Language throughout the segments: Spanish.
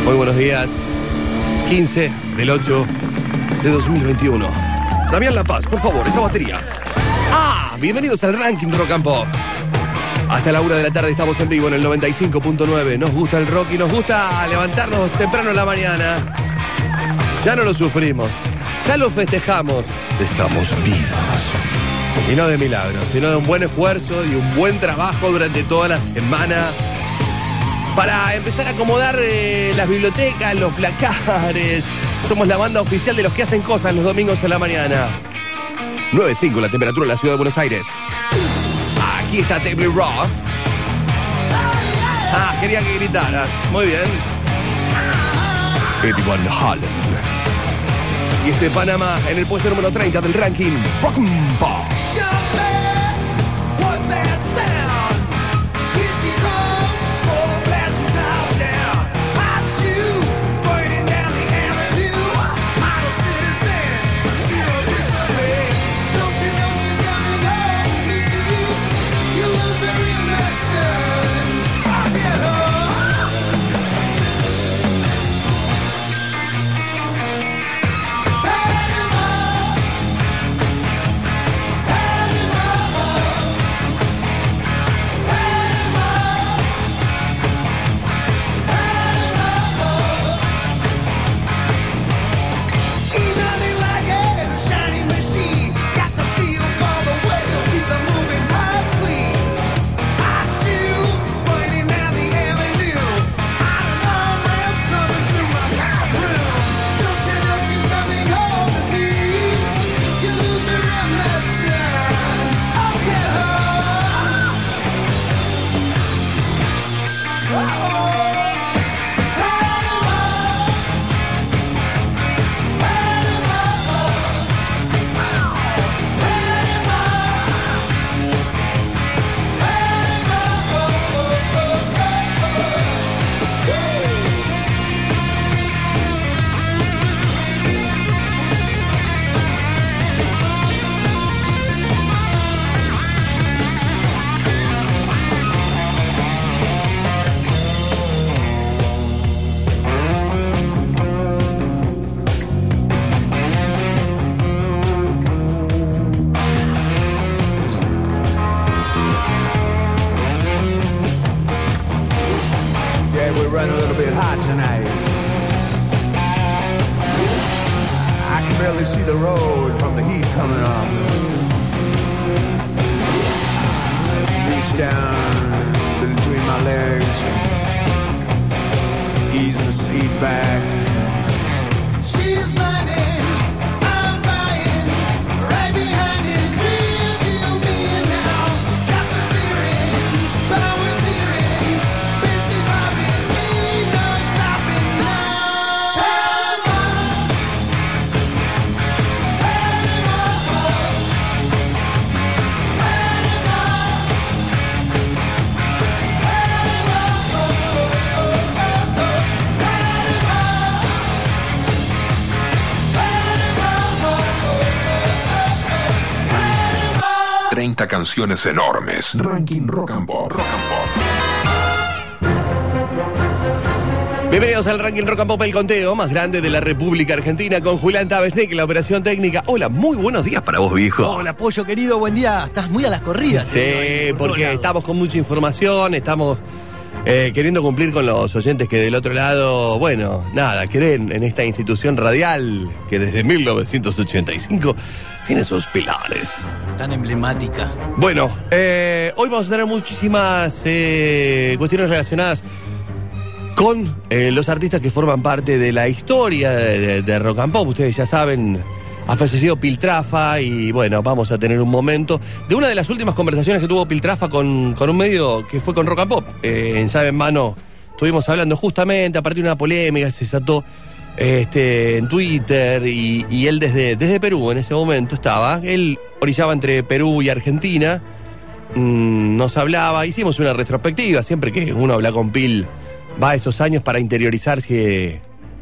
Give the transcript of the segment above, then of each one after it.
Muy buenos días. 15 del 8 de 2021. Damián La Paz, por favor, esa batería. Bienvenidos al Ranking Rock and Pop. Hasta la 1 de la tarde estamos en vivo en el 95.9. Nos gusta el rock y nos gusta levantarnos temprano en la mañana. Ya no lo sufrimos, ya lo festejamos. Estamos vivos. Y no de milagros, sino de un buen esfuerzo y un buen trabajo durante toda la semana para empezar a acomodar las bibliotecas, los placares. Somos la banda oficial de los que hacen cosas los domingos a la mañana. 9.5 la temperatura en la ciudad de Buenos Aires. Aquí está Table Rock. Quería que gritaras. Muy bien. 81 Holland. Y este Panamá en el puesto número 30 del ranking Rock and Pop. Canciones enormes. Ranking Rock and Pop. Rock and Pop. Bienvenidos al Ranking Rock and Pop, el conteo más grande de la República Argentina, con Julián Tabesnik, la operación técnica. Hola, muy buenos días para vos, viejo. Hola, Pollo querido, buen día. Estás muy a las corridas. Sí, porque estamos con mucha información, estamos queriendo cumplir con los oyentes que del otro lado, bueno, nada, creen en esta institución radial que desde 1985 tiene sus pilares. Tan emblemática. Bueno, hoy vamos a tener muchísimas cuestiones relacionadas con los artistas que forman parte de la historia de Rock and Pop. Ustedes ya saben, ha fallecido Piltrafa y bueno, vamos a tener un momento de una de las últimas conversaciones que tuvo Piltrafa con un medio que fue con Rock and Pop. En Llave en Mano estuvimos hablando justamente a partir de una polémica que se desató en Twitter y él desde Perú en ese momento estaba. Él orillaba entre Perú y Argentina, nos hablaba, hicimos una retrospectiva. Siempre que uno habla con Pil va a esos años para interiorizarse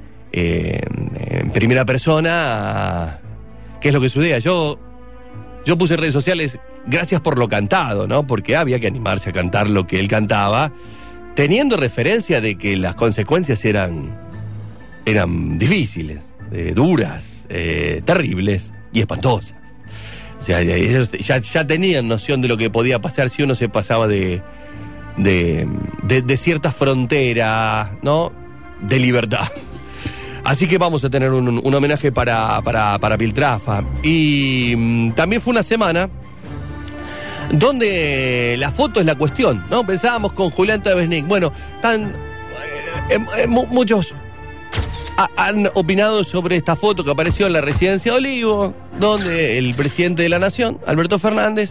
en primera persona qué es lo que sucedía. Yo puse en redes sociales gracias por lo cantado, ¿no? Porque había que animarse a cantar lo que él cantaba, teniendo referencia de que las consecuencias eran eran difíciles, duras, terribles y espantosas. O sea, ellos ya tenían noción de lo que podía pasar si uno se pasaba de cierta frontera, ¿no? De libertad. Así que vamos a tener un homenaje para Piltrafa. Y también fue una semana donde la foto es la cuestión, ¿no? Pensábamos con Julián Tavesnik. Bueno, muchos han opinado sobre esta foto que apareció en la residencia de Olivo, donde el presidente de la Nación, Alberto Fernández,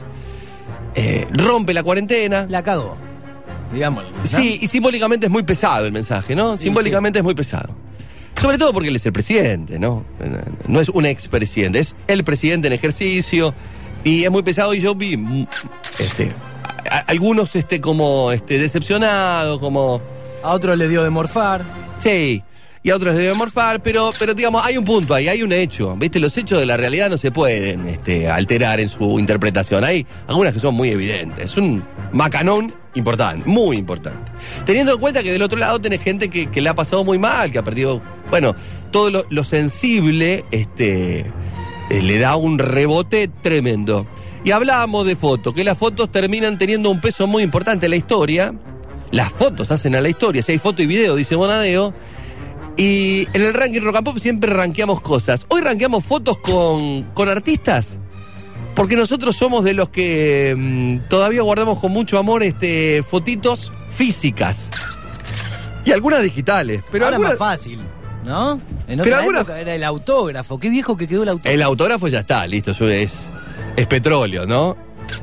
rompe la cuarentena. La cagó, digámoslo, ¿no? Sí, y simbólicamente es muy pesado el mensaje, ¿no? Simbólicamente es muy pesado. Sobre todo porque él es el presidente, ¿no? No es un expresidente, es el presidente en ejercicio. Y es muy pesado y yo vi algunos como decepcionados, como... A otros les dio de morfar. Sí, y a otros les dio de morfar, pero digamos, hay un punto ahí, hay un hecho. ¿Viste? Los hechos de la realidad no se pueden alterar en su interpretación. Hay algunas que son muy evidentes. Es un macanón importante, muy importante. Teniendo en cuenta que del otro lado tenés gente que le ha pasado muy mal, que ha perdido, bueno, todo lo sensible, le da un rebote tremendo. Y hablábamos de fotos, que las fotos terminan teniendo un peso muy importante en la historia. Las fotos hacen a la historia, si hay foto y video, dice Bonadeo. Y en el ranking Rock and Pop siempre rankeamos cosas. Hoy rankeamos fotos con artistas, porque nosotros somos de los que todavía guardamos con mucho amor fotitos físicas. Y algunas digitales. Pero ahora algunas... más fácil, ¿no? En otra época era el autógrafo. Qué viejo que quedó el autógrafo. El autógrafo ya está, listo, eso es petróleo, ¿no?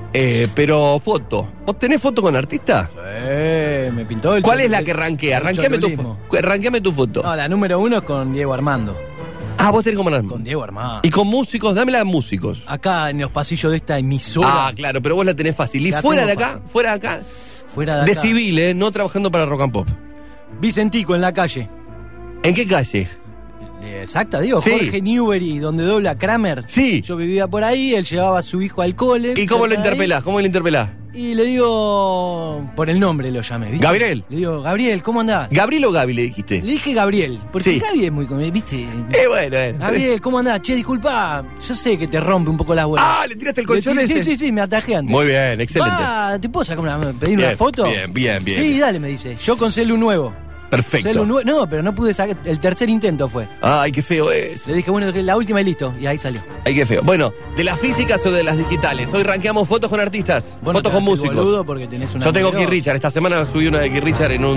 Pero foto. ¿Vos tenés foto con artista? Me pintó el... ¿Cuál es la que rankea? Rankeame tu foto. No, la número 1 es con Diego Armando. Ah, vos tenés como Armando. Con Diego Armando. Y con músicos, dámela de músicos. Acá en los pasillos de esta emisora. Ah, claro, pero vos la tenés fácil. ¿Y fuera de acá? Fácil. Fuera de acá. Fuera de acá. De civil, no trabajando para Rock and Pop. Vicentico en la calle. ¿En qué calle? Exacta, digo, Sí. Jorge Newbery, donde dobla Kramer. Sí. Yo vivía por ahí, él llevaba a su hijo al cole. ¿Y cómo lo cerca de ahí. interpelás? ¿Cómo lo interpelás? Y le digo, por el nombre lo llamé, ¿viste? ¿Gabriel? Le digo, Gabriel, ¿cómo andás? ¿Gabriel o Gaby le dijiste? Le dije Gabriel, porque Sí. Gaby es muy, ¿viste? Bueno. Gabriel, ¿cómo andás? Che, disculpa, yo sé que te rompe un poco las bolas. Ah, ¿le tiraste el colchón ese? Sí, me atajé antes. Muy bien, excelente. ¿Te puedo sacar pedir Bien, una foto? bien. Sí, dale, me dice. Yo con celu nuevo. Perfecto. No, pero no pude sacar. El tercer intento fue. Ay, qué feo es. Le dije, bueno, la última y listo. Y ahí salió. Ay, qué feo. Bueno, ¿de las físicas o de las digitales? Hoy rankeamos fotos con artistas, Vos no fotos te con haces músicos. boludo porque tenés una Yo tengo número- Keith Richard. Esta semana subí una de Keith Richard en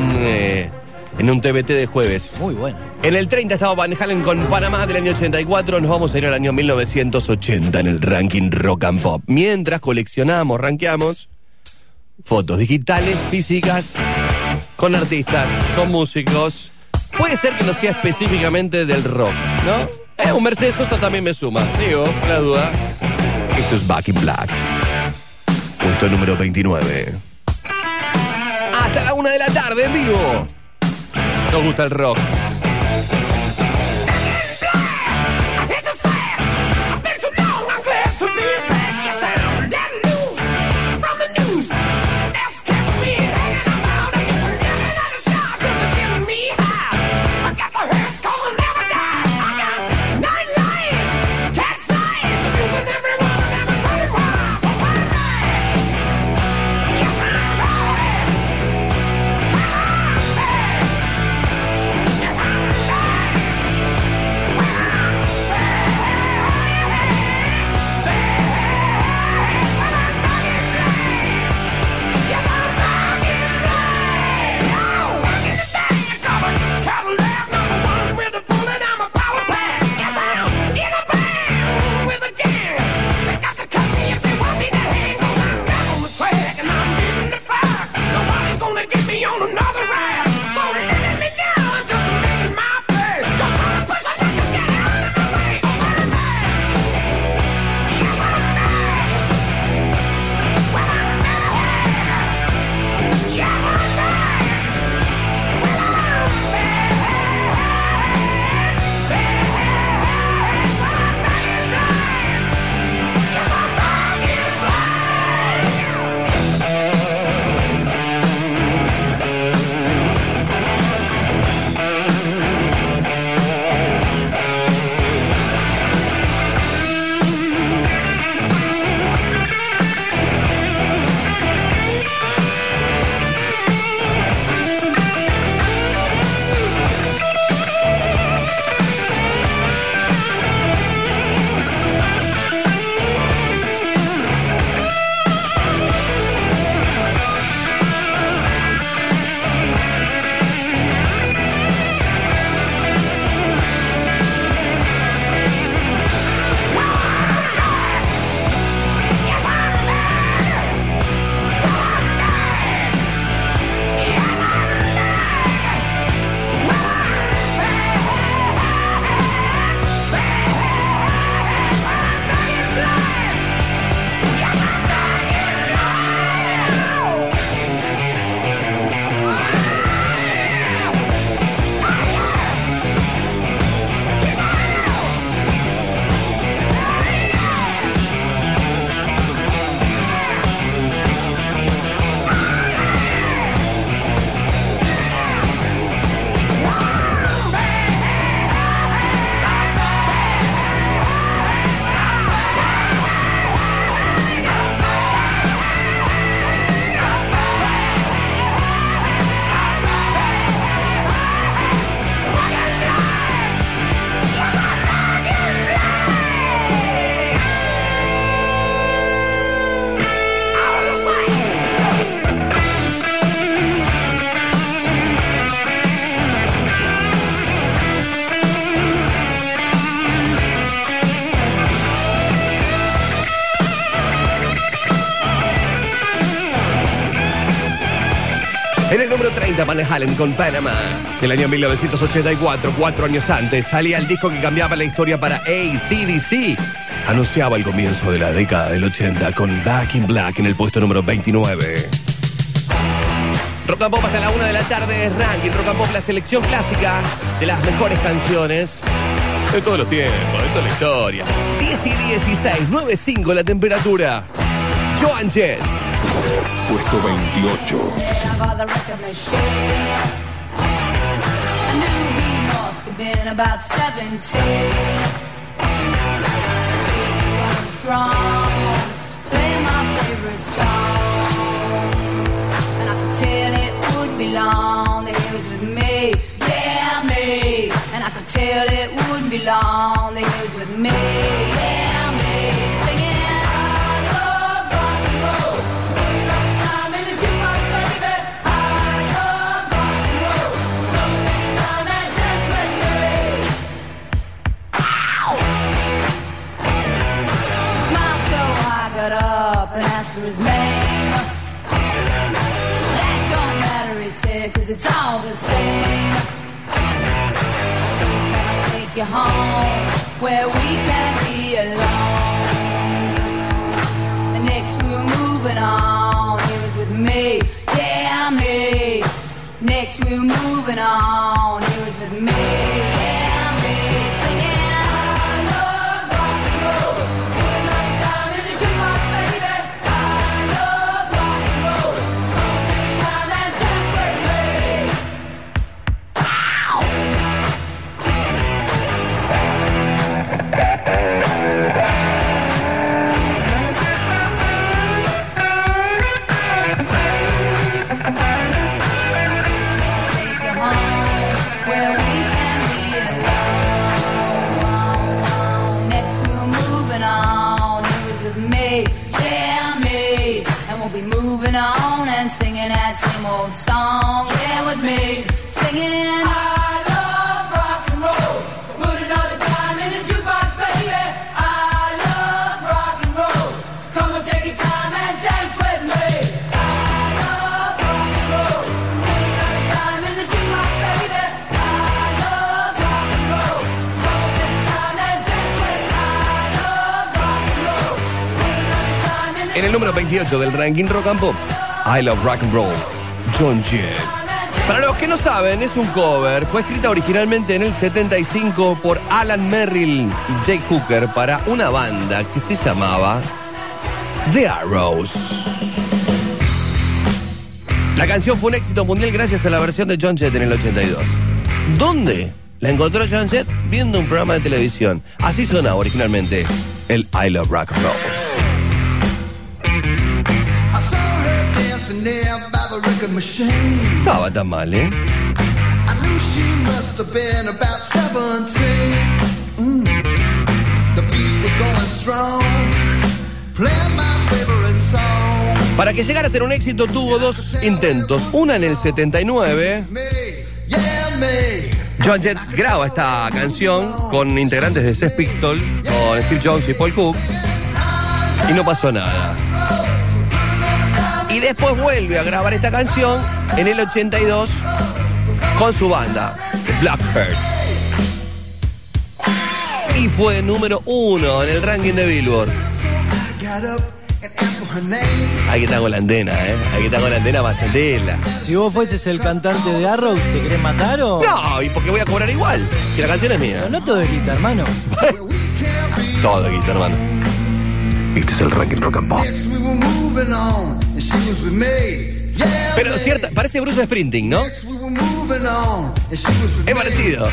un TBT de jueves. Muy bueno. En el 30 estaba Van Halen con Panamá del año 84. Nos vamos a ir al año 1980 en el ranking Rock and Pop. Mientras coleccionamos, rankeamos fotos digitales, físicas, con artistas, con músicos. Puede ser que no sea específicamente del rock, ¿no? Un Mercedes Sosa también me suma, digo, la duda. Esto es Back in Black. Puesto número 29. Hasta la 1 de la tarde en vivo. Nos gusta el rock. Yes, I'm número 30, Van Halen con Panama. Del año 1984, 4 años antes, salía el disco que cambiaba la historia para AC/DC. Anunciaba el comienzo de la década del 80 con Back in Black en el puesto número 29. Rock and Pop hasta la 1 de la tarde es ranking. Rock and Pop, la selección clásica de las mejores canciones de todos los tiempos, de toda la historia. 10 y 16, 9.5 la temperatura. Joan Jett. Puesto 28. Till it would be long that he was with me, yeah, me. And I could tell it wouldn't be long that he was with me, yeah, me. Singing, I love rock and roll. Spending all the time in the jukebox, baby. I love rock and roll. So take your time and dance with me. Ow! He smiled so I got up and asked for his name. Cause it's all the same. So can I take you home where we can be alone? And next we were moving on. He was with me, yeah, me. Next we were moving on. He was with me, yeah, me. Singing, I love rock and roll. Spending all the time in the jukebox, baby. I love rock and roll. So take your time and dance with me. Moving on and singing that same old song, yeah, with me, singing I love rock and roll. So put another time in the jukebox, baby. I love rock and roll. So come and take your time and dance with me. I love rock and roll. So put another time in the jukebox, baby. I love rock and roll. So come and take your time and dance with me. I love rock and roll. So put another time in the En el número 28 del ranking Rock and Pop, I Love Rock and Roll, Joan Jett. Para los que no saben, es un cover. Fue escrita originalmente en el 75 por Alan Merrill y Jake Hooker para una banda que se llamaba The Arrows. La canción fue un éxito mundial gracias a la versión de Joan Jett en el 82. ¿Dónde la encontró Joan Jett? Viendo un programa de televisión. Así sonaba originalmente el I Love Rock and Roll. Estaba tan mal, ¿eh? Para que llegara a ser un éxito tuvo dos intentos. Una en el 79. Joan Jett graba esta canción con integrantes de Sex Pistols, con Steve Jones y Paul Cook, y no pasó nada. Y después vuelve a grabar esta canción en el 82 con su banda, The Blackbirds. Y fue número 1 en el ranking de Billboard. Hay que estar con la antena, ¿eh? Hay que estar con la antena para sentirla. Si vos fueses el cantante de Arrow, ¿te querés matar o...? No, y porque voy a cobrar igual, si la canción es mía. Pero no todo es guita, hermano. Todo es guita, hermano. Este es el ranking Rock and Pop. Pero cierta, parece Bruce Springsteen, ¿no? Es parecido.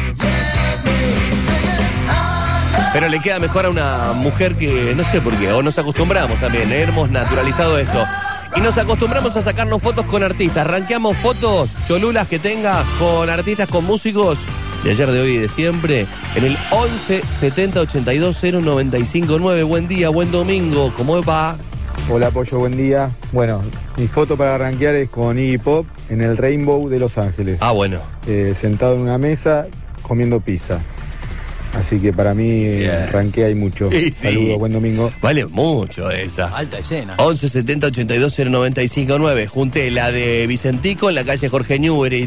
Pero le queda mejor a una mujer que no sé por qué, o nos acostumbramos también, hemos naturalizado esto. Y nos acostumbramos a sacarnos fotos con artistas. Ranqueamos fotos cholulas que tenga con artistas, con músicos de ayer, de hoy y de siempre en el 11 70 82 095 9. Buen día, buen domingo, ¿cómo va? Hola Pollo, buen día. Bueno, mi foto para rankear es con Iggy Pop en el Rainbow de Los Ángeles. Ah, bueno. Sentado en una mesa comiendo pizza. Así que para mí ranquea hay mucho. Sí. Saludos, buen domingo. Vale mucho esa. Alta escena. 11 70 82 095 9. Junté la de Vicentico en la calle Jorge Newbery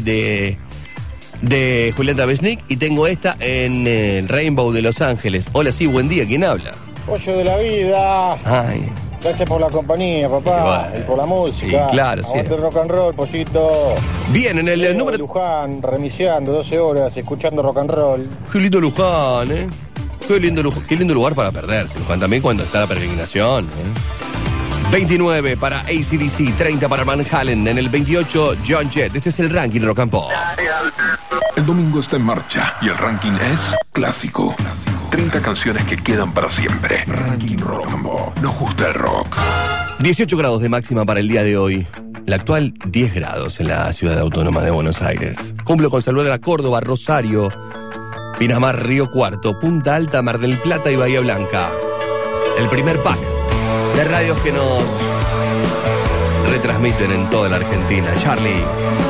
de Julieta Besnik. Y tengo esta en el Rainbow de Los Ángeles. Hola, sí, buen día. ¿Quién habla? Pollo de la vida. Ay. Gracias por la compañía, papá. Y por la música. Sí, claro, Aguante sí. el rock and roll, pollito. Bien, en el número... Luján, remiciando 12 horas, escuchando rock and roll. Qué lindo Luján, ¿eh? Qué lindo lugar para perderse, Luján, también cuando está la peregrinación, 29 para AC/DC, 30 para Van Halen, en el 28 John Jett. Este es el ranking Rock and Pop. El domingo está en marcha y el ranking es clásico. 30 canciones que quedan para siempre. Ranking Rock and Pop. Nos gusta el rock. 18 grados de máxima para el día de hoy. La actual 10 grados en la ciudad autónoma de Buenos Aires. Cumplo con Salvador, Córdoba, Rosario, Pinamar, Río Cuarto, Punta Alta, Mar del Plata y Bahía Blanca. El primer pack de radios que nos retransmiten en toda la Argentina. Charlie.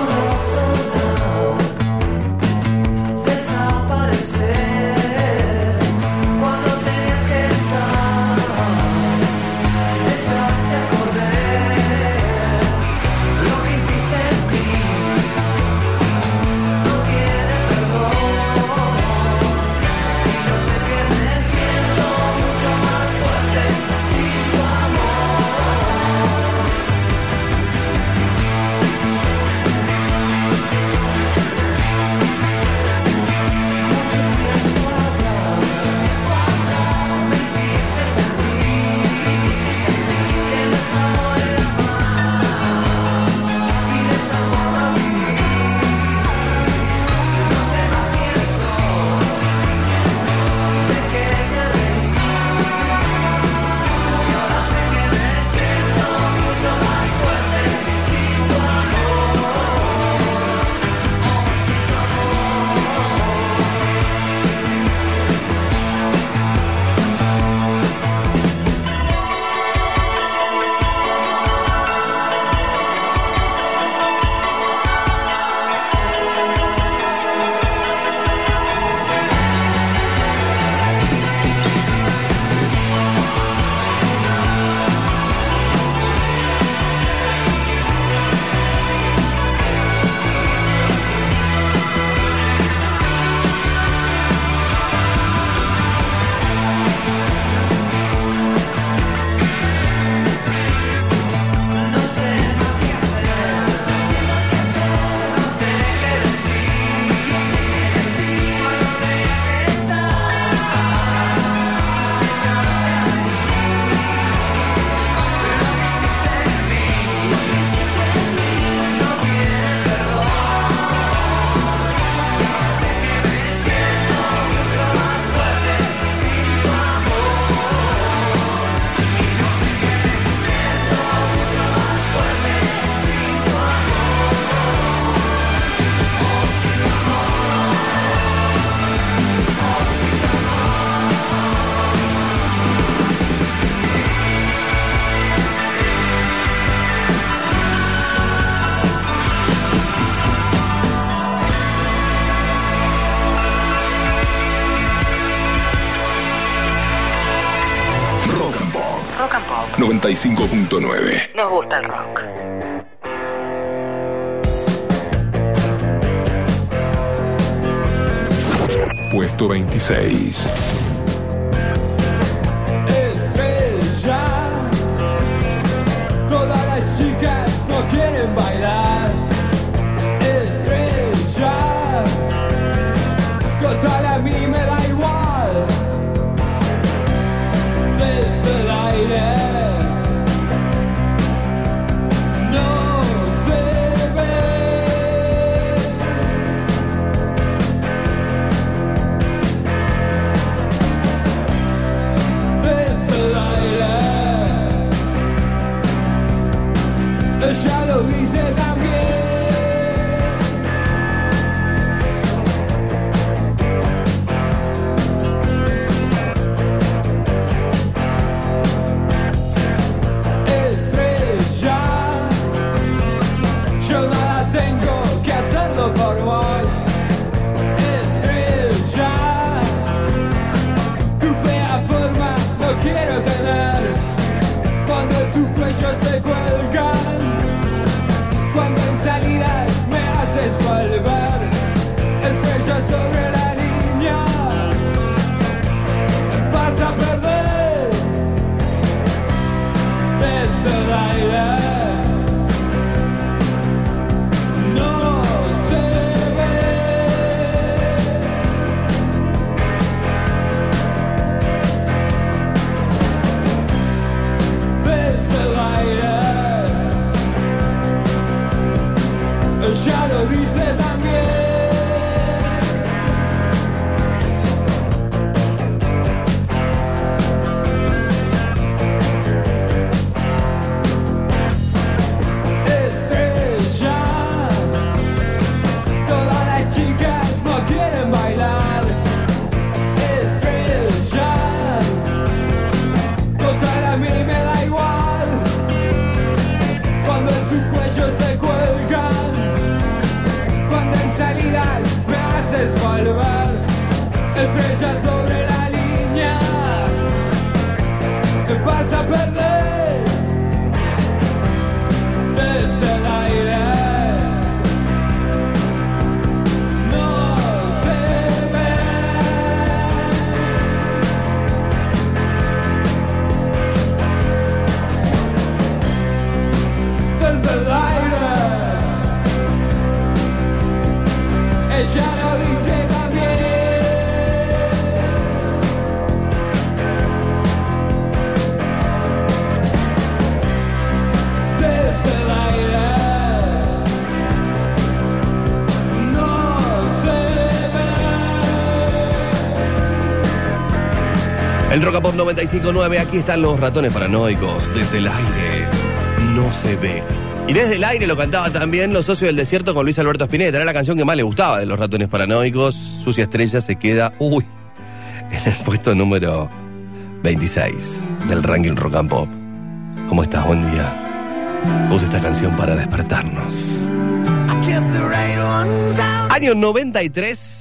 Rock and Pop 95.9. Nos gusta el rock. Puesto 26. Estrella, todas las chicas no quieren bailar. Estrella, total a mí me da igual. Desde el aire no se ve. Desde el aire ella lo dice también. El Rock and Pop 95.9, aquí están los ratones paranoicos. Desde el aire no se ve. Y desde el aire lo cantaba también Los Socios del Desierto con Luis Alberto Spinetta. Era la canción que más le gustaba de los ratones paranoicos. Sucia Estrella se queda, en el puesto número 26 del ranking Rock and Pop. ¿Cómo estás? Buen día. Puse esta canción para despertarnos. Año 93.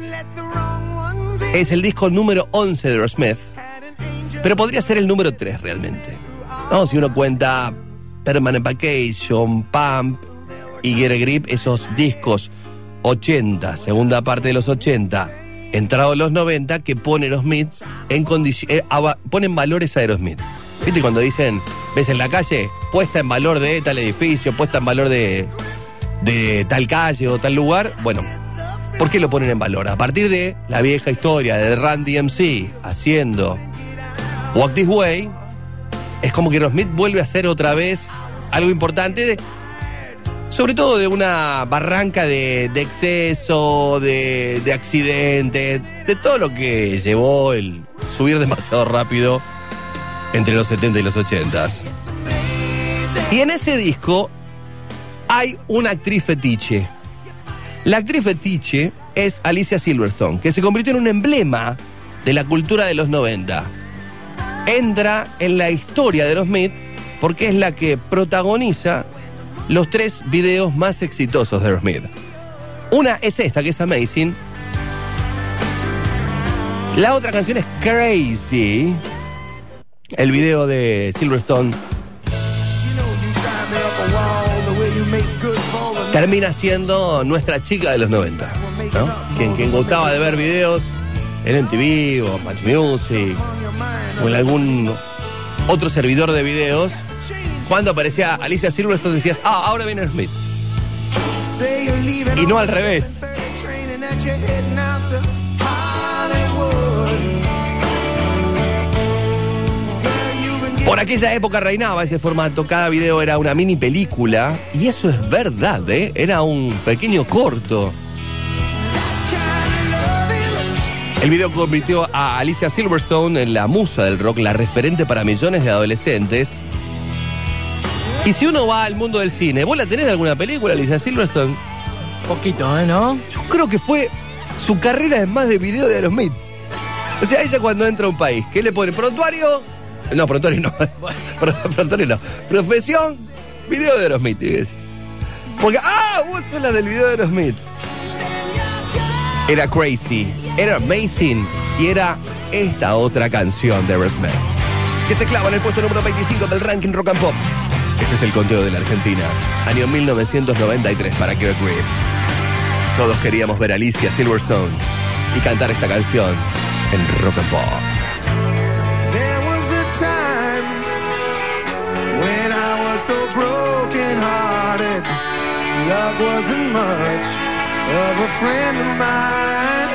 Es el disco número 11 de Aerosmith. Pero podría ser el número 3 realmente. No, si uno cuenta Permanent Vacation, Pump y Get a Grip, esos discos 80, segunda parte de los 80, entrados los 90, que pone Aerosmith en ponen valores a Aerosmith. ¿Viste cuando dicen, ves en la calle, puesta en valor de tal edificio, puesta en valor de tal calle o tal lugar? Bueno, ¿por qué lo ponen en valor? A partir de la vieja historia de Run DMC haciendo Walk This Way, es como que Aerosmith vuelve a hacer otra vez algo importante, sobre todo de una barranca de exceso, de accidentes, de todo lo que llevó el subir demasiado rápido entre los 70 y los 80. Y en ese disco hay una actriz fetiche. La actriz fetiche es Alicia Silverstone, que se convirtió en un emblema de la cultura de los 90. Entra en la historia de Aerosmith porque es la que protagoniza los 3 videos más exitosos de Aerosmith. Una es esta, que es Amazing. La otra canción es Crazy. El video de Silverstone termina siendo nuestra chica de los 90, ¿no? Quien gustaba de ver videos en MTV o Match Music o en algún otro servidor de videos, cuando aparecía Alicia Silverstone decías, ahora viene Smith. Y no al revés. Por aquella época reinaba ese formato, cada video era una mini película, y eso es verdad, era un pequeño corto. El video convirtió a Alicia Silverstone en la musa del rock, la referente para millones de adolescentes. Y si uno va al mundo del cine, ¿vos la tenés de alguna película, Alicia Silverstone? Poquito, ¿no? Yo creo que fue su carrera es más de video de Aerosmith. O sea, ella cuando entra a un país, ¿qué le pone? ¿Prontuario? No, prontuario no. Prontuario no. Profesión, video de Aerosmith, tiene que decir. Porque, vos sos la del video de Aerosmith. Era Crazy, era Amazing y era esta otra canción de Aerosmith, que se clava en el puesto número 25 del ranking Rock and Pop. Este es el conteo de la Argentina, año 1993 para Get a Grip. Todos queríamos ver a Alicia Silverstone y cantar esta canción en Rock and Pop. There was a time when I was so broken hearted. Love wasn't much of a friend of mine.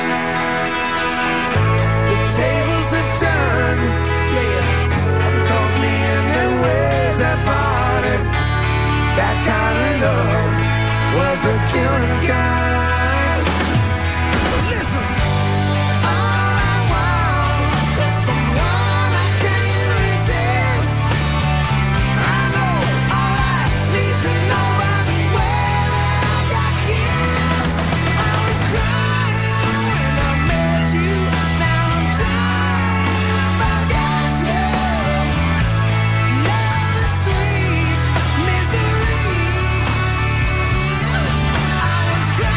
The tables have turned, calls me in and ways that parted. That kind of love was the killing kind. So listen, all I want is someone I can't resist. I know all I need to know by the way I got kissed. I was crying when I met you. Now I'm trying to forget you. Love is sweet misery. I was crying.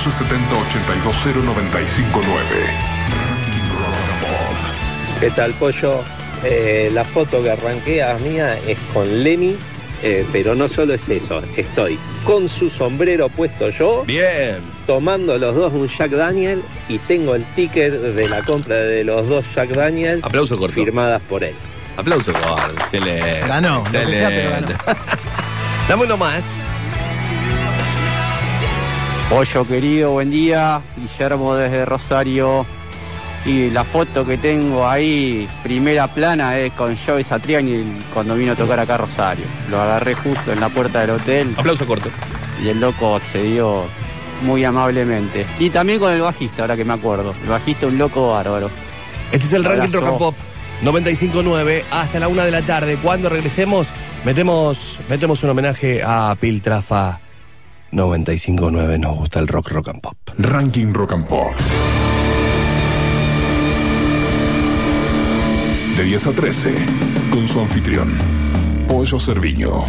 Ranking Rock and Pop. ¿Qué tal, Pollo? La foto que arranqué a mía es con Lemmy, pero no solo es eso, estoy con su sombrero puesto yo, Bien. tomando los dos un Jack Daniel y tengo el ticket de la compra de los dos Jack Daniels Aplauso corto. firmadas por él. Aplauso, Juan. Excelente. Ganó, lo que sea, pero ganó. Dame uno más. Pollo querido, buen día. Guillermo desde Rosario. Sí, la foto que tengo ahí, primera plana, es con Joey Satriani cuando vino a tocar acá a Rosario. Lo agarré justo en la puerta del hotel Aplauso corto. y el loco accedió muy amablemente. Y también con el bajista, ahora que me acuerdo. El bajista, un loco bárbaro. Este es el Ranking Abrazo. Rock and Pop 95.9 hasta la 1 de la tarde. Cuando regresemos, metemos un homenaje a Piltrafa. 95.9, nos gusta el rock and pop. Ranking Rock and Pop. De 10 a 13, con su anfitrión, Pollo Cerviño.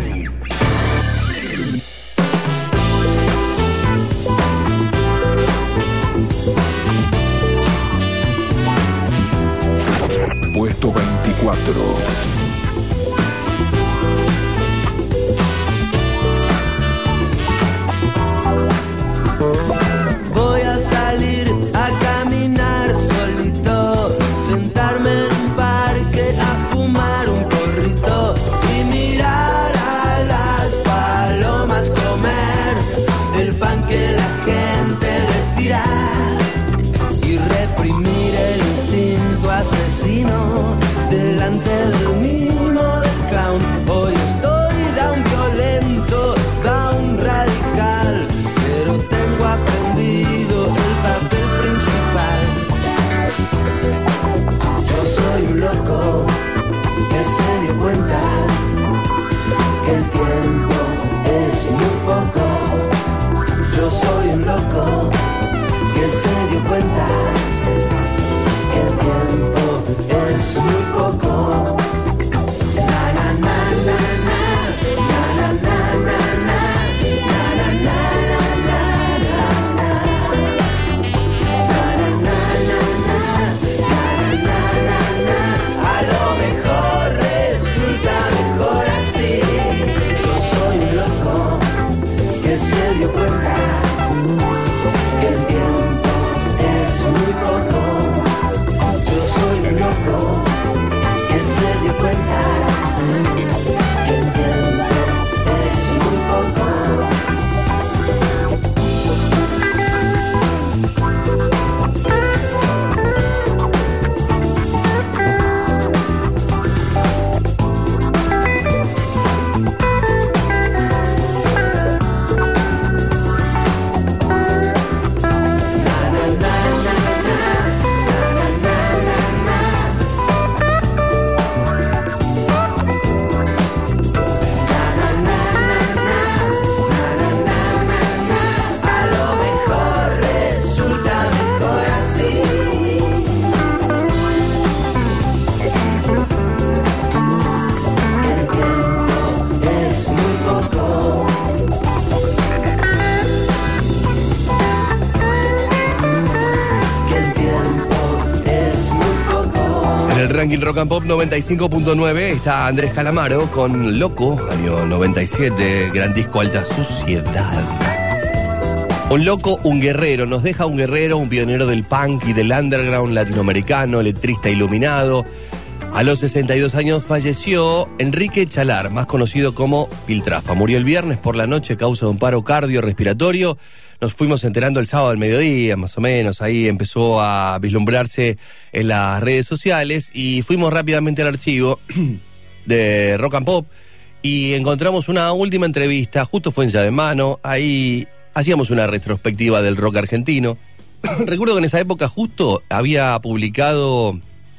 Puesto 24. Voy a salir a caminar solito, sentarme en un parque a fumar un porrito y mirar a las palomas comer el pan que la gente les tira y reprimir el instinto asesino delante del mimo del clown. Hoy estoy down violento, down radical, pero tengo aprendido el papel principal. Yo soy un loco que se dio cuenta que el tiempo es muy poco. Yo soy un loco que se dio cuenta que el tiempo es muy poco. Na na na na na, na na na na na, na na na na. A lo mejor resulta mejor así. Yo soy un loco que se dio cuenta que el tiempo es muy poco. Yo soy un loco que se dio cuenta que el tiempo es muy poco. A lo mejor resulta mejor así. Que el tiempo es muy poco. Que el tiempo es muy poco. En el Ranking Rock and Pop 95.9 está Andrés Calamaro con Loco, año 97, gran disco Alta Suciedad. Un loco, un guerrero, nos deja un guerrero, un pionero del punk y del underground latinoamericano, letrista iluminado. A los 62 años falleció Enrique Chalar, más conocido como Piltrafa. Murió el viernes por la noche a causa de un paro cardiorrespiratorio. Nos fuimos enterando el sábado al mediodía, más o menos. Ahí empezó a vislumbrarse en las redes sociales y fuimos rápidamente al archivo de Rock and Pop y encontramos una última entrevista. Justo fue en llave en mano. Ahí hacíamos una retrospectiva del rock argentino. Recuerdo que en esa época justo había publicado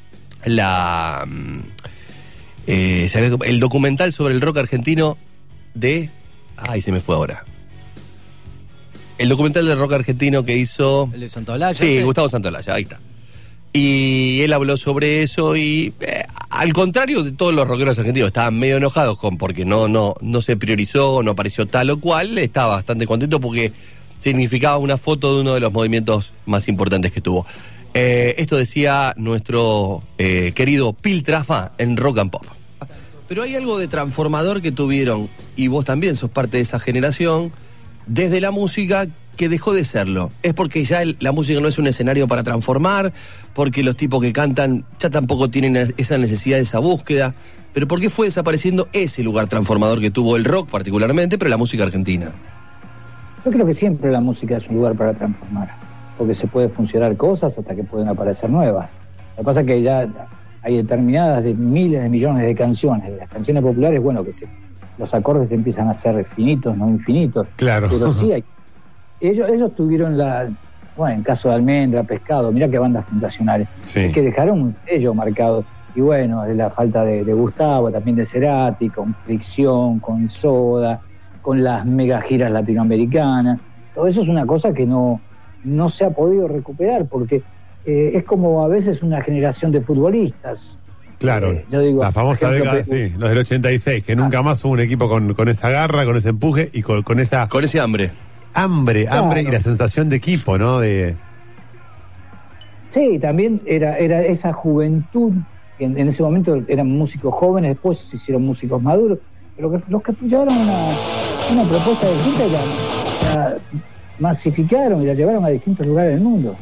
el documental sobre el rock argentino de... Ay, se me fue ahora. El documental del rock argentino que hizo... ¿El de Santolaya? Sí, Gustavo Santolaya, ahí está. Y él habló sobre eso y al contrario de todos los rockeros argentinos, estaban medio enojados porque no se priorizó, no apareció tal o cual. Estaba bastante contento porque significaba una foto de uno de los movimientos más importantes que tuvo. Esto decía nuestro querido Piltrafa en Rock and Pop. Pero hay algo de transformador que tuvieron, y vos también sos parte de esa generación, desde la música que dejó de serlo. Es porque ya la música no es un escenario para transformar, porque los tipos que cantan ya tampoco tienen esa necesidad, esa búsqueda. Pero ¿por qué fue desapareciendo ese lugar transformador que tuvo el rock particularmente, pero la música argentina? Yo creo que siempre la música es un lugar para transformar, porque se puede funcionar cosas hasta que pueden aparecer nuevas. Lo que pasa es que ya hay determinadas de miles de millones de canciones, de las canciones populares, bueno, que los acordes empiezan a ser finitos, no infinitos. Claro. Pero sí hay. Ellos tuvieron bueno, en caso de Almendra, Pescado, mirá qué bandas fundacionales, Sí. que dejaron un sello marcado. Y bueno, de la falta de Gustavo, también de Cerati, con Fricción, con Soda, con las mega giras latinoamericanas. Todo eso es una cosa que no se ha podido recuperar, porque es como a veces una generación de futbolistas. Claro, Yo digo, la famosa por ejemplo, década, sí, los del 86, que nunca más hubo un equipo con esa garra, con ese empuje y con esa... Con ese hambre. Hambre y la sensación de equipo, ¿no? Sí, también era esa juventud, que en ese momento eran músicos jóvenes, después se hicieron músicos maduros, pero los que apoyaron una propuesta distinta la masificaron y la llevaron a distintos lugares del mundo.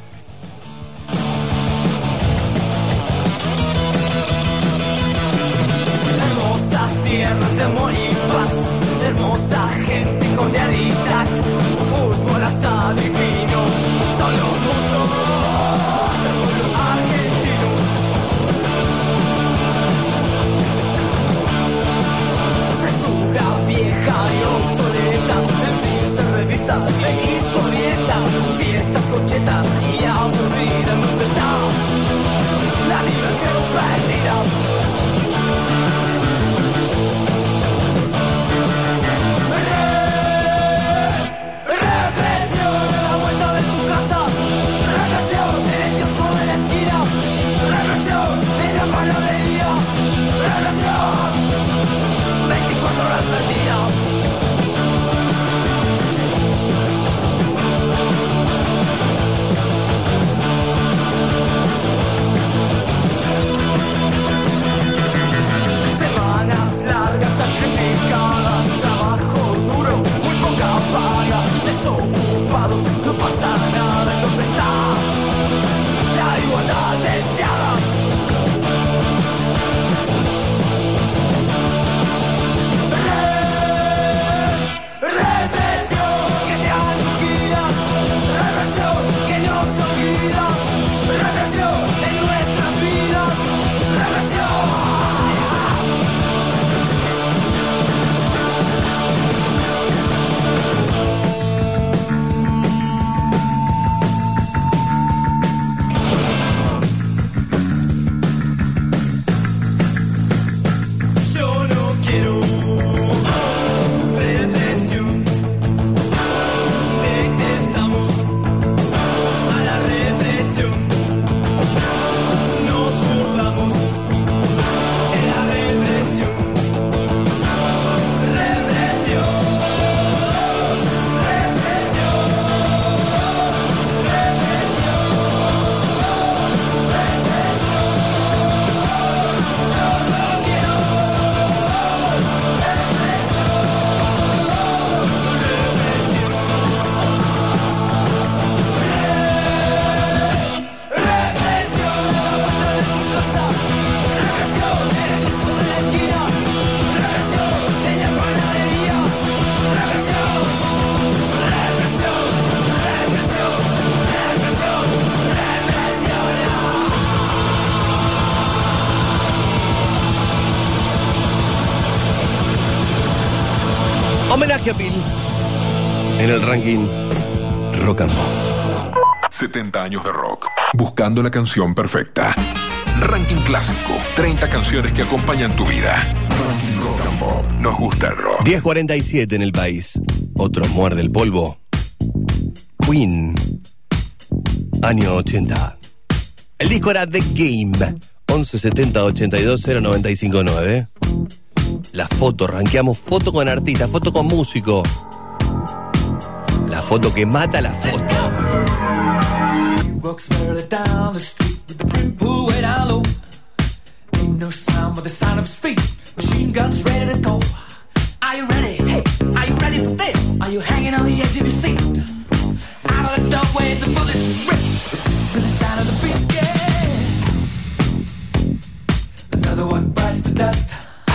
Hermosas tierras de amor y paz, hermosa gente y cordialidad, fútbol hasta divino, son los monstruos del pueblo argentino. Censura vieja y obsoleta, en fin, revistas y historietas, fiestas conchetas y aburridas, ¿dónde está la diversión perdida? Semanas largas, sacrificadas, trabajo duro, muy poca paga, desocupados, no pasa nada, ¿en dónde está la igualdad deseada? Represión que te aniquila, represión que nos olvida, represión en nuestras vidas, represión. Yo no quiero represión, detestamos a la represión, nos burlamos de la represión, represión, represión, Homenaje a Pil en el ranking Rock and Pop. 70 años de rock, buscando la canción perfecta. Ranking clásico, 30 canciones que acompañan tu vida. Ranking Rock and Pop, nos gusta el rock. 10:47 en el país. Otro muerde el polvo. Queen, año 80. El disco era The Game. 1170 82 0959. La foto, rankeamos foto con artista, foto con músico. La La foto que mata la foto. Walks further down the street with the brim pulled way down low. Ain't no sound but the sound of speed. Machine guns ready to go. Are you ready? Hey, are you ready for this? Are you hanging on the edge of your seat? Out of the doorway, the bullets rip to the sound of the beat. Yeah. Another one bites the dust.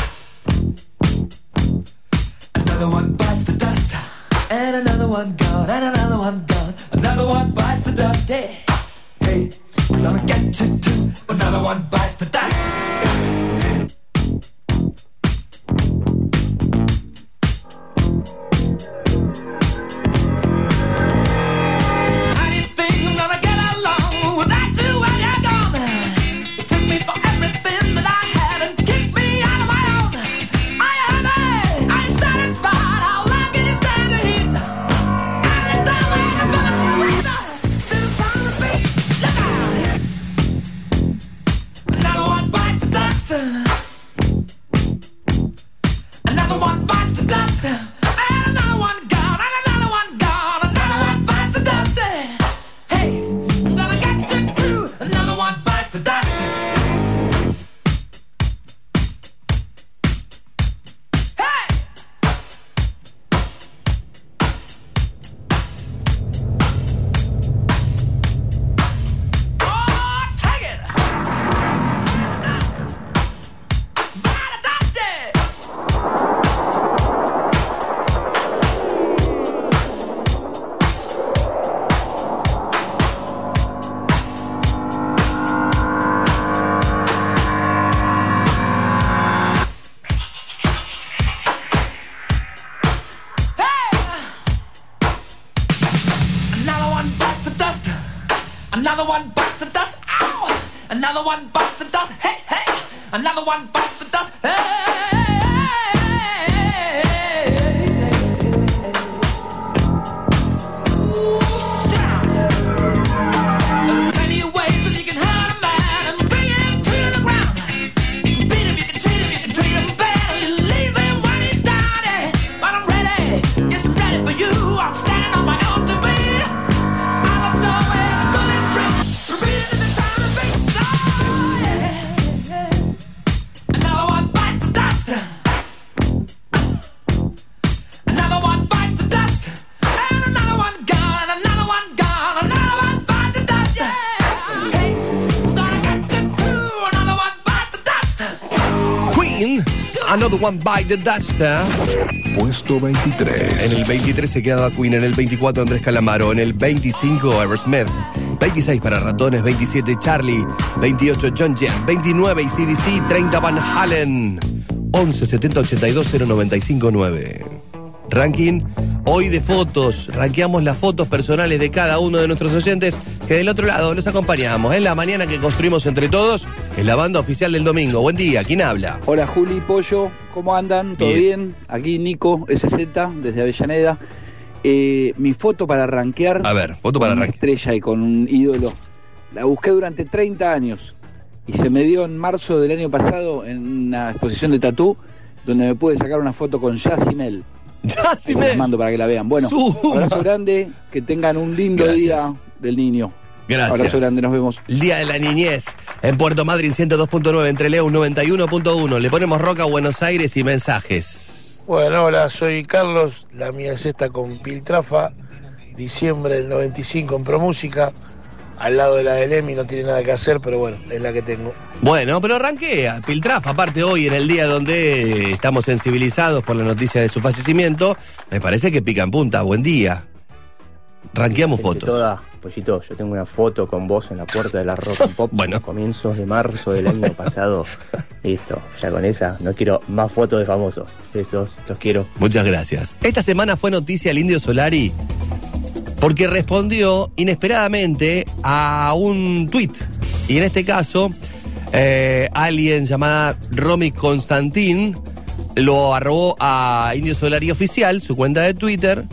Another one bites the dust. And another one gone. And another one gone. Another one bites the dust. Hey, hey, I'm gonna get you too. Another one bites the dust. Another one bites the dust. And another one gone. And another one gone. Another one bites the dust. Hey, I'm gonna get you too. Another one bites the dust. Hey! Oh, take it! Dust. Bite the dust. Another one bites the dust. Another one bites the dust. Ow! Another one bites the dust. Hey, hey! Another one bites the dust. Hey! Ooh, shout. There are plenty of ways that you can hurt a man and bring him to the ground. You can beat him, you can cheat him, you can treat him bad. You leave him when he's down. But I'm ready, yes, I'm ready for you. I'm standing on my own to beat. Out the doorway, the bullets ring. Reach to the time of beast. Oh, yeah. Another one bites the dust. Another one bites the dust. And another one gone. And another one gone. Another one bites the dust. Yeah. Hey, I'm gonna get you too. Another one bites the dust. Queen, Another One Bite the Dust. Puesto 23. En el 23 se quedaba Queen, en el 24 Andrés Calamaro, en el 25 Aerosmith, 26 para Ratones, 27 Charlie, 28 John Jam, 29 AC/DC, 30 Van Halen, 11 70 82 095 9. Ranking hoy de fotos. Ranqueamos las fotos personales de cada uno de nuestros oyentes que del otro lado los acompañamos. Es la mañana que construimos entre todos. Es la banda oficial del domingo. Buen día, ¿quién habla? Hola Juli, Pollo, ¿cómo andan? ¿Todo bien? Aquí Nico, SZ, desde Avellaneda. Mi foto para rankear. A ver, foto para con una rankear. estrella y con un ídolo. La busqué durante 30 años y se me dio en marzo del año pasado en una exposición de tatú donde me pude sacar una foto con Yacimel. Se las mando para que la vean. Bueno, abrazo grande, que tengan un lindo día del niño. Gracias. Abrazo grande, nos vemos. El Día de la Niñez en Puerto Madryn 102.9, entre León 91.1. Le ponemos roca a Buenos Aires y mensajes. Bueno, hola, soy Carlos, la mía es esta con Piltrafa, diciembre del 95 en ProMúsica, al lado de la del Emi, no tiene nada que hacer, pero bueno, es la que tengo. Bueno, pero ranquea, Piltrafa, aparte hoy en el día donde estamos sensibilizados por la noticia de su fallecimiento, me parece que pica en punta. Buen día. Ranqueamos fotos. Toda, Pollito, yo tengo una foto con vos en la puerta de la Rock and Pop, bueno, comienzos de marzo del año pasado. Listo, ya con esa, no quiero más fotos de famosos. Besos, los quiero. Muchas gracias. Esta semana fue noticia el Indio Solari porque respondió inesperadamente a un tuit. Y en este caso, alguien llamada Romy Constantín lo arrobó a Indio Solari Oficial, su cuenta de Twitter,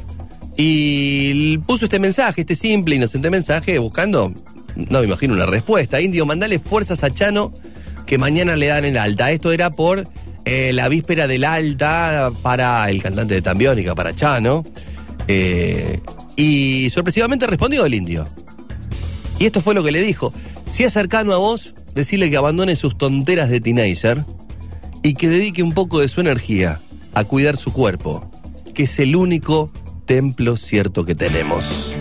y puso este mensaje, este simple, inocente mensaje, buscando, no me imagino, una respuesta. Indio, mandale fuerzas a Chano, que mañana le dan el alta. Esto era por la víspera del alta para el cantante de Tambiónica, para Chano. Y Y sorpresivamente respondió el indio. Y esto fue lo que le dijo. Si es cercano a vos, decirle que abandone sus tonteras de teenager y que dedique un poco de su energía a cuidar su cuerpo, que es el único templo cierto que tenemos.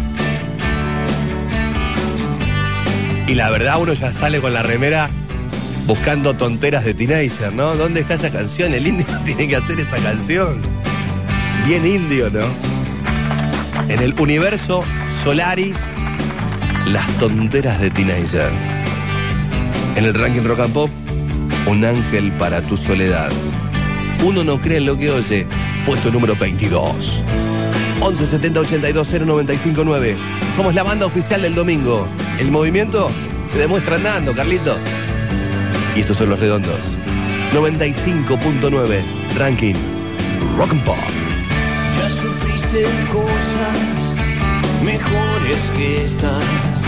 Y la verdad, uno ya sale con la remera buscando tonteras de teenager, ¿no? ¿Dónde está esa canción? El indio tiene que hacer esa canción. Bien indio, ¿no? En el universo Solari, las tonteras de teenager. En el ranking Rock and Pop, Un ángel para tu soledad. Uno no cree en lo que oye, puesto número 22. 11 70 82 095 9. Somos la banda oficial del domingo. El movimiento se demuestra andando, Carlito. Y estos son los redondos. 95.9, ranking Rock and Pop. Ya sufriste cosas mejores que estas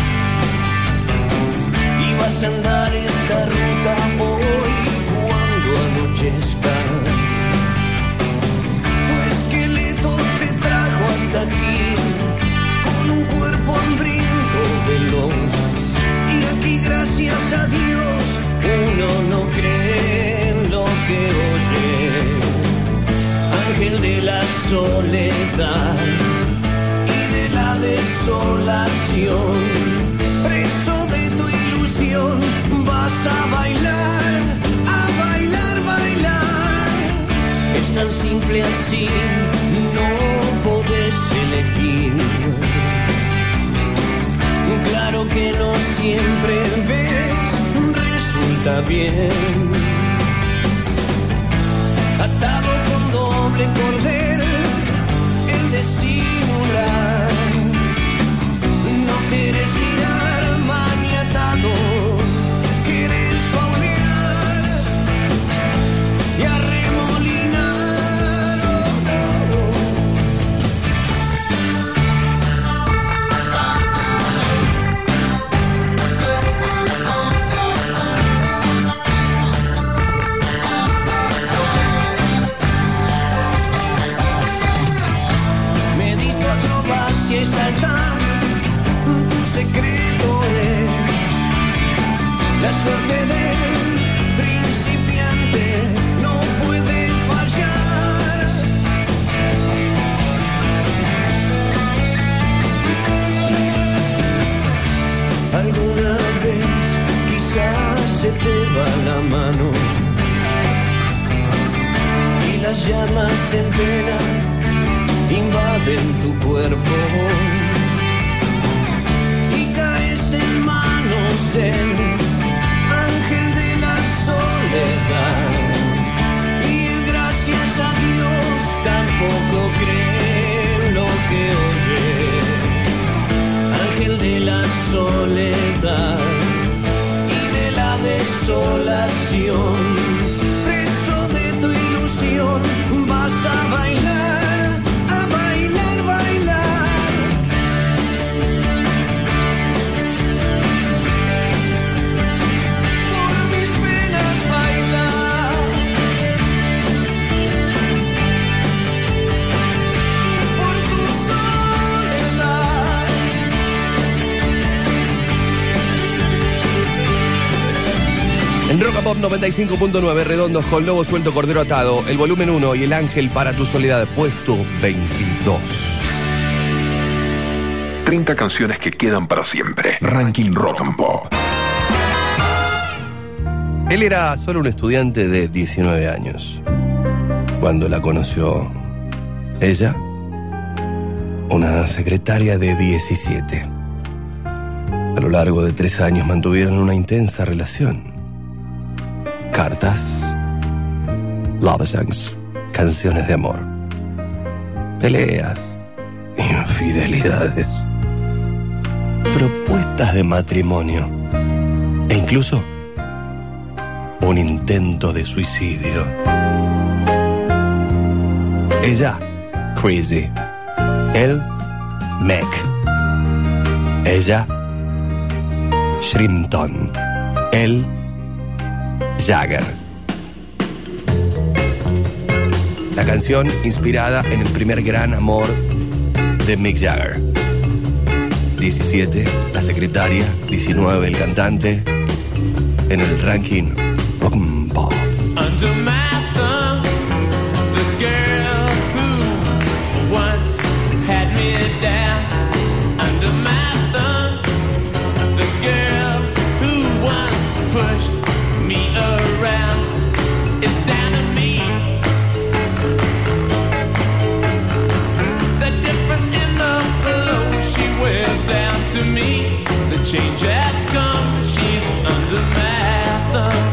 y vas a andar esta ruta hoy cuando anochezca. Tu esqueleto te trajo hasta aquí con un cuerpo hambriento veloz y aquí gracias a Dios uno no cree en lo que oye. Ángel de la soledad y de la desolación, preso de tu ilusión, vas a bailar, bailar. Es tan simple así, no podés elegir. Claro que no siempre ves, resulta bien. Atado con doble cordel, el de simular. No quieres girar maniatado, quieres faunear y arremolinar. Y saltas, tu secreto es la suerte del principiante, no puede fallar. Alguna vez quizás se te va la mano y las llamas en pena invaden tu cuerpo y caes en manos del ángel de la soledad y él gracias a Dios tampoco cree en lo que oye. Ángel de la soledad y de la desolación, preso de tu ilusión, vas a bailar. En Rock and Pop 95.9, redondos con lobo suelto, cordero atado, el volumen 1 y el ángel para tu soledad, puesto 22. 30 canciones que quedan para siempre. Ranking Rock and Pop. Él era solo un estudiante de 19 años cuando la conoció ella, una secretaria de 17. A lo largo de 3 años mantuvieron una intensa relación. Cartas, love songs, canciones de amor, peleas, infidelidades, propuestas de matrimonio e incluso un intento de suicidio. Ella, Crazy. Él, Meg. Ella, Shrimpton. Él, Jagger. La canción inspirada en el primer gran amor de Mick Jagger. 17, la secretaria. 19, el cantante. En el ranking Rock and Pop. Under my thumb, the girl who once had me down. Under my thumb, the girl who once pushed me around. It's down to me. The difference in the clothes she wears down to me. The change has come. She's under my thumb.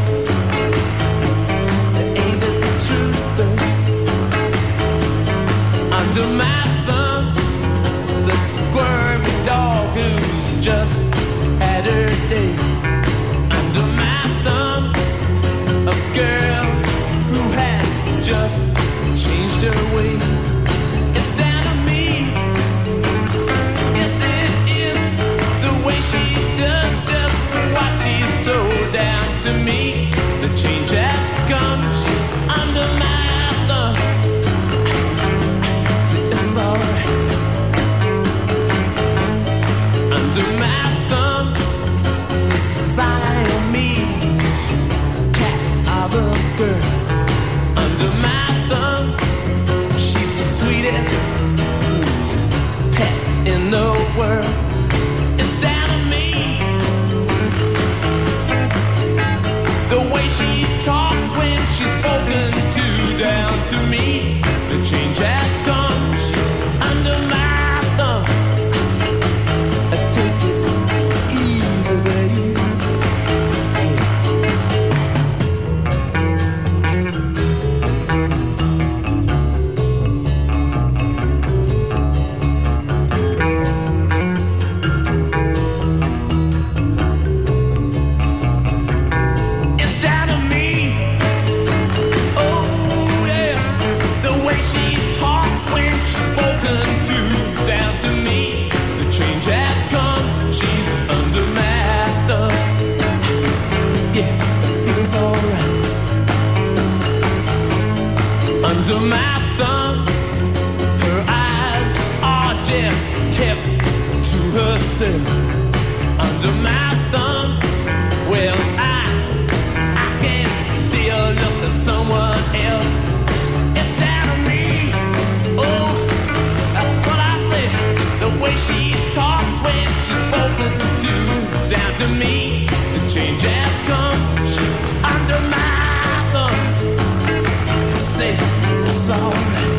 Under my thumb is a squirmy dog who's just had her day. Under my thumb, a girl who has just changed her ways. It's down to me. Yes, it is the way she does just what she's told down to me. The change has come. She's under my thumb. Under my thumb, Siamese cat of a girl. Under my thumb, she's the sweetest pet in the world. It's down to me. The way she talks when she's spoken to down to me. The change has come. She's under my thumb. Take it easy, baby. It's down to me. Oh yeah, the way she talks when she's spoken to down to me. The change has come. She's under my thumb. Yeah, it feels alright. Under my thumb, her eyes are just kept to herself. Under my thumb, well, I can still look at someone else. It's down to me. Oh, that's what I said. The way she talks when she's spoken to down to me. The change has come. She's under my thumb. Say it's alright.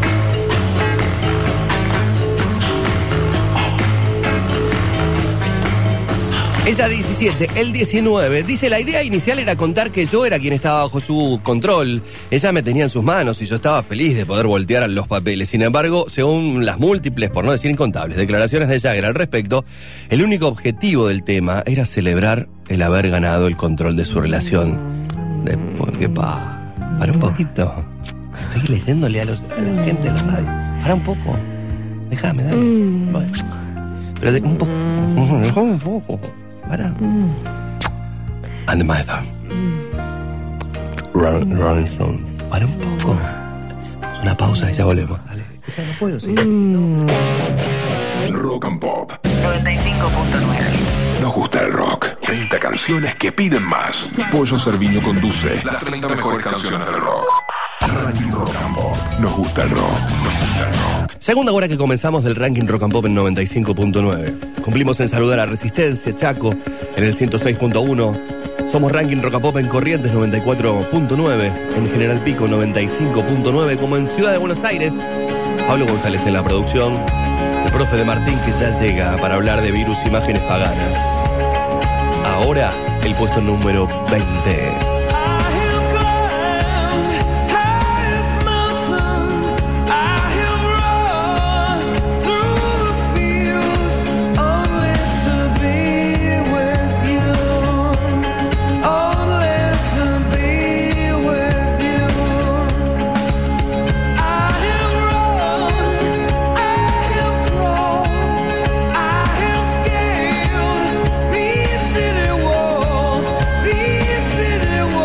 Ella 17, él 19. Dice, la idea inicial era contar que yo era quien estaba bajo su control. Ella me tenía en sus manos y yo estaba feliz de poder voltear los papeles. Sin embargo, según las múltiples, por no decir incontables, declaraciones de Jagger al respecto, el único objetivo del tema era celebrar el haber ganado el control de su relación. Después, ¿qué para un poquito? Estoy leyéndole a la gente de la radio. Para un poco. Déjame, dale. Bueno. Pero de un poco. Déjame un poco. Para. Under my thumb. Rolling Stones. Para un poco. Una pausa y ya volvemos. Dale. Ya no puedo seguir así. Rock and Pop 95.9. Nos gusta el rock. 30 canciones que piden más. Pollo Cerviño conduce las 30 mejores canciones del rock. Ranking Rock and Pop. Nos gusta el rock. Nos gusta el rock. Segunda hora que comenzamos del Ranking Rock and Pop en 95.9. Cumplimos en saludar a Resistencia, Chaco, en el 106.1. Somos Ranking Rock and Pop en Corrientes 94.9. En General Pico 95.9. Como en Ciudad de Buenos Aires. Pablo González en la producción. El profe de Martín que ya llega para hablar de virus, imágenes paganas. Ahora, el puesto número 20. City walls, these city walls.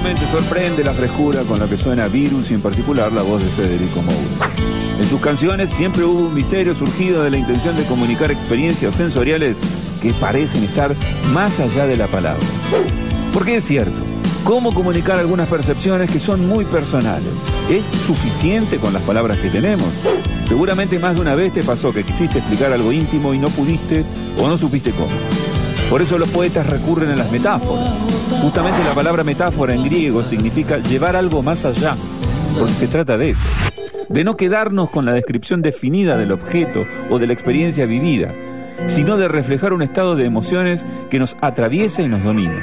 Realmente sorprende la frescura con la que suena Virus y en particular la voz de Federico Moura. En sus canciones siempre hubo un misterio surgido de la intención de comunicar experiencias sensoriales que parecen estar más allá de la palabra. Porque es cierto, ¿cómo comunicar algunas percepciones que son muy personales? ¿Es suficiente con las palabras que tenemos? Seguramente más de una vez te pasó que quisiste explicar algo íntimo y no pudiste o no supiste cómo. Por eso los poetas recurren a las metáforas. Justamente la palabra metáfora en griego significa llevar algo más allá, porque se trata de eso. De no quedarnos con la descripción definida del objeto o de la experiencia vivida, sino de reflejar un estado de emociones que nos atraviesa y nos domina.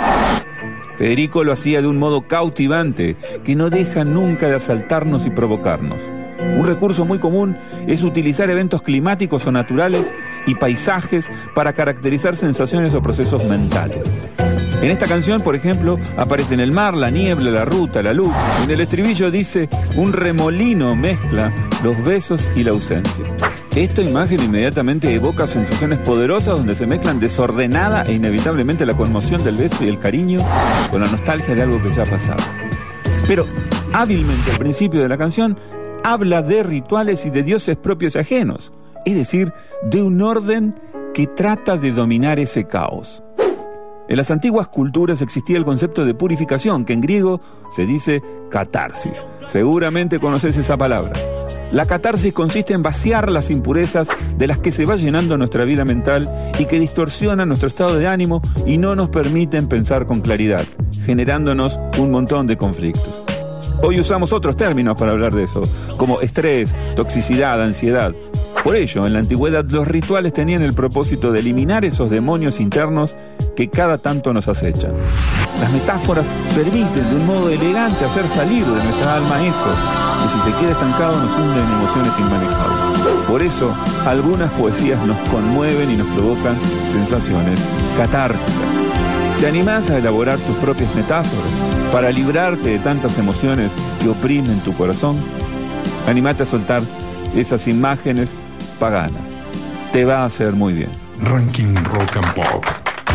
Federico lo hacía de un modo cautivante, que no deja nunca de asaltarnos y provocarnos. Un recurso muy común es utilizar eventos climáticos o naturales y paisajes para caracterizar sensaciones o procesos mentales. En esta canción, por ejemplo, aparecen el mar, la niebla, la ruta, la luz. En el estribillo dice, un remolino mezcla los besos y la ausencia. Esta imagen inmediatamente evoca sensaciones poderosas donde se mezclan desordenada e inevitablemente la conmoción del beso y el cariño con la nostalgia de algo que ya ha pasado. Pero hábilmente al principio de la canción habla de rituales y de dioses propios y ajenos, es decir, de un orden que trata de dominar ese caos. En las antiguas culturas existía el concepto de purificación, que en griego se dice catarsis. Seguramente conoces esa palabra. La catarsis consiste en vaciar las impurezas de las que se va llenando nuestra vida mental y que distorsionan nuestro estado de ánimo y no nos permiten pensar con claridad, generándonos un montón de conflictos. Hoy usamos otros términos para hablar de eso, como estrés, toxicidad, ansiedad. Por ello, en la antigüedad los rituales tenían el propósito de eliminar esos demonios internos que cada tanto nos acechan. Las metáforas permiten de un modo elegante hacer salir de nuestra alma eso, que si se queda estancado nos hunde en emociones inmanejables. Por eso, algunas poesías nos conmueven y nos provocan sensaciones catárticas. ¿Te animás a elaborar tus propias metáforas para librarte de tantas emociones que oprimen tu corazón? Anímate a soltar esas imágenes paganas. Te va a hacer muy bien. Ranking Rock and Pop.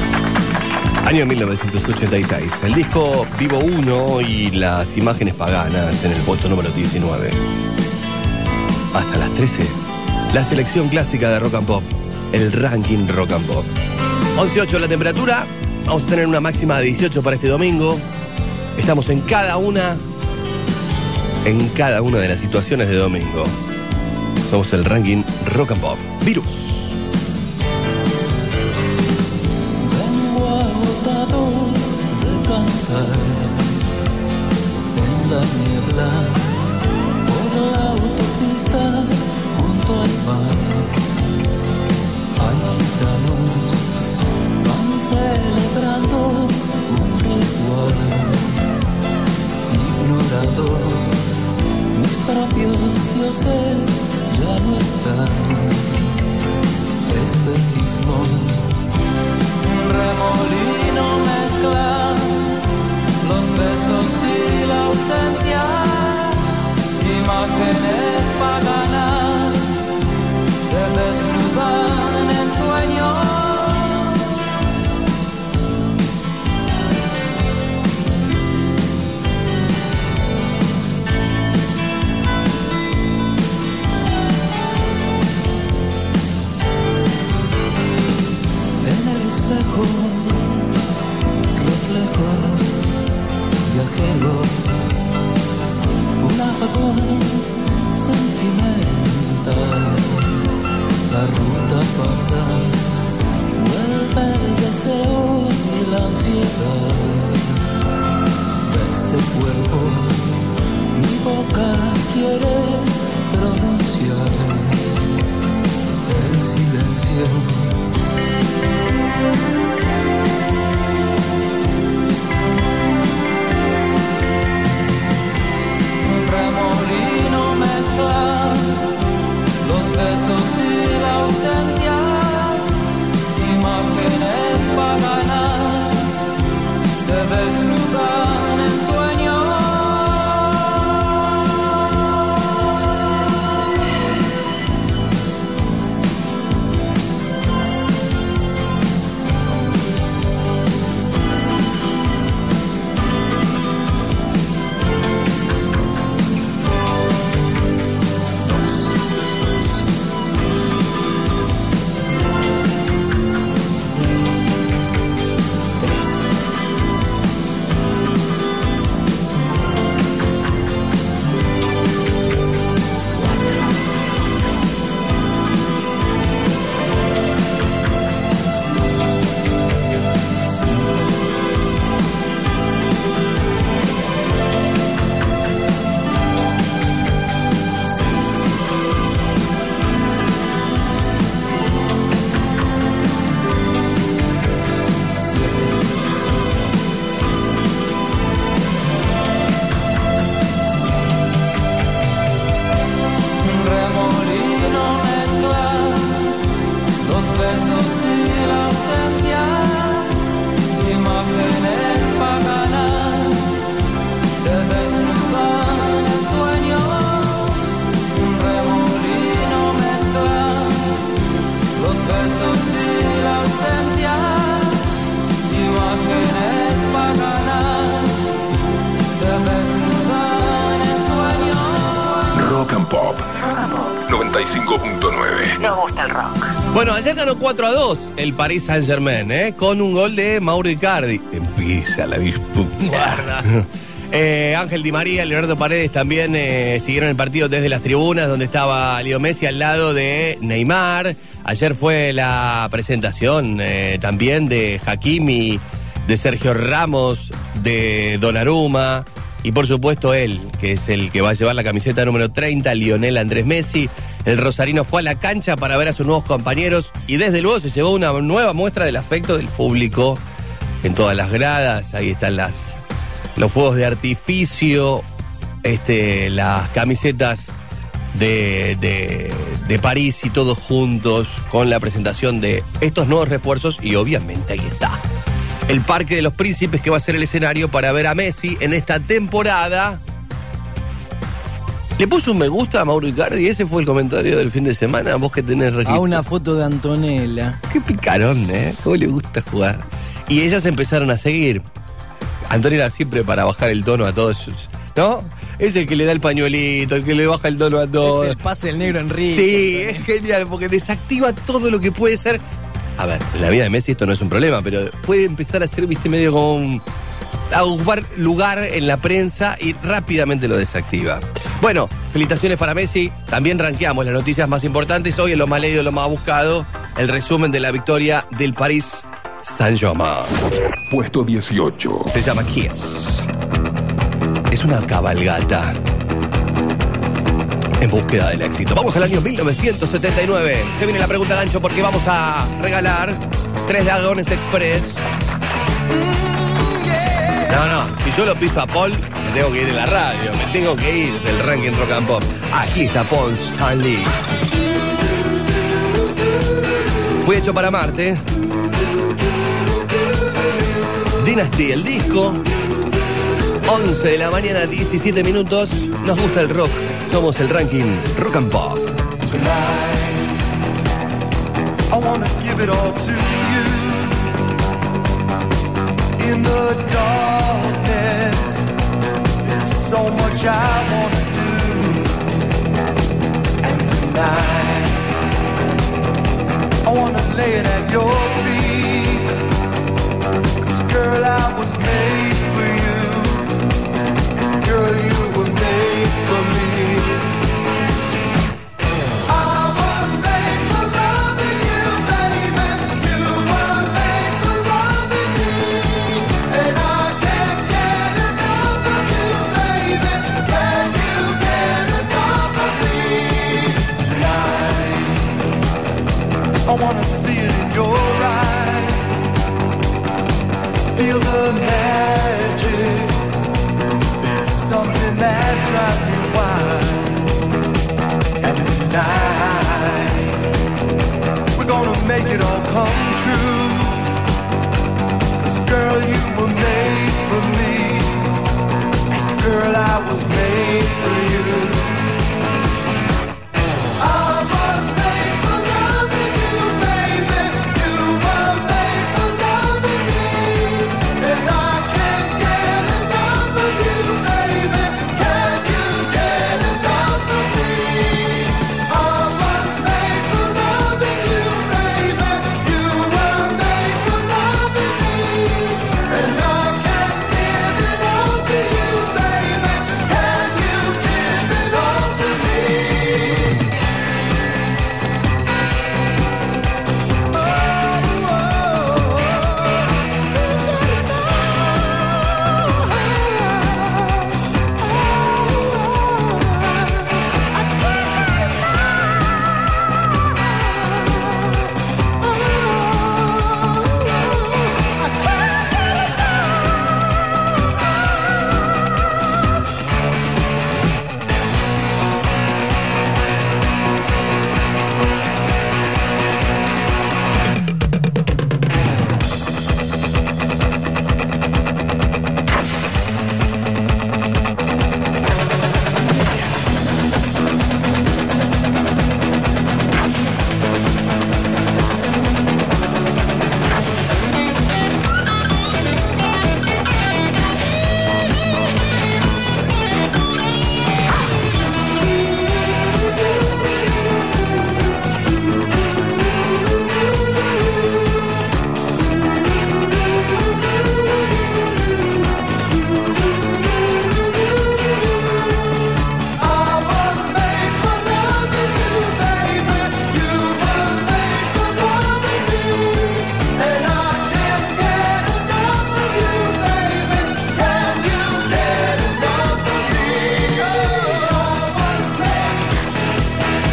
Año 1986. El disco Vivo 1 y las imágenes paganas en el puesto número 19. Hasta las 13. La selección clásica de Rock and Pop. El Ranking Rock and Pop. 11:08 la temperatura. Vamos a tener una máxima de 18 para este domingo. Estamos en cada una de las situaciones de domingo. Somos el Ranking Rock and Pop. Virus. Vengo agotado de cantar en la niebla por la autopista junto al mar. Hay gitanos van celebrando un ritual ignorando mis propios dioses. Ya no están espejismos, un remolino mezcla los besos y la ausencia, imágenes paganas se desnudan en sueños. Reflejos viajeros, un apagón sentimental. La ruta pasa, vuelve el deseo y la ansiedad de este cuerpo. Mi boca quiere pronunciar el silencio. Un remolino mezcla los besos y la ausencia, imágenes paganas se desnudan en sueños. 95.9. Nos gusta el rock. Bueno, ayer ganó 4-2 el Paris Saint-Germain, con un gol de Mauro Icardi. Empieza la disputa. Ángel Di María, Leonardo Paredes también siguieron el partido desde las tribunas, donde estaba Leo Messi al lado de Neymar. Ayer fue la presentación también de Hakimi, de Sergio Ramos, de Donnarumma y por supuesto él, que es el que va a llevar la camiseta número 30, Lionel Andrés Messi. El rosarino fue a la cancha para ver a sus nuevos compañeros y desde luego se llevó una nueva muestra del afecto del público en todas las gradas. Ahí están los fuegos de artificio, las camisetas de París y todos juntos con la presentación de estos nuevos refuerzos y obviamente ahí está el Parque de los Príncipes, que va a ser el escenario para ver a Messi en esta temporada. Le puso un me gusta a Mauro Icardi, ese fue el comentario del fin de semana, vos que tenés registro. A una foto de Antonella. Qué picarón, cómo le gusta jugar. Y ellas empezaron a seguir. Antonella siempre para bajar el tono a todos, ¿no? Es el que le da el pañuelito, el que le baja el tono a todos. Es el pase del negro Enrique. Sí, es genial, porque desactiva todo lo que puede ser. A ver, en la vida de Messi esto no es un problema, pero puede empezar a ser, medio como a ocupar lugar en la prensa y rápidamente lo desactiva. Bueno, felicitaciones para Messi. También rankeamos las noticias más importantes. Hoy en lo más leído, lo más buscado, el resumen de la victoria del Paris Saint-Germain. Puesto 18. Se llama Kiss. Es una cabalgata en búsqueda del éxito. Vamos al año 1979. Se viene la pregunta gancho porque vamos a regalar 3 Dragones Express. No, si yo lo piso a Paul, me tengo que ir de la radio, me tengo que ir del ranking Rock and Pop. Aquí está Paul Stanley. Fue hecho para Marte. Dynasty, el disco. 11 de la mañana, 17 minutos. Nos gusta el rock. Somos el ranking Rock and Pop. Tonight, I wanna give it all to you. In the darkness, there's so much I wanna do. And tonight, I wanna lay it at your feet. 'Cause girl, I was made for you. And girl, you were made for me. I wanna see it in your eyes. Feel the magic. There's something that drives me wild. And tonight, we're gonna make it all come true. 'Cause girl, you were made for me. And girl, I was made for you. I was made for loving you, baby.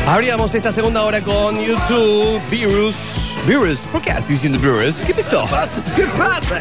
Abríamos esta segunda hora con YouTube, Virus. Virus, ¿por qué estoy diciendo Virus? ¿Qué pasó? ¿Qué pasa?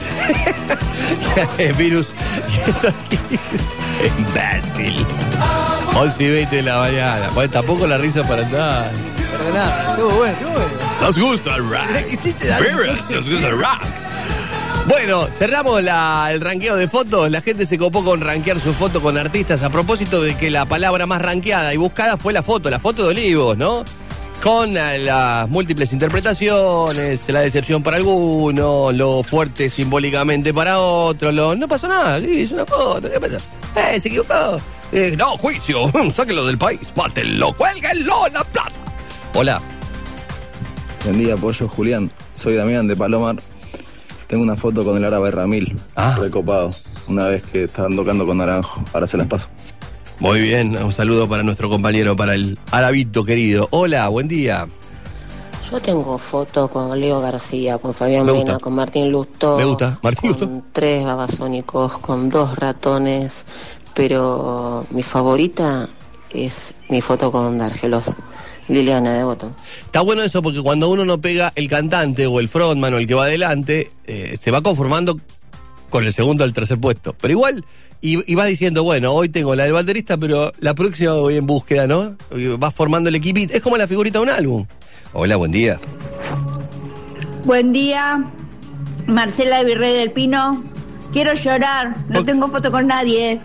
Virus, y esto aquí es imbécil. 11:20 de la mañana. Bueno, tampoco la risa para andar. Perdona, estuvo bueno. Nos gusta el rap. Virus, nos gusta el rap. Bueno, cerramos el ranqueo de fotos. La gente se copó con ranquear su foto con artistas a propósito de que la palabra más ranqueada y buscada fue la foto de Olivos, ¿no? Con las múltiples interpretaciones, la decepción para algunos, lo fuerte simbólicamente para otros, no pasó nada, es una foto, ¿qué pasa? Se equivocó. No, juicio, sáquenlo del país, mátenlo, cuélguenlo en la plaza. Hola. Buen día, Pollo, Julián. Soy Damián de Palomar. Tengo una foto con el árabe Ramil, recopado, una vez que estaban tocando con Naranjo. Ahora se las paso. Muy bien, un saludo para nuestro compañero, para el arabito querido. Hola, buen día. Yo tengo fotos con Leo García, con Fabián Mena, con Martín Lustó. Me gusta, Martín Lustó. Con 3 babasónicos, con 2 ratones, pero mi favorita es mi foto con Dargelos. Liliana de Botón. Está bueno eso porque cuando uno no pega el cantante o el frontman o el que va adelante, se va conformando con el segundo o el tercer puesto. Pero igual, y vas diciendo, bueno, hoy tengo la del baterista, pero la próxima voy en búsqueda, ¿no? Y vas formando el equipito. Es como la figurita de un álbum. Hola, buen día. Buen día, Marcela de Virrey del Pino. Quiero llorar, no tengo foto con nadie.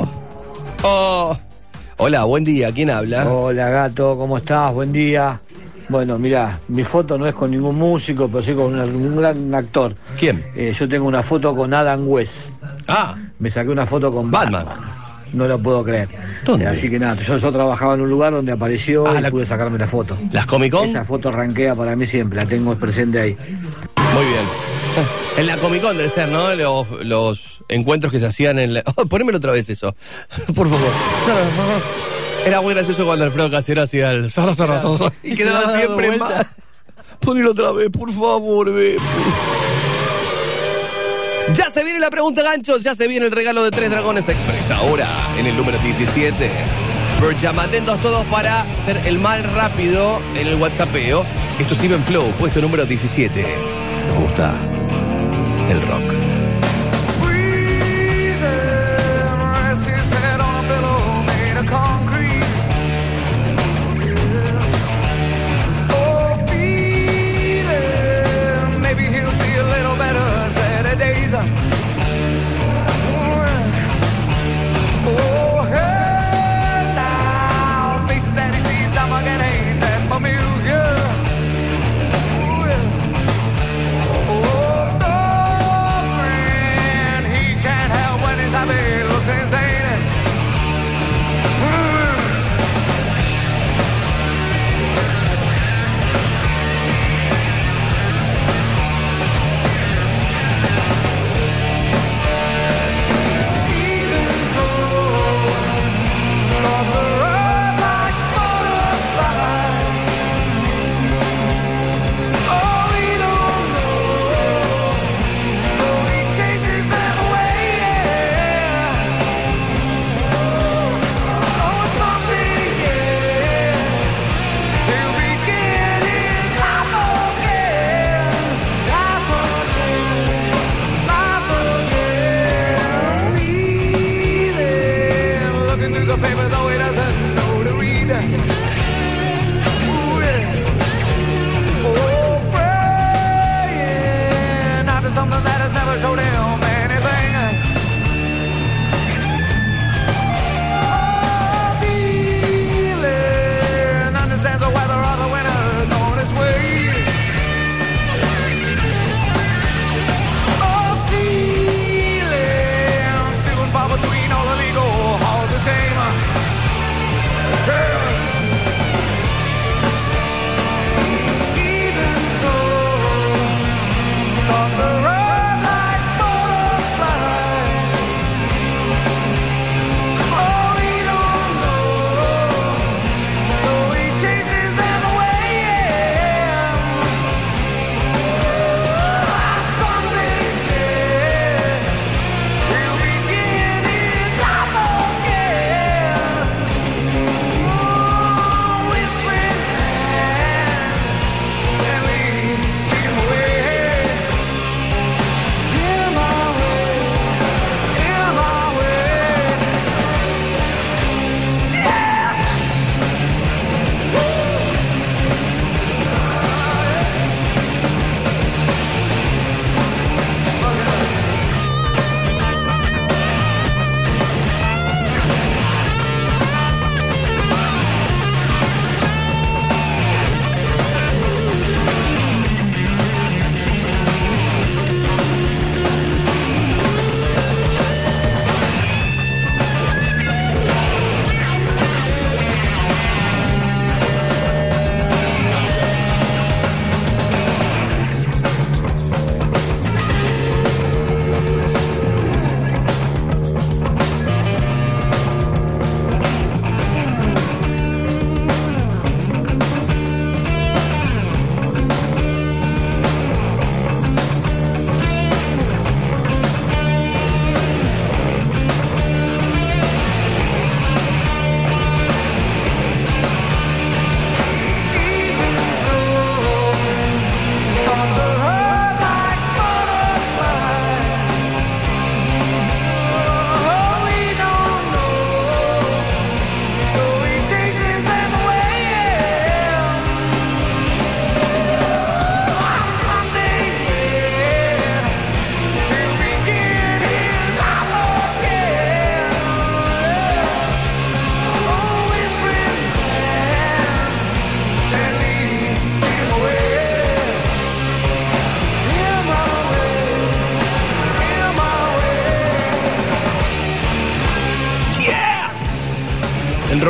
Hola, buen día, ¿quién habla? Hola, gato, ¿cómo estás? Buen día. Bueno, mirá, mi foto no es con ningún músico, pero sí con un gran actor. ¿Quién? Yo tengo una foto con Adam West. Me saqué una foto con Batman. No lo puedo creer. ¿Dónde? Así que nada, yo trabajaba en un lugar donde apareció y pude sacarme la foto. ¿Las Comic Con? Esa foto rankea para mí siempre, la tengo presente ahí. Muy bien. En la Comic Con debe ser, ¿no? Los encuentros que se hacían en la... ponémelo otra vez eso, por favor. Era muy gracioso cuando Alfredo Casero hacía el... y quedaba siempre en más. Ponelo otra vez, por favor, ve. Ya se viene la pregunta, ganchos. Ya se viene el regalo de 3 Dragones Express. Ahora, en el número 17. Pero llama atentos todos para ser el más rápido en el WhatsAppeo. Esto es Even Flow, puesto número 17. Nos gusta el rock.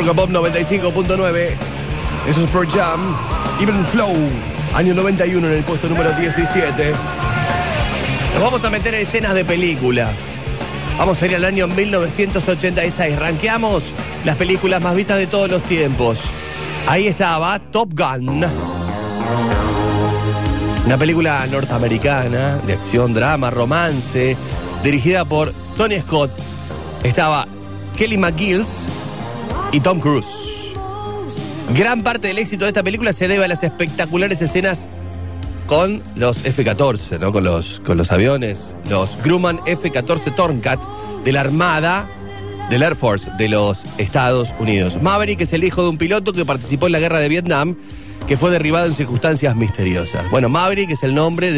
Rock and Pop 95.9. Eso es Pearl Jam. Even Flow, año 91 en el puesto número 17. Nos vamos a meter en escenas de película. Vamos a ir al año 1986. Ranqueamos las películas más vistas de todos los tiempos. Ahí estaba Top Gun. Una película norteamericana de acción, drama, romance, dirigida por Tony Scott. Estaba Kelly McGillis y Tom Cruise. Gran parte del éxito de esta película se debe a las espectaculares escenas con los F-14, ¿no? Con los aviones, los Grumman F-14 Tomcat de la Armada del Air Force de los Estados Unidos. Maverick es el hijo de un piloto que participó en la guerra de Vietnam, que fue derribado en circunstancias misteriosas. Bueno, Maverick es el nombre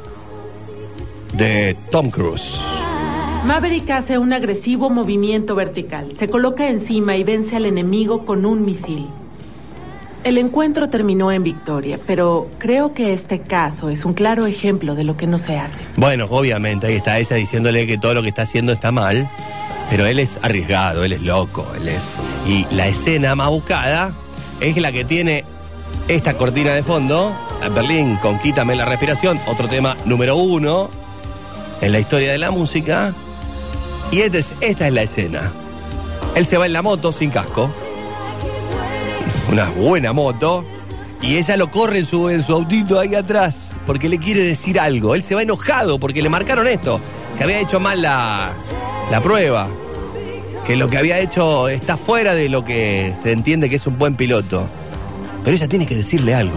de Tom Cruise. Maverick hace un agresivo movimiento vertical, se coloca encima y vence al enemigo con un misil. El encuentro terminó en victoria, pero creo que este caso es un claro ejemplo de lo que no se hace. Bueno, obviamente, ahí está ella diciéndole que todo lo que está haciendo está mal, pero él es arriesgado, él es loco, Y la escena más buscada es la que tiene esta cortina de fondo, Berlín con Quítame la respiración, otro tema número 1 en la historia de la música. Y esta es la escena. Él se va en la moto sin casco, una buena moto, y ella lo corre en su autito ahí atrás porque le quiere decir algo. Él se va enojado porque le marcaron esto, que había hecho mal la prueba, que lo que había hecho está fuera de lo que se entiende que es un buen piloto. Pero ella tiene que decirle algo.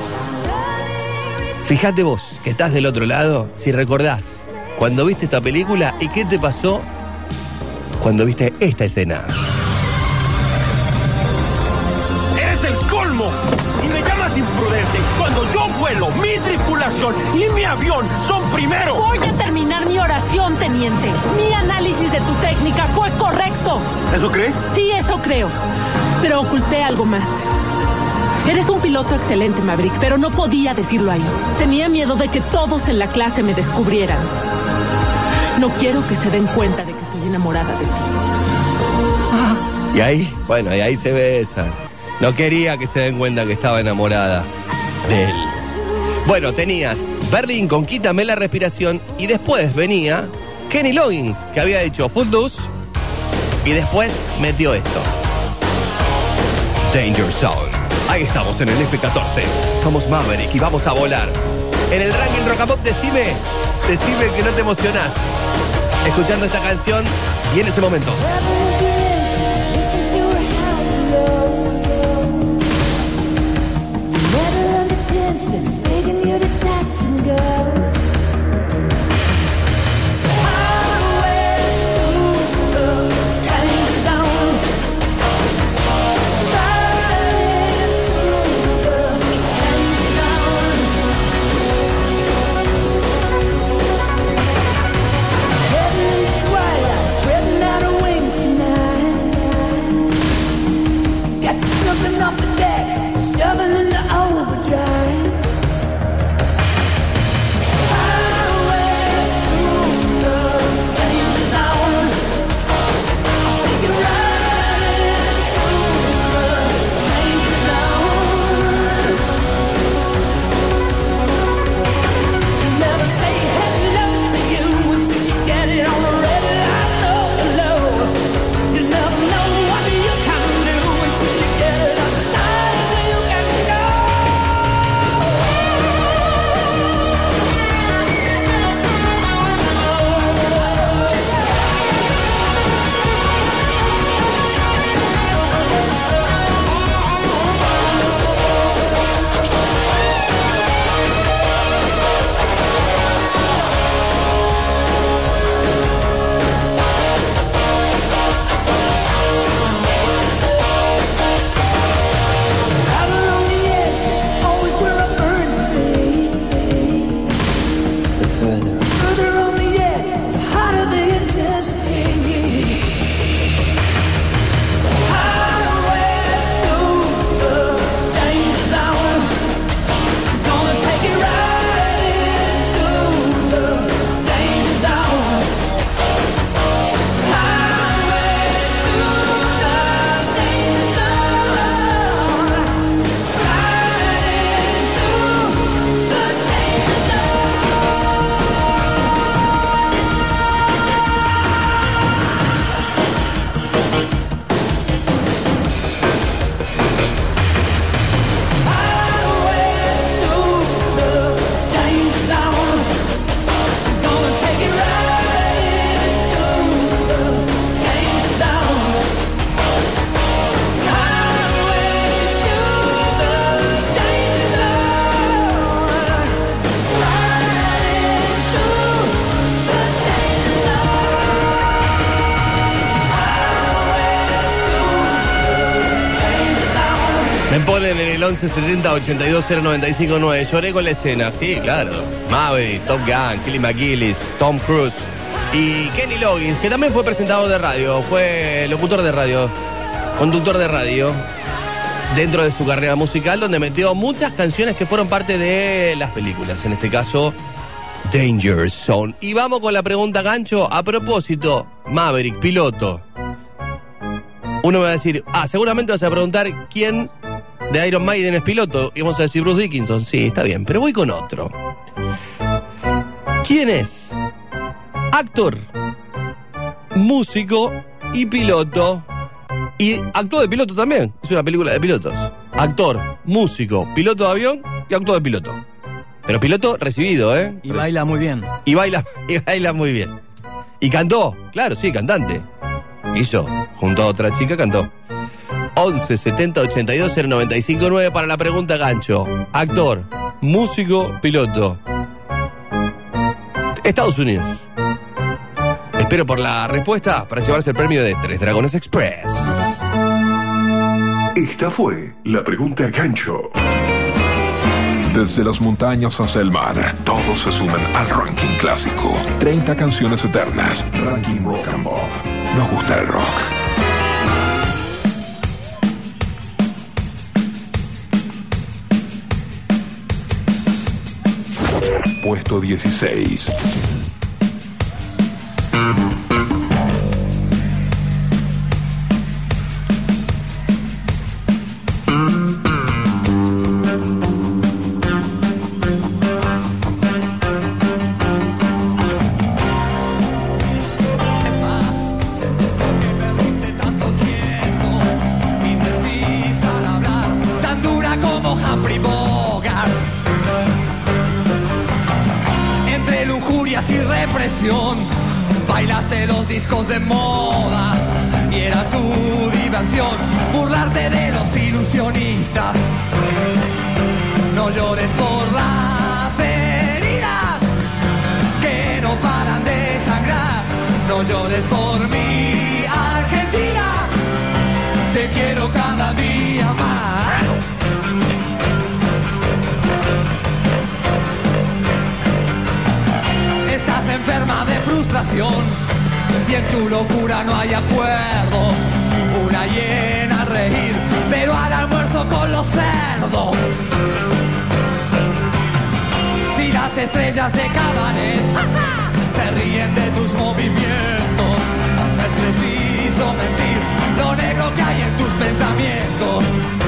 Fíjate vos, que estás del otro lado, si recordás cuando viste esta película y qué te pasó cuando viste esta escena. ¡Eres el colmo! Y me llamas imprudente cuando yo vuelo, mi tripulación y mi avión son primero. Voy a terminar mi oración, teniente. Mi análisis de tu técnica fue correcto. ¿Eso crees? Sí, eso creo. Pero oculté algo más. Eres un piloto excelente, Maverick, pero no podía decirlo ahí. Tenía miedo de que todos en la clase me descubrieran. No quiero que se den cuenta de que estoy enamorada de ti. Y ahí, bueno, y ahí se besan. No quería que se den cuenta que estaba enamorada de él. Bueno, tenías Berlín con Quítame la respiración y después venía Kenny Loggins, que había hecho Footloose y después metió esto. Danger Zone. Ahí estamos en el F-14. Somos Maverick y vamos a volar. En el ranking Rock and Pop, decime que no te emocionás escuchando esta canción y en ese momento. Me ponen en el 1170-820959. Lloré con la escena. Sí, claro. Maverick, Top Gun, Kelly McGillis, Tom Cruise y Kenny Loggins, que también fue presentador de radio, fue locutor de radio, conductor de radio, dentro de su carrera musical, donde metió muchas canciones que fueron parte de las películas. En este caso, Danger Zone. Y vamos con la pregunta gancho. A propósito, Maverick, piloto. Uno me va a decir, seguramente vas a preguntar quién de Iron Maiden es piloto. Y vamos a decir Bruce Dickinson. Sí, está bien, pero voy con otro. ¿Quién es? Actor, músico y piloto. Y actuó de piloto también. Es una película de pilotos. Actor, músico, piloto de avión y actor de piloto. Pero piloto recibido, ¿eh? Y baila muy bien. Y baila muy bien. Y cantó, claro, sí, cantante. Hizo, junto a otra chica, cantó. 1170-820959 para la pregunta gancho. Actor, músico, piloto. Estados Unidos. Espero por la respuesta para llevarse el premio de 3 Dragones Express. Esta fue la pregunta gancho. Desde las montañas hasta el mar, todos se suman al ranking clásico. 30 canciones eternas. Ranking Rock and Pop. Nos gusta el rock. Puesto 16. Y represión, bailaste los discos de moda y era tu diversión burlarte de los ilusionistas. No llores por las heridas que no paran de sangrar. No llores por mi Argentina, te quiero cada día más. Estás enferma de frustración y en tu locura no hay acuerdo. Una hiena a reír, pero al almuerzo con los cerdos. Si las estrellas de cabaret se ríen de tus movimientos, no es preciso mentir lo negro que hay en tus pensamientos.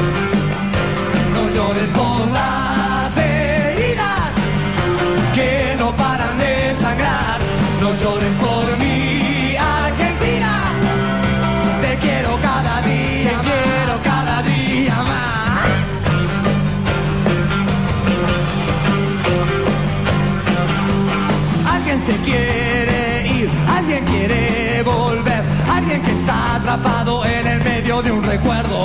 No llores por las heridas que no paran de sangrar. No llores por mi Argentina, te quiero cada día, te quiero cada día más. Alguien se quiere ir, alguien quiere volver, alguien que está atrapado en el medio de un recuerdo.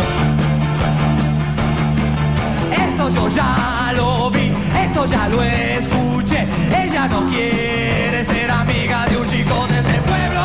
Esto yo ya lo vi, esto ya lo escuché. Ella no quiere ser amiga de un chico de este pueblo.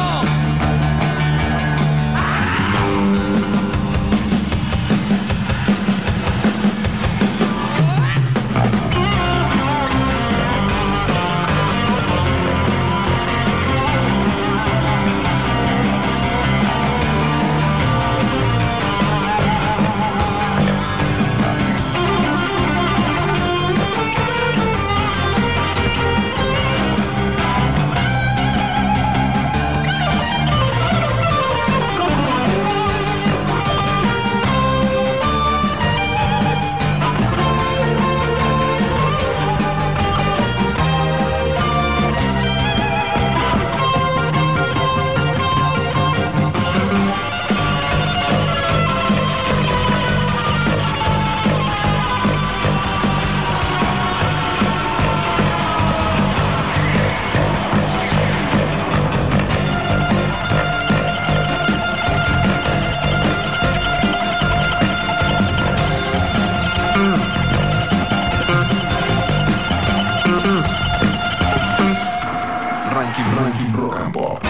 Ranking Rock and Pop.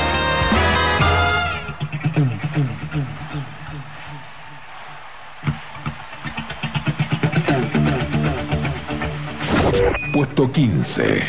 Puesto 15.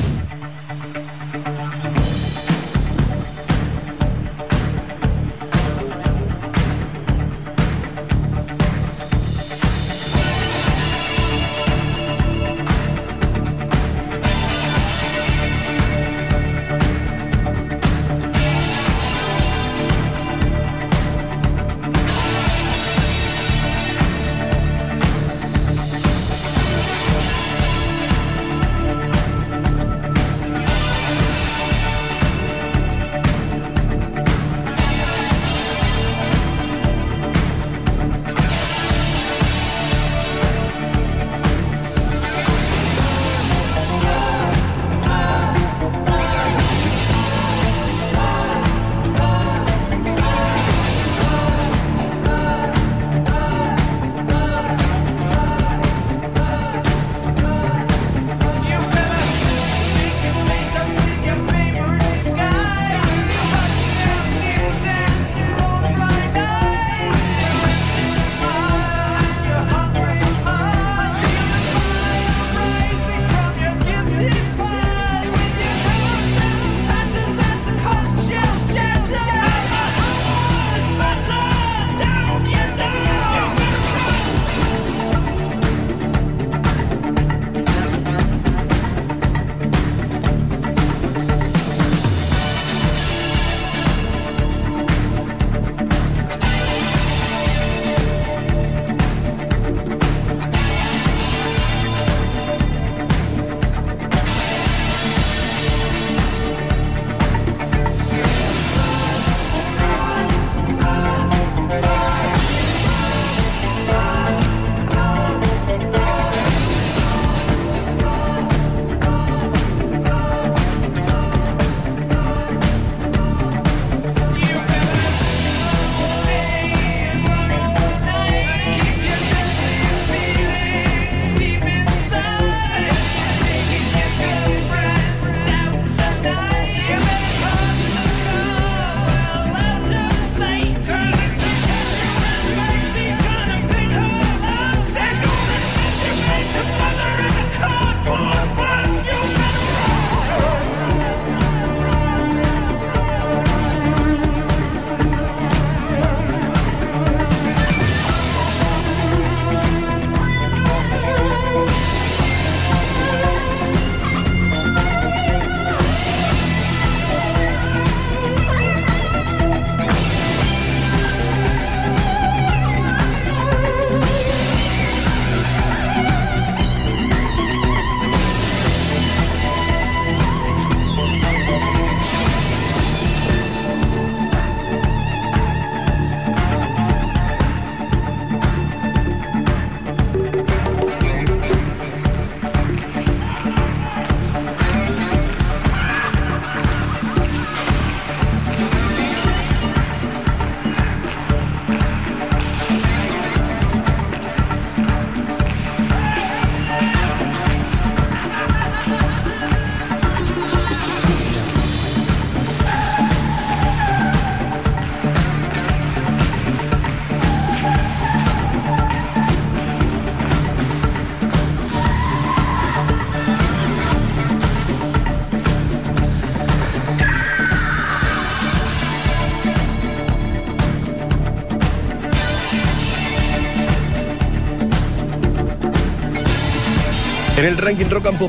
En el ranking Rock and Pop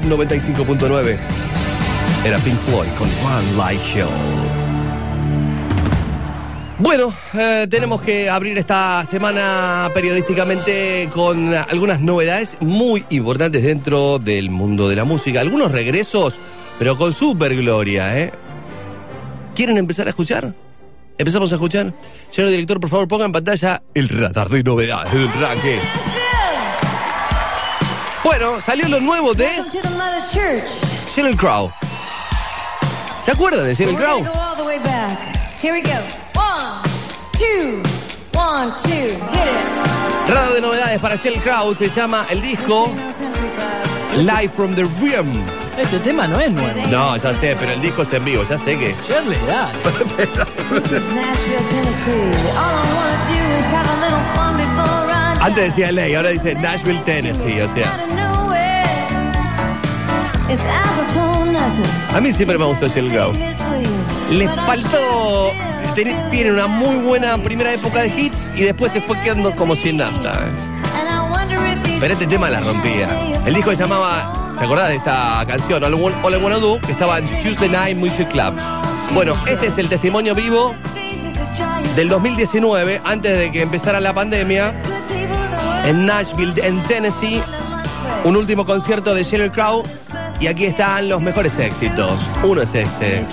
95.9 era Pink Floyd con One Light Show. Bueno, tenemos que abrir esta semana periodísticamente con algunas novedades muy importantes dentro del mundo de la música. Algunos regresos, pero con super gloria, ¿eh? ¿Quieren empezar a escuchar? ¿Empezamos a escuchar? Señor director, por favor, ponga en pantalla el radar de novedades del ranking. Bueno, salió lo nuevo de Sheryl Crow. ¿Se acuerdan de Sheryl Crow? Radar de novedades para Sheryl Crow. Se llama el disco Live from the Rim. Este tema no es nuevo. No, ya sé, pero el disco es en vivo. Ya sé que... Shirley, dale. Antes decía LA, ahora dice Nashville, Tennessee, o sea. A mí siempre me gustó Sheryl Crow. Les faltó... Tiene una muy buena primera época de hits y después se fue quedando como sin nafta. Pero este tema la rompía. El disco se llamaba, ¿te acordás de esta canción? All I Wanna Do, que estaba en Tuesday Night Music Club. Bueno, este es el testimonio vivo del 2019, antes de que empezara la pandemia, en Nashville, en Tennessee, un último concierto de Sheryl Crow, y aquí están los mejores éxitos. Uno es este.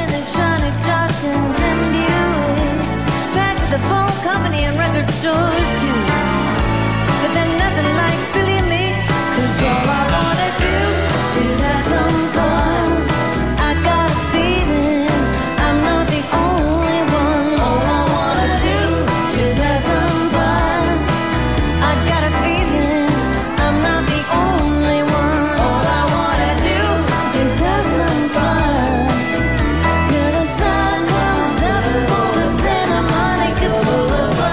The phone company and record stores too, but then nothing like believe me, 'cause all I wanna do is have some fun. I got a feeling I'm not the only one. All I wanna do is have some fun. I got a feeling I'm not the only one. All I wanna do is have some fun. Till the sun comes up over Santa Monica Boulevard.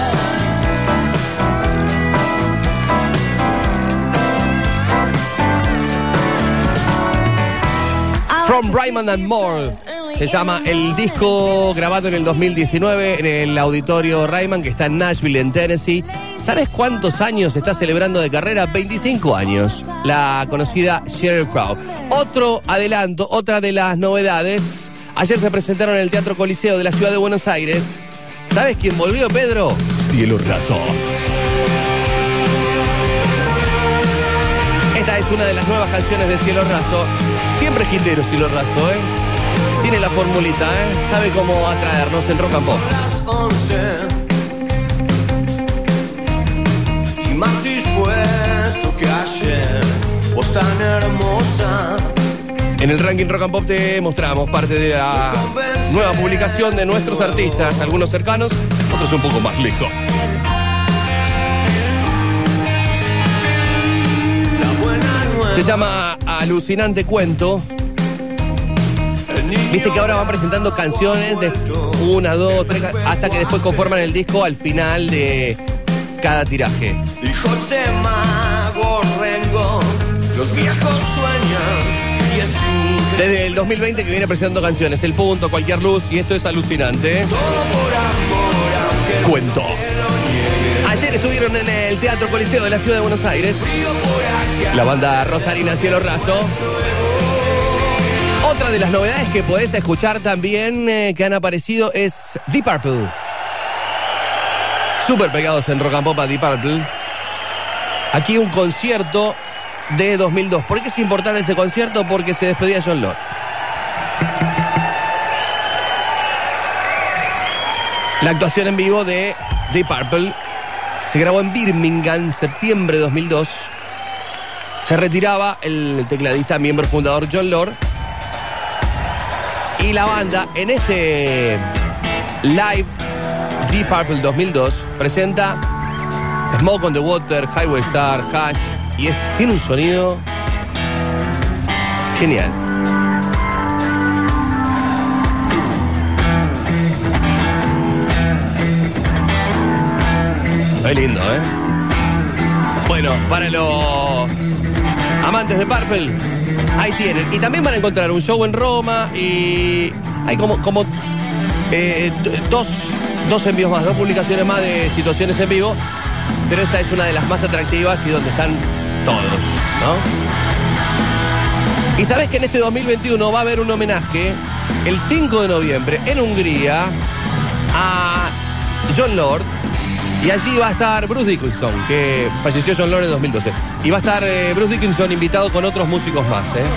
From Ryman and More se llama el disco, grabado en el 2019 en el auditorio Ryman, que está en Nashville, en Tennessee. ¿Sabes cuántos años está celebrando de carrera? 25 años, la conocida Sheryl Crow. Otro adelanto, otra de las novedades. Ayer se presentaron en el Teatro Coliseo de la Ciudad de Buenos Aires. ¿Sabes quién volvió, Pedro? Cielo Raso. Esta es una de las nuevas canciones de Cielo Raso. Siempre hitero Cielo Raso, ¿eh? Tiene la formulita, ¿eh? Sabe cómo atraernos en Rock and Pop. Y más dispuesto que ayer, vos tan hermosa. En el ranking Rock and Pop te mostramos parte de la nueva publicación de nuestros artistas, algunos cercanos, otros un poco más lejos. Se llama Alucinante Cuento. Viste que ahora van presentando canciones de 1, 2, 3, hasta que después conforman el disco al final de cada tiraje. Y José Mago Rengo, los viejos sueñan y es un... Desde el 2020 que viene presentando canciones, El Punto, Cualquier Luz, y esto es alucinante. Todo por amor, aunque Cuento. Ayer estuvieron en el Teatro Coliseo de la Ciudad de Buenos Aires la banda rosarina Cielo Raso. Otra de las novedades que podés escuchar también que han aparecido es Deep Purple. Súper pegados en Rock and Pop a Deep Purple. Aquí un concierto de 2002. ¿Por qué es importante este concierto? Porque se despedía Jon Lord. La actuación en vivo de Deep Purple se grabó en Birmingham, septiembre de 2002. Se retiraba el tecladista, miembro fundador Jon Lord. Y la banda, en este Live Deep Purple 2002, presenta Smoke on the Water, Highway Star, Hush. Y tiene un sonido genial. Muy lindo, ¿eh? Bueno, para los amantes de Purple, ahí tienen. Y también van a encontrar un show en Roma y hay como dos envíos más, 2 publicaciones más de situaciones en vivo. Pero esta es una de las más atractivas y donde están todos, ¿no? Y sabés que en este 2021 va a haber un homenaje el 5 de noviembre en Hungría a Jon Lord. Y allí va a estar Bruce Dickinson, que falleció Jon Lord en 2012. Y va a estar Bruce Dickinson invitado con otros músicos más, ¿eh?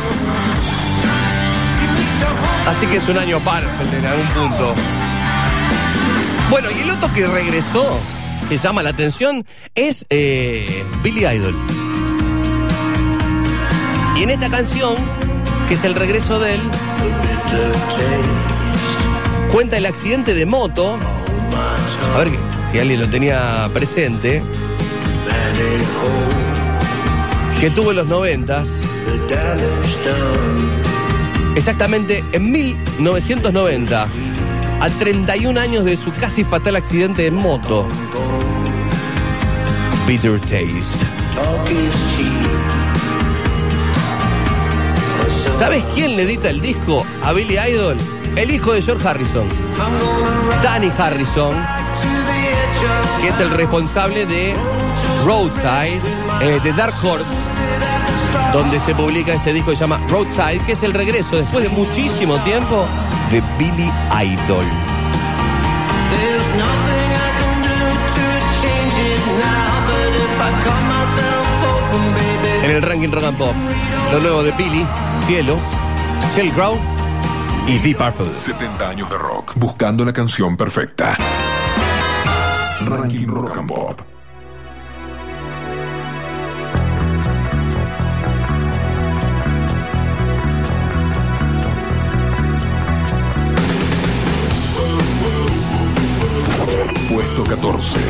Así que es un año Purple en algún punto. Bueno, y el otro que regresó, que llama la atención, es Billy Idol. Y en esta canción, que es el regreso de él, cuenta el accidente de moto. A ver si alguien lo tenía presente, que tuvo en los 90, exactamente en 1990, a 31 años de su casi fatal accidente de moto. Bitter Taste. ¿Sabes quién le edita el disco a Billy Idol? El hijo de George Harrison, Danny Harrison, que es el responsable de Roadside, de Dark Horse, donde se publica este disco que se llama Roadside, que es el regreso después de muchísimo tiempo de Billy Idol. En el ranking Rock and Pop, lo nuevo de Billy, Cielo, Sheryl Crow y Deep Purple. 70 años de rock, buscando la canción perfecta. Ranking Rock and Pop. Puesto 14.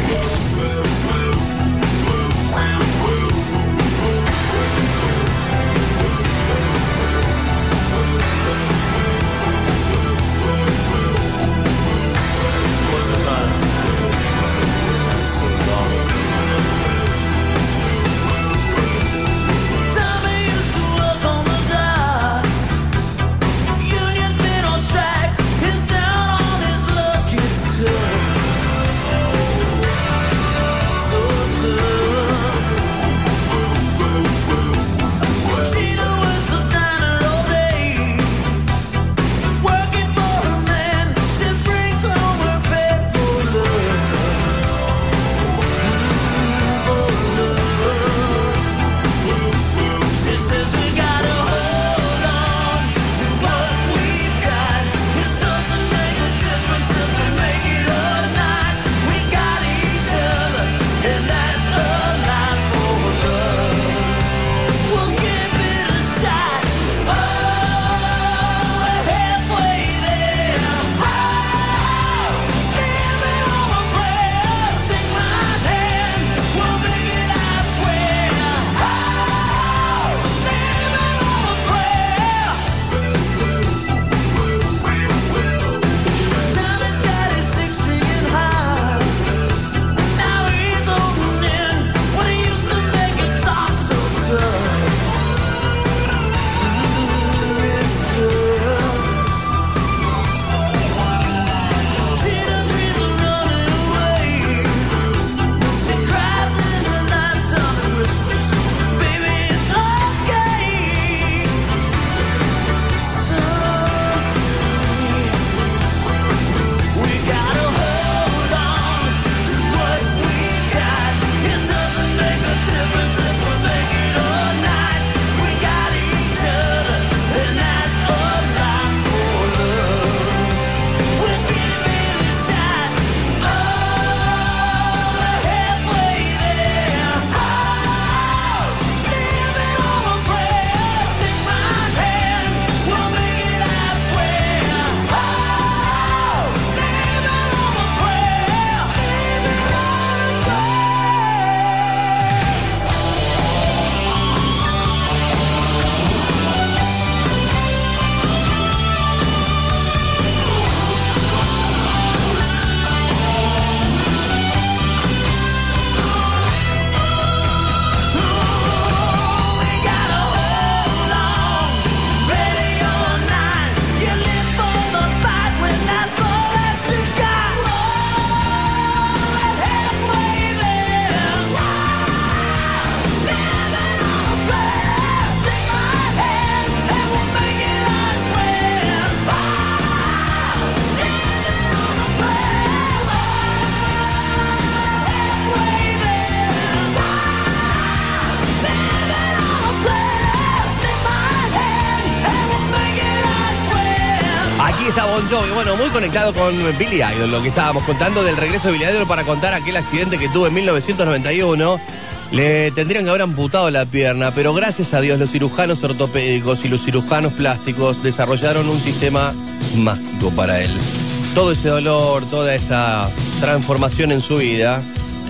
está Bon Jovi. Bueno, muy conectado con Billy Idol, lo que estábamos contando del regreso de Billy Idol para contar aquel accidente que tuvo en 1991. Le tendrían que haber amputado la pierna, pero gracias a Dios los cirujanos ortopédicos y los cirujanos plásticos desarrollaron un sistema mágico para él. Todo ese dolor, toda esa transformación en su vida,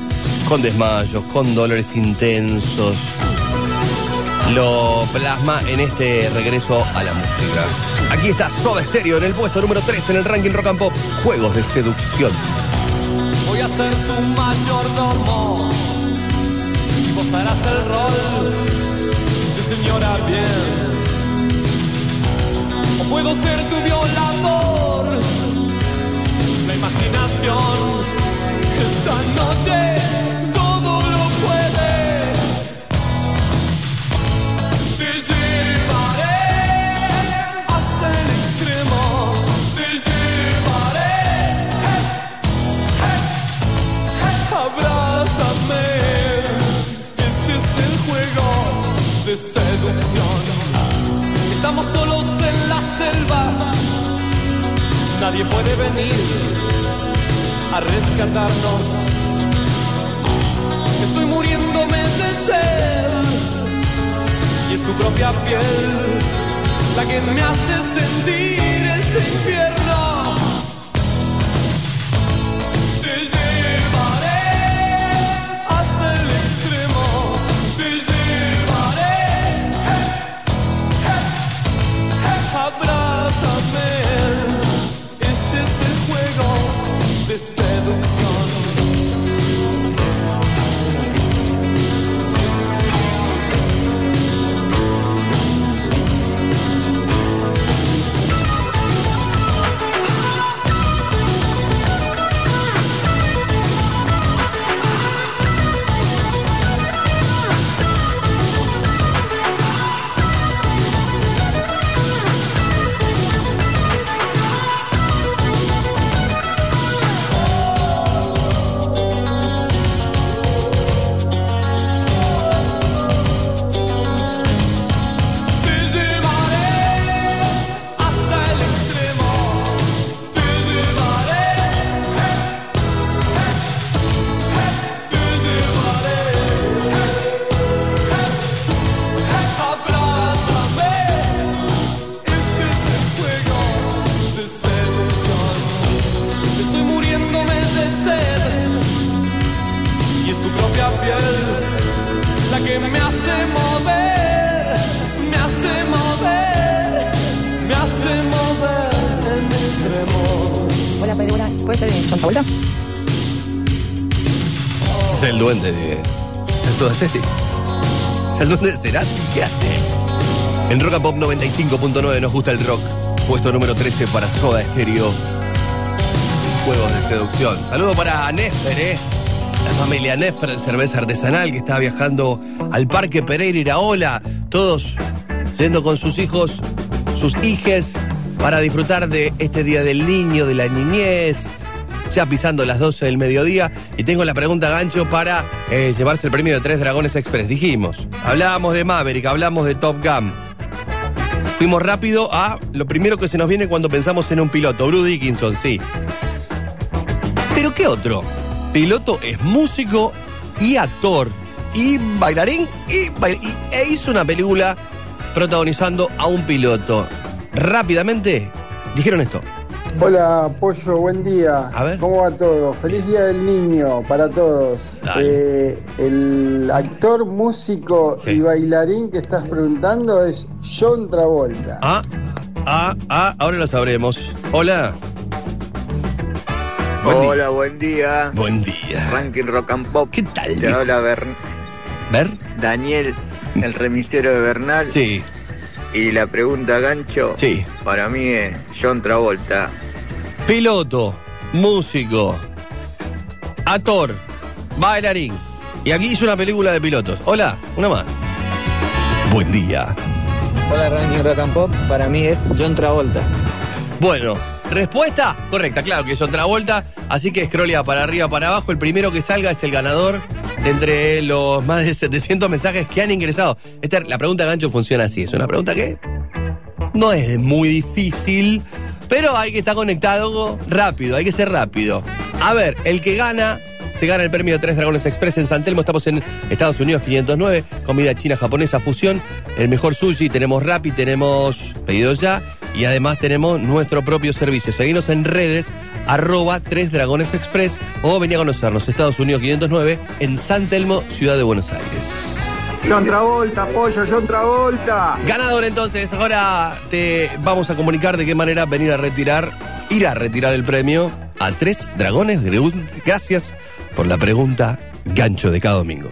con desmayos, con dolores intensos, lo plasma en este regreso a la música. Aquí está Soda Stereo en el puesto número 3 en el ranking Rock and Pop, Juegos de Seducción. Voy a ser tu mayordomo y vos harás el rol de señora bien. puedo ser tu violador. La imaginación esta noche todo lo puede. Te llevaré hasta el extremo. Te llevaré. Abrázame. Este es el juego de seducción. Estamos solos en la selva. Nadie puede venir a rescatarnos. Estoy muriéndome de sed y es tu propia piel la que me hace sentir este infierno. Te llevaré hasta el extremo. Te llevaré. Abrázame. Este es el juego de seducción. La que me hace mover, me hace mover, me hace mover en extremos. Hola, Pedro, ¿puede ser John Travolta? Es el duende de todo estético. Es el duende de Cerati. ¿Qué hace? En Rock and Pop 95.9 nos gusta el rock. Puesto número 13 para Soda Stereo. Juegos de seducción. Saludo para Nésper, la familia Nésper, cerveza artesanal, que está viajando al Parque Pereira Iraola. Todos yendo con sus hijos, sus hijes, para disfrutar de este Día del Niño, de la niñez. Ya pisando las 12 del mediodía. Y tengo la pregunta gancho para llevarse el premio de 3 Dragones Express. Dijimos, hablábamos de Maverick, hablamos de Top Gun. Fuimos rápido a lo primero que se nos viene cuando pensamos en un piloto. Bruce Dickinson, sí. ¿Pero qué otro? Piloto es músico y actor y bailarín e hizo una película protagonizando a un piloto. Rápidamente dijeron esto. Hola, Pollo, buen día. A ver. ¿Cómo va todo? Feliz Día del Niño para todos. El actor, músico y bailarín que estás preguntando es John Travolta. Ahora lo sabremos. Hola. Hola, buen día. Buen día. Ranking Rock and Pop. ¿Qué tal? Te habla Daniel, el remisero de Bernal. Sí. Y la pregunta gancho, sí, para mí es John Travolta. Piloto, músico, actor, bailarín. Y aquí hizo una película de pilotos. Hola, una más. Buen día. Hola, Ranking Rock and Pop. Para mí es John Travolta. Bueno, respuesta correcta, claro que es John Travolta. Así que scrollea para arriba, para abajo. El primero que salga es el ganador de entre los más de 700 mensajes que han ingresado. La pregunta de gancho funciona así. Es una pregunta que no es muy difícil, pero hay que estar conectado rápido, hay que ser rápido. A ver, el que gana, se gana el premio de 3 Dragones Express en San Telmo. Estamos en Estados Unidos 509, comida china, japonesa, fusión, el mejor sushi, tenemos Rappi, tenemos pedido ya y además tenemos nuestro propio servicio. Seguinos en redes, @3 Dragones Express, o vení a conocernos, Estados Unidos 509, en San Telmo, Ciudad de Buenos Aires. John Travolta, Pollo, John Travolta. Ganador entonces, ahora te vamos a comunicar de qué manera ir a retirar el premio a 3 Dragones. Gracias por la pregunta gancho de cada domingo.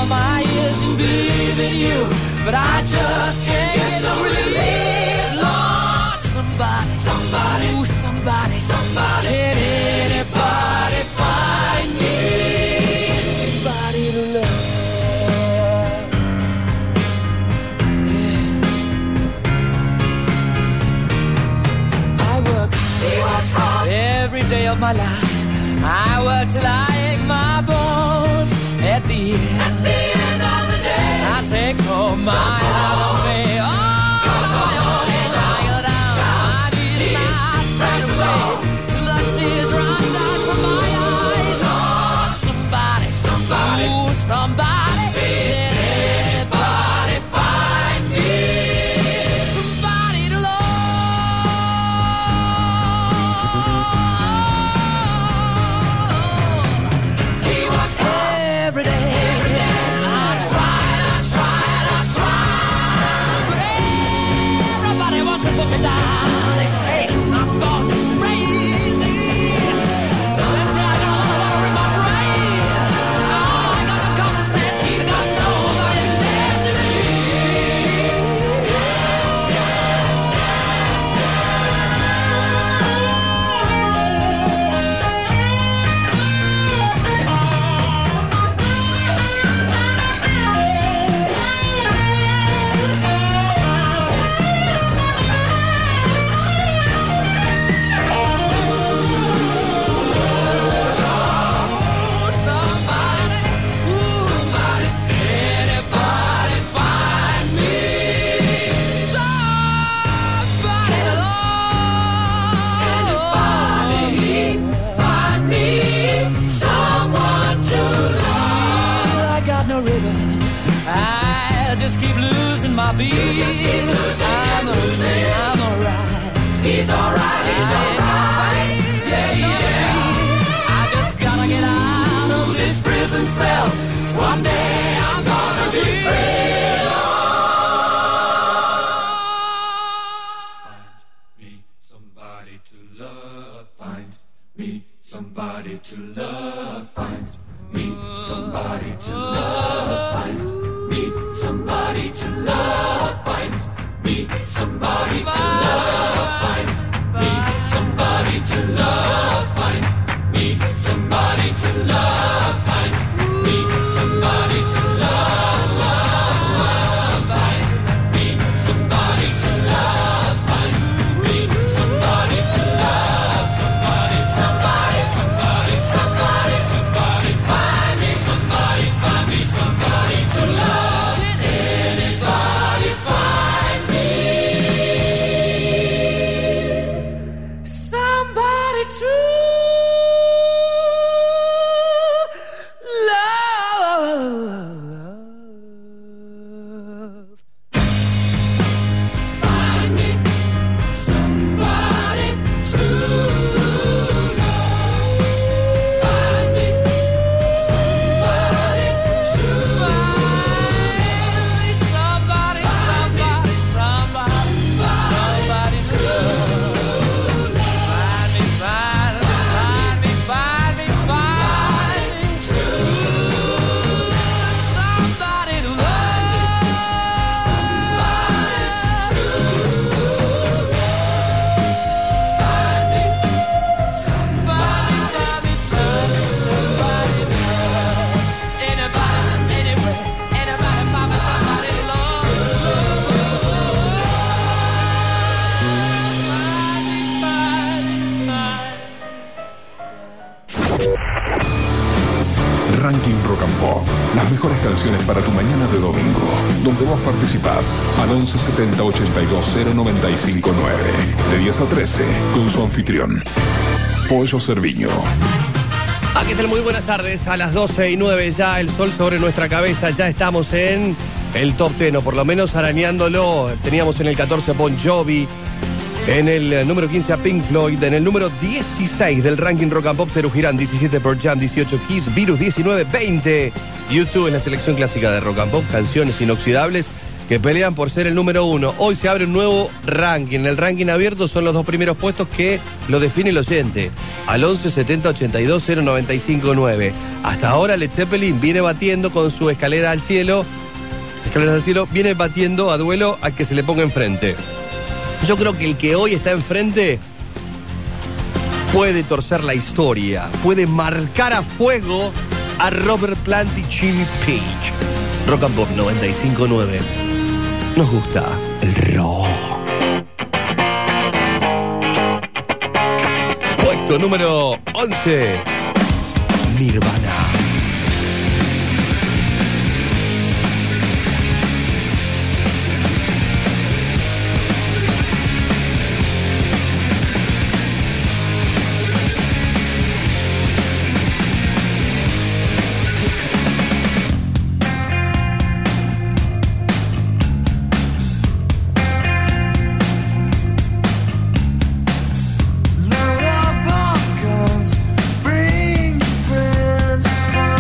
all my years in believing you, but I just can't get no relief. Lord, somebody, somebody, ooh, somebody, somebody. Can anybody find me somebody to love? Every day of my life, I work till I ache my bones. At the end of the day, I take home my half of me. Oh, I go down, my knees not straight away, till the tears run down from my eyes. Oh, somebody, somebody, ooh, somebody, can anybody find me somebody to love? Every day, I try, but everybody wants to put me down. They say I'm gone crazy. They say I got a lot of water in my brain. Oh, I got no common sense. He's got nobody left to believe. Just keep losing my beat. I'm alright. He's alright. He's alright. Yeah, yeah. I just gotta get out of this prison cell. Someday I'm gonna be free. Find me somebody to love. Find me somebody to love. Find me somebody to love. Find somebody to love, find me somebody to love, find me somebody to love, find me somebody to love, find me somebody to love, find me somebody to love, find me somebody to love, somebody, somebody, somebody, somebody, somebody, find me somebody to love. Ranking Rock and Pop. Las mejores canciones para tu mañana de domingo, donde vos participás al 11 70 82 095 9, de 10 a 13, con su anfitrión, Pollo Cerviño. Aquí tal, muy buenas tardes. A las 12:09 ya el sol sobre nuestra cabeza. Ya estamos en el top 10, o por lo menos arañándolo. Teníamos en el 14 Bon Jovi, en el número 15 a Pink Floyd, en el número 16 del ranking Rock and Pop Serú Girán, 17 Pearl Jam, 18 Kiss, Virus, 19, 20 U2 en la selección clásica de Rock and Pop, canciones inoxidables. que pelean por ser el número 1. Hoy se abre un nuevo ranking. En el ranking abierto son los 2 primeros puestos que lo define el oyente. Al 11 70 82 095 9. Hasta ahora Led Zeppelin viene batiendo con su escalera al cielo. Escaleras al cielo viene batiendo a duelo al que se le ponga enfrente. Yo creo que el que hoy está enfrente puede torcer la historia. Puede marcar a fuego a Robert Plant y Jimmy Page. Rock and Pop 95.9. Nos gusta el rock. Puesto número 11. Nirvana. Bring your friends,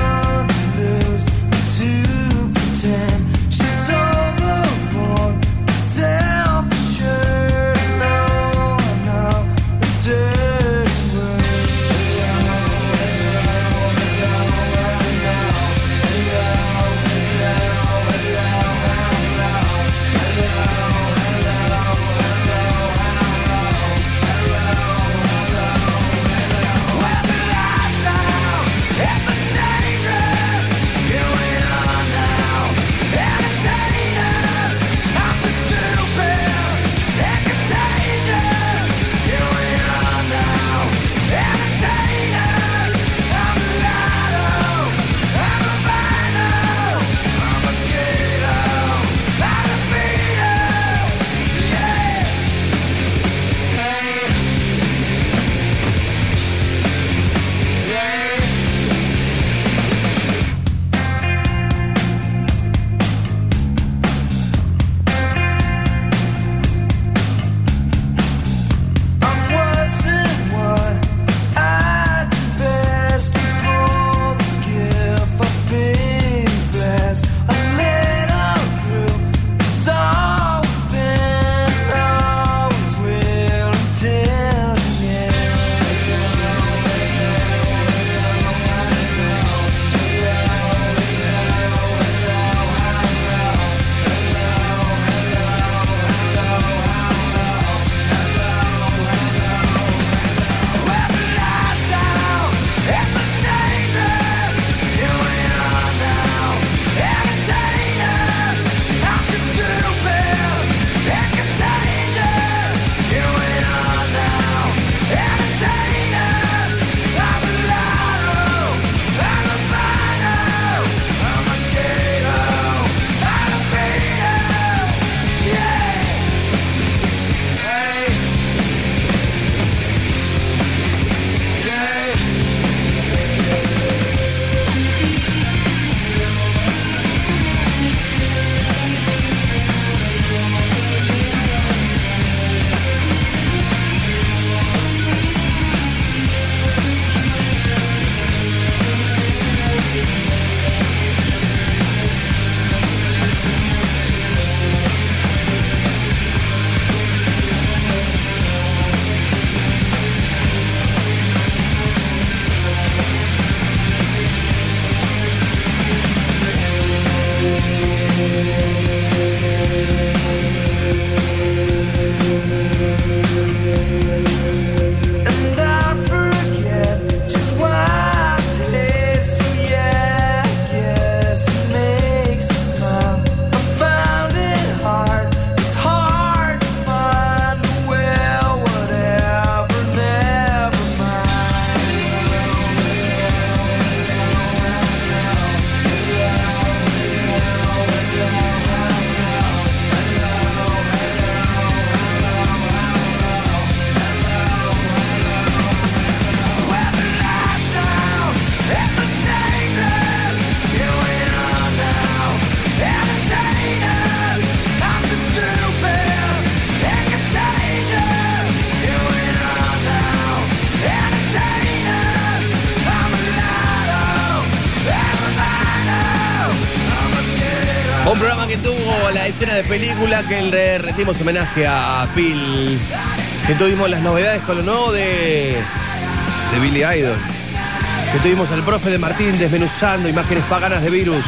Un programa que tuvo la escena de película, que le rendimos homenaje a Phil, que tuvimos las novedades con lo nuevo de Billy Idol, que tuvimos al profe de Martín desmenuzando imágenes paganas de Virus,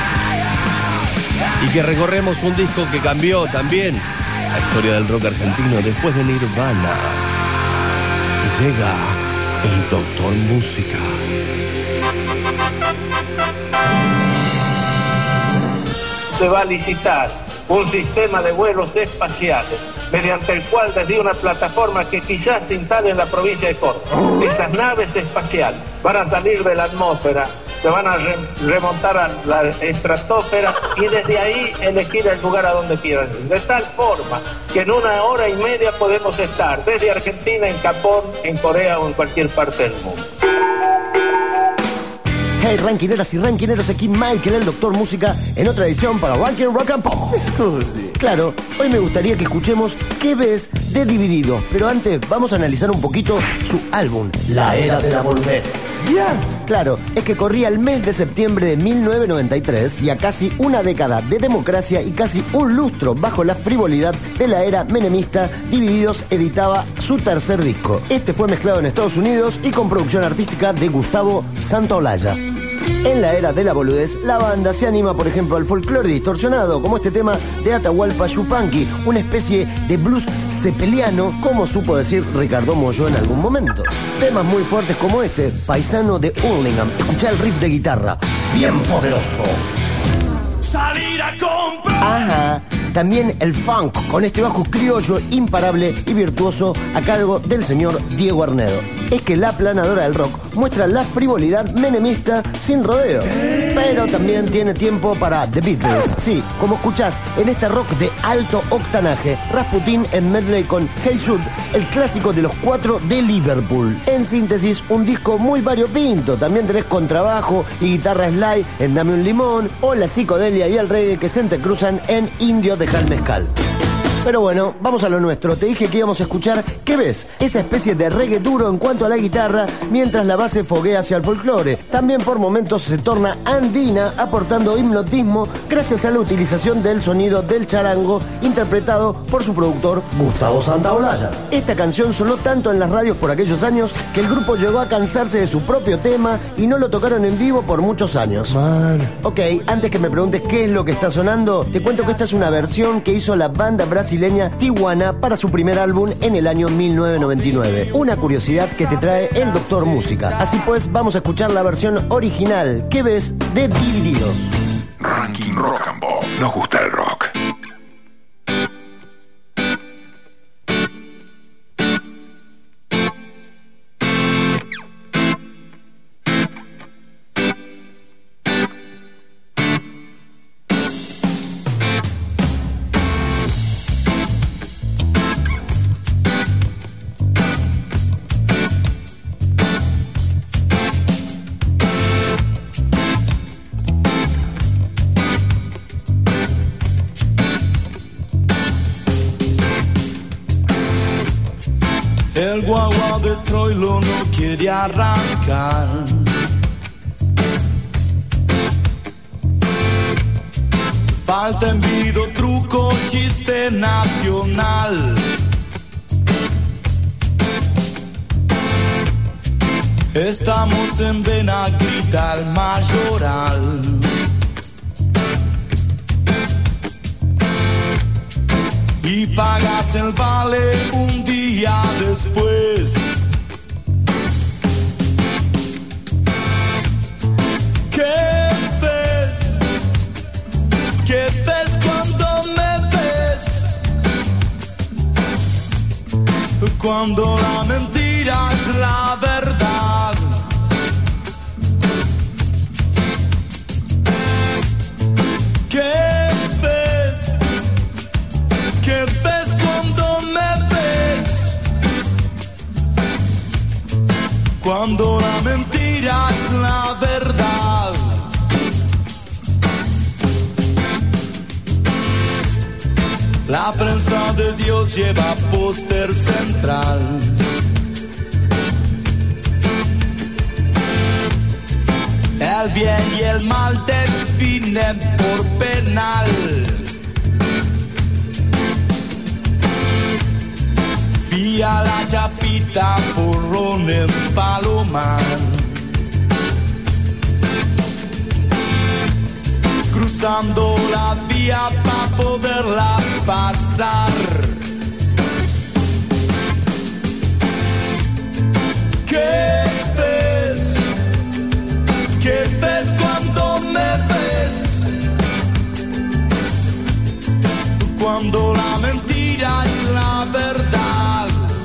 y que recorremos un disco que cambió también la historia del rock argentino. Después de Nirvana llega el Doctor Música. Se va a licitar un sistema de vuelos espaciales mediante el cual desde una plataforma que quizás se instale en la provincia de Córdoba, esas naves espaciales van a salir de la atmósfera, se van a remontar a la estratosfera y desde ahí elegir el lugar a donde quieran ir. De tal forma que en 1 hora y media podemos estar desde Argentina, en Japón, en Corea o en cualquier parte del mundo. Hey, ranquineras y ranquineros, aquí Michael, el Doctor Música, en otra edición para Ranking Rock and Pop. Claro, hoy me gustaría que escuchemos ¿Qué ves? De Divididos. Pero antes vamos a analizar un poquito su álbum, La Era de la Boludez. Claro, es que corría el mes de septiembre de 1993 y a casi una década de democracia y casi un lustro bajo la frivolidad de la era menemista, Divididos editaba su tercer disco. Este fue mezclado en Estados Unidos y con producción artística de Gustavo Santaolalla. En la era de la boludez, la banda se anima, por ejemplo, al folclore distorsionado, como este tema de Atahualpa Yupanqui, una especie de blues cepeliano, como supo decir Ricardo Mollo en algún momento. Temas muy fuertes como este, Paisano de Hurlingham. Escuchá el riff de guitarra, bien poderoso. Salir a comprar. Ajá. También el funk, con este bajo criollo imparable y virtuoso a cargo del señor Diego Arnedo. Es que la aplanadora del rock muestra la frivolidad menemista sin rodeo. Pero también tiene tiempo para The Beatles. Sí, como escuchás en este rock de alto octanaje, Rasputin en medley con Hey Jude, el clásico de los 4 de Liverpool. En síntesis, un disco muy variopinto. También tenés contrabajo y guitarra slide en Dame un Limón, o la psicodelia y el reggae que se entrecruzan en Indio de Jal Mezcal. Pero bueno, vamos a lo nuestro. Te dije que íbamos a escuchar ¿Qué ves? Esa especie de reggae duro en cuanto a la guitarra, mientras la base foguea hacia el folclore. También por momentos se torna andina, aportando hipnotismo gracias a la utilización del sonido del charango, interpretado por su productor Gustavo Santaolalla. Esta canción sonó tanto en las radios por aquellos años que el grupo llegó a cansarse de su propio tema y no lo tocaron en vivo por muchos años. Ok, antes que me preguntes qué es lo que está sonando, te cuento que esta es una versión que hizo la banda brasileña Tijuana para su primer álbum en el año 1999. Una curiosidad que te trae el Doctor Música. Así pues, vamos a escuchar la versión original, ¿Qué ves? De Divididos. Ranking Rock and Pop. Nos gusta el rock. El guagua de Troilo no quiere arrancar. Falta envido, truco, chiste nacional. Estamos en Benaguita, el Mayoral. Y pagas el vale un día después. ¿Qué ves? ¿Qué ves cuando me ves? Cuando la mentira es la verdad. ¿Qué ves? ¿Qué ves cuando me ves? Cuando la mentira es la verdad. La prensa de Dios lleva póster central. El bien y el mal definen por penal. Vía la Chapita, porrón en Palomar. Cruzando la vía para poderla pasar. ¿Qué ves? ¿Qué ves cuando me ves? Cuando la mentira es la verdad.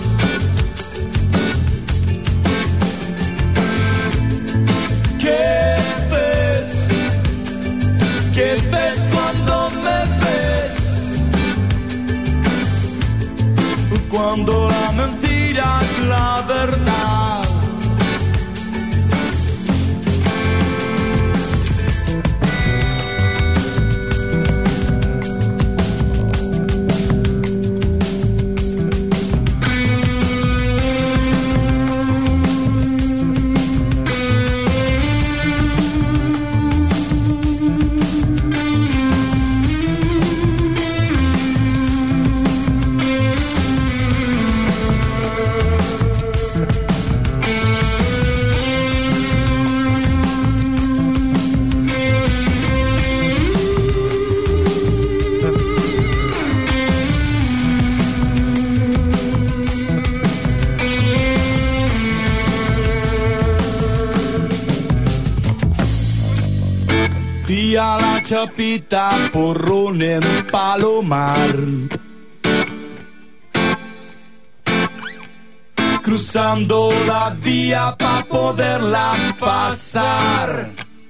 ¿Qué ves? ¿Qué ves cuando me ves? Cuando la mentira es la verdad. A la Chapita, porrón en Palomar. Cruzando la vía para poderla pasar.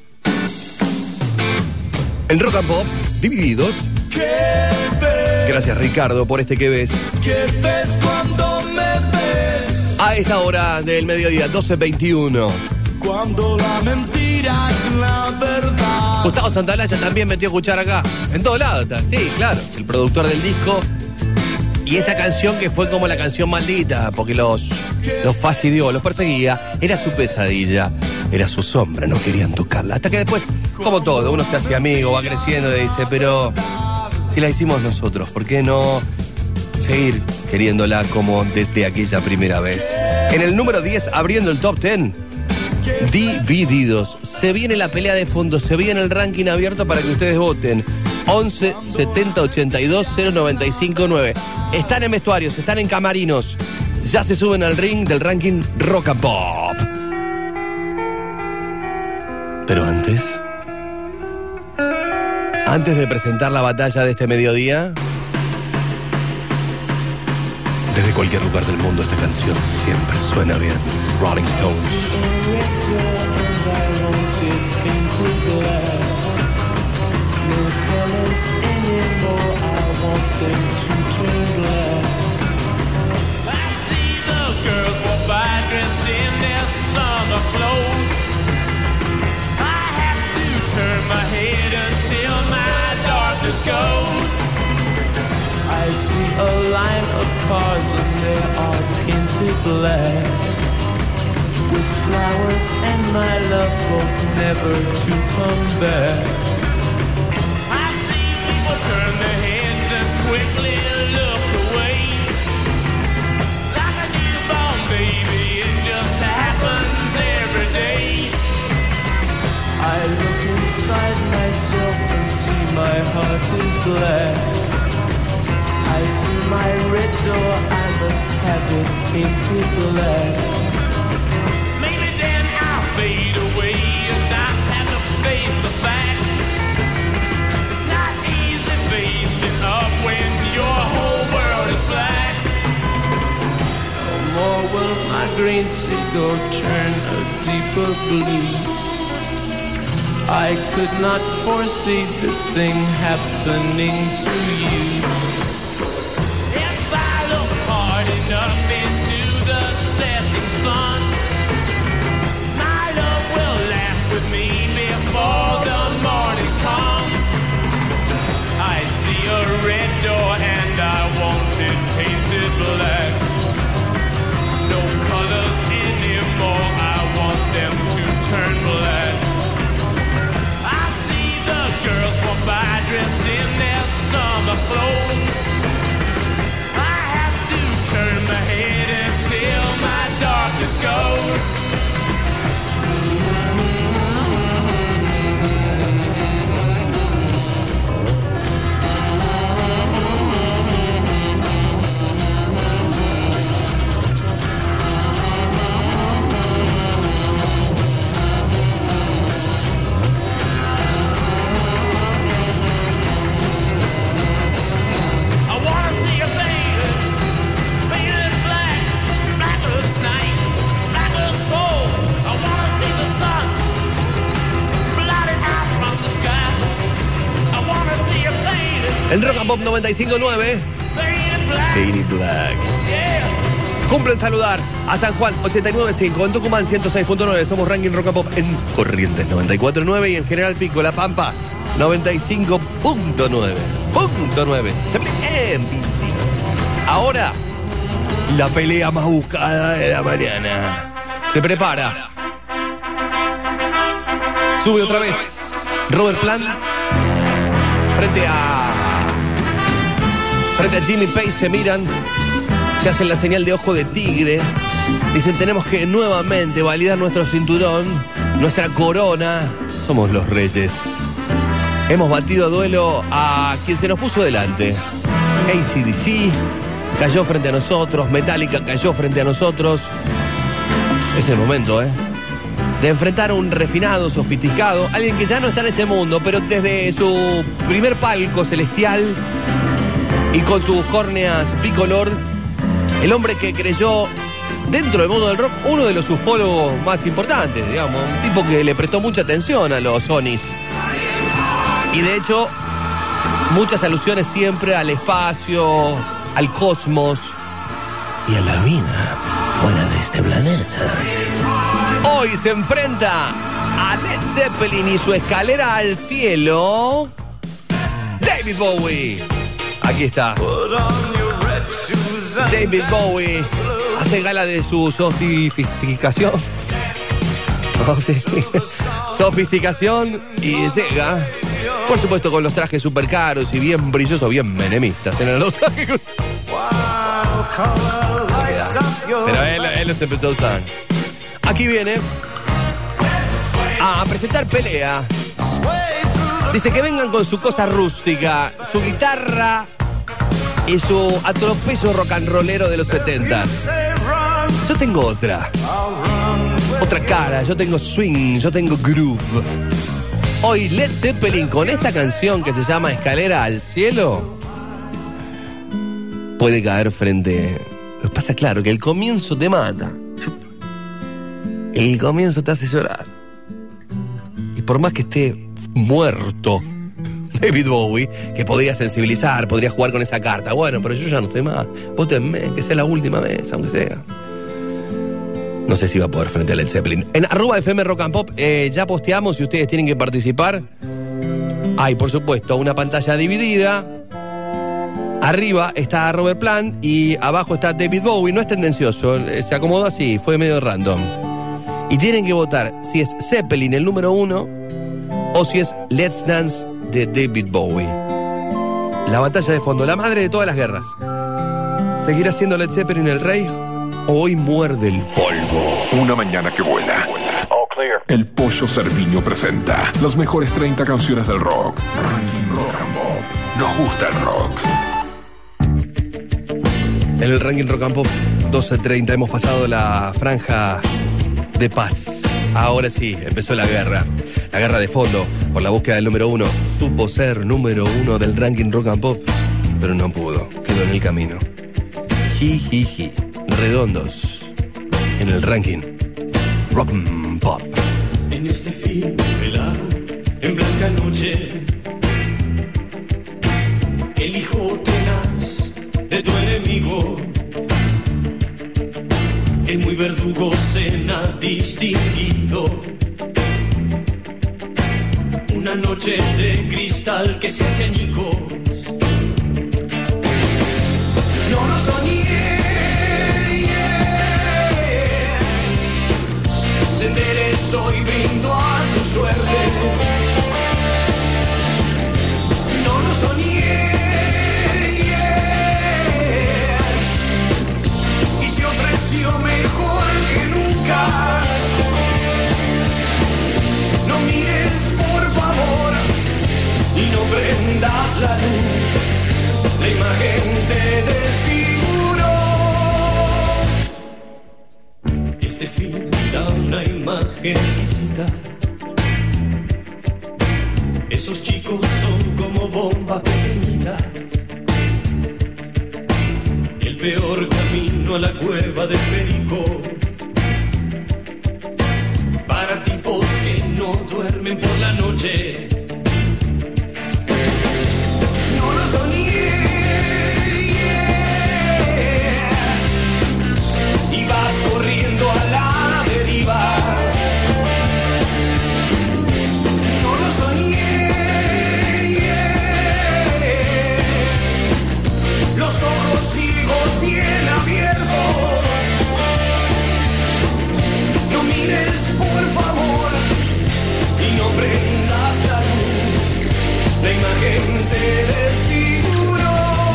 En Rock and Pop, divididos. ¿Qué ves? Gracias, Ricardo, por este que ves. ¿Qué ves cuando me ves? A esta hora del mediodía, 12:21. Cuando la mentira es la verdad. Gustavo Santaolalla también metió cuchara acá. En todos lados está. Sí, claro. El productor del disco. Y esta canción que fue como la canción maldita, porque los fastidió, los perseguía. Era su pesadilla, era su sombra, no querían tocarla. Hasta que después, como todo, uno se hace amigo, va creciendo y dice, pero si la hicimos nosotros, ¿por qué no seguir queriéndola como desde aquella primera vez? En el número 10, abriendo el top 10, Divididos. Se viene la pelea de fondo, se viene el ranking abierto para que ustedes voten. 11 70 82 095 9. Están en vestuarios, están en camarinos. Ya se suben al ring del ranking Rock and Pop. Pero antes de presentar la batalla de este mediodía, desde cualquier lugar del mundo esta canción siempre suena bien. Rolling Stones. I see a line of cars and they are painted black, with flowers and my love both never to come back. I see people turn their heads and quickly look away, like a newborn baby, it just happens every day. I look inside myself and see my heart is black. I see my red door, I must have it painted black. Maybe then I'll fade away and not have to face the facts. It's not easy facing up when your whole world is black. No more will my green seagull turn a deeper blue. I could not foresee this thing happening to you. Up into the setting sun, my love will laugh with me before the morning comes. I see a red door and I want it painted black. No colors anymore, I want them to turn black. goes. En Rock and Pop 95.9, Painted Black. Cumplen saludar a San Juan 89.5, en Tucumán 106.9, somos Ranking Rock and Pop en Corrientes 94.9 y en General Pico, La Pampa 95.9. Ahora, la pelea más buscada de la mañana. Se prepara. Sube otra vez Robert Plant frente a Jimmy Page. Se miran, se hacen la señal de ojo de tigre. Dicen, tenemos que nuevamente validar nuestro cinturón, nuestra corona. Somos los reyes. Hemos batido a duelo a quien se nos puso delante. AC/DC cayó frente a nosotros, Metallica cayó frente a nosotros. Es el momento, de enfrentar a un refinado, sofisticado, alguien que ya no está en este mundo, pero desde su primer palco celestial y con sus córneas bicolor, el hombre que creyó dentro del mundo del rock uno de los ufólogos más importantes, digamos, un tipo que le prestó mucha atención a los ovnis. Y de hecho, muchas alusiones siempre al espacio, al cosmos y a la vida fuera de este planeta. Hoy se enfrenta a Led Zeppelin y su escalera al cielo, David Bowie. Aquí está. David Bowie hace gala de su sofisticación. Sofisticación y llega, por supuesto, con los trajes super caros y bien brillosos, bien menemistas. Tienen los trajes. Pero él los empezó a usar. Aquí viene a presentar pelea. Dice que vengan con su cosa rústica, su guitarra y su atropello rock and rollero de los 70. Yo tengo otra cara, yo tengo swing, yo tengo groove. Hoy Led Zeppelin con esta canción que se llama Escalera al Cielo puede caer frente. Lo que pasa, claro, que el comienzo te mata. El comienzo te hace llorar. Y por más que esté muerto David Bowie, que podría sensibilizar, podría jugar con esa carta. Bueno, pero yo ya no estoy más. Vótenme, que sea la última vez, aunque sea. No sé si va a poder frente a Led Zeppelin. En @FM Rock and Pop ya posteamos y ustedes tienen que participar. Hay, por supuesto, una pantalla dividida. Arriba está Robert Plant y abajo está David Bowie. No es tendencioso, se acomodó así, fue medio random. Y tienen que votar si es Zeppelin el número 1 o si es Let's Dance de David Bowie. La batalla de fondo, la madre de todas las guerras. ¿Seguirá siendo Led Zeppelin el rey o hoy muerde el polvo? Una mañana que vuela. El Pollo Cerviño presenta las mejores 30 canciones del rock. Ranking Rock and Pop. Nos gusta el rock. En el Ranking Rock and Pop 12:30 hemos pasado la franja de paz. Ahora sí, empezó la guerra de fondo por la búsqueda del número 1. Supo ser número 1 del Ranking Rock and Pop, pero no pudo, quedó en el camino. Jijiji, redondos en el Ranking Rock and Pop. En este film velado, en blanca noche, el hijo tenaz de tu enemigo, el muy verdugo cena distinguido. Una noche de cristal que se hace añicos. No lo soñé, se enderezó y brindo a tu suerte. No lo soñé, y se ofreció mejor que nunca. una imagen exquisita. Esos chicos son como bombas pequeñitas. El peor camino a la cueva del Perico. Para tipos que no duermen por la noche. No lo soñé. Y vas corriendo a la deriva. No lo soñé. Los ojos ciegos bien abiertos. No mires por favor y no prendas la luz. La imagen te desfiguró.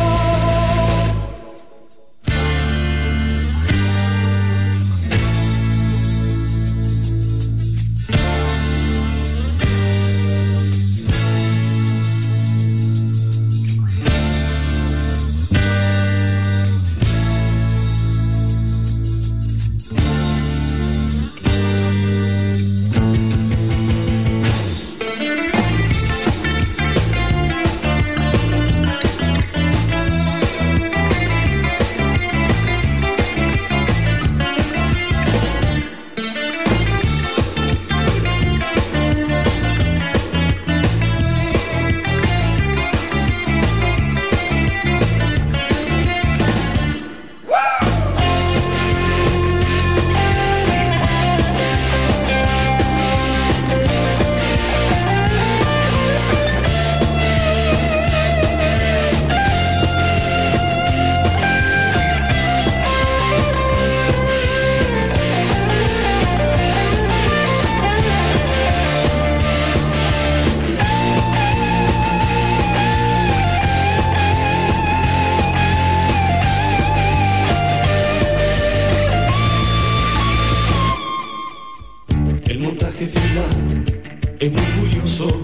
Es muy curioso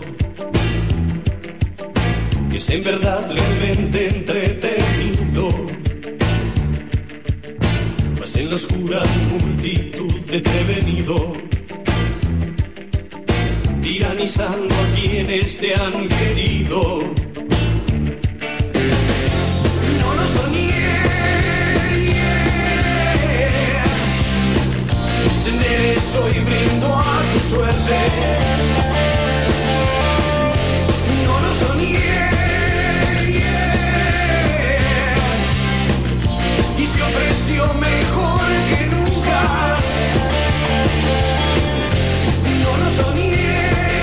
que es en verdad realmente entretenido, mas en la oscura multitud desprevenido, tiranizando a quienes te han querido. No lo soñé. Hoy brindo a tu suerte. No lo soñé. Y se ofreció mejor que nunca. No lo soñé.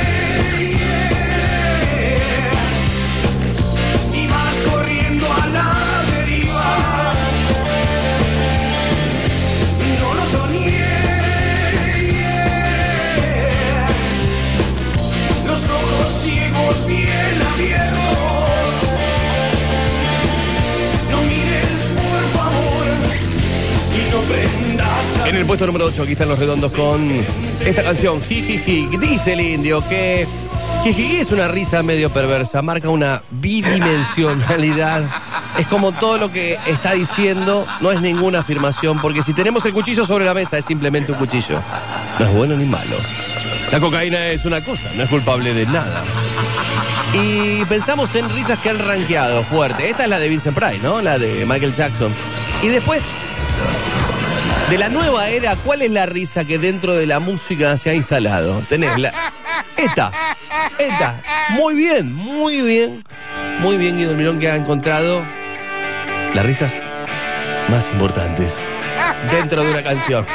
Y vas corriendo a la deriva. No lo soñé. Bien abiertos. No mires por favor y no prendas. En el puesto número 8 aquí están Los Redondos con esta canción Jijiji. Dice el indio que Jijiji es una risa medio perversa, marca una bidimensionalidad. Es como todo lo que está diciendo, no es ninguna afirmación, porque si tenemos el cuchillo sobre la mesa es simplemente un cuchillo. No es bueno ni malo. La cocaína es una cosa, no es culpable de nada. Y pensamos en risas que han rankeado fuerte. Esta es la de Vincent Price, ¿no? La de Michael Jackson. Y después, de la nueva era, ¿cuál es la risa que dentro de la música se ha instalado? Tenés la... Esta. Muy bien, Guido Mirón, que ha encontrado las risas más importantes dentro de una canción.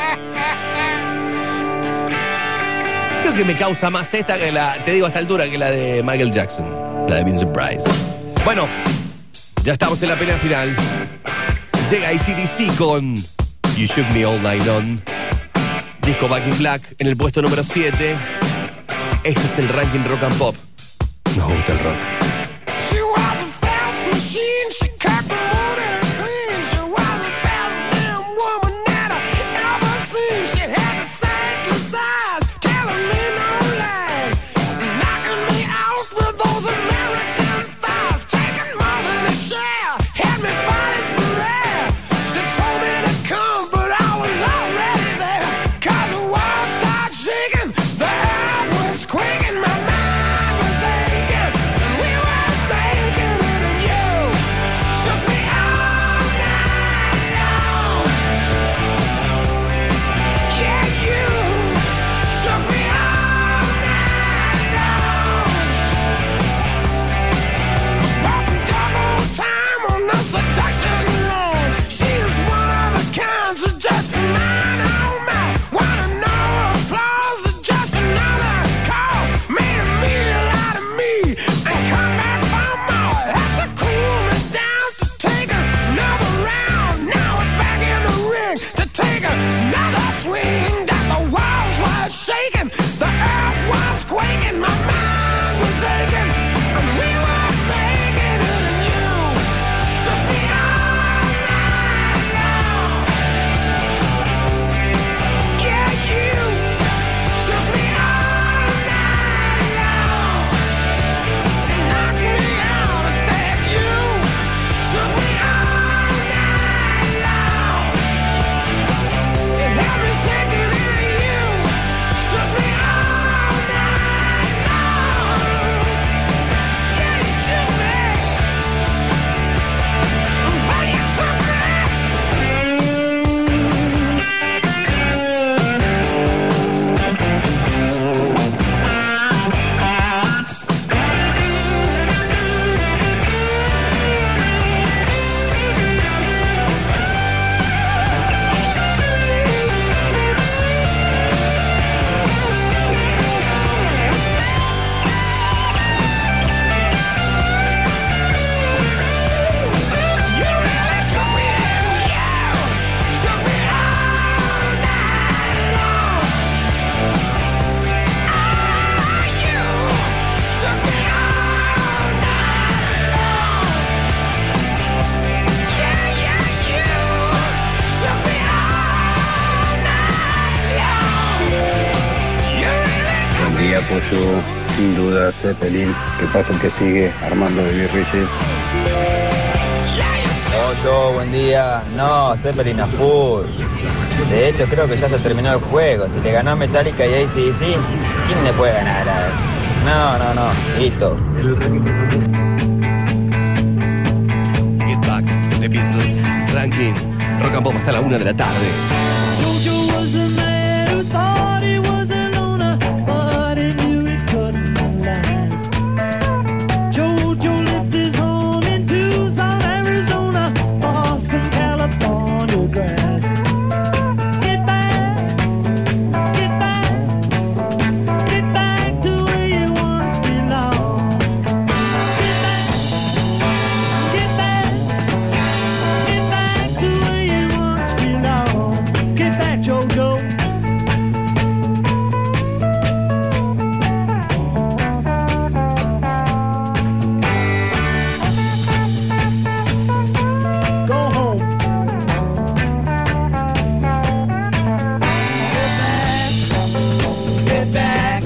Creo que me causa más esta que la, te digo a esta altura, que la de Michael Jackson, la de Vincent Price. Bueno, ya estamos en la pelea final. Llega AC/DC con You Shook Me All Night Long. Disco Back in Black en el puesto número 7. Este es el ranking Rock and Pop. Nos gusta el rock. She was a fast machine, she cut the motor clean. She was the best damn woman that I ever seen. She had the sightless eyes, telling me no lies, knocking me out with those American thighs, taking more than a share, had me fighting for air. She told me to come, but I was already there, 'cause I was día, Pollo. Sin duda, Zeppelin. Que pasa el que sigue, Armando de Virreyes. Pollo, buen día. No, Zeppelin a full. De hecho, creo que ya se terminó el juego. Si le ganó a Metallica y AC/DC, ¿quién le puede ganar a él? No. Listo. Get Back, The Beatles, ranking Rock and Pop hasta la 1 de la tarde. Jojo was a man who thought he was a loner, but he knew it couldn't last. Jojo lived his home in Tucson, Arizona, or some California grass. Get back to where you once belonged. Get back to where you once belonged. Get back, Jojo. Go home. Get back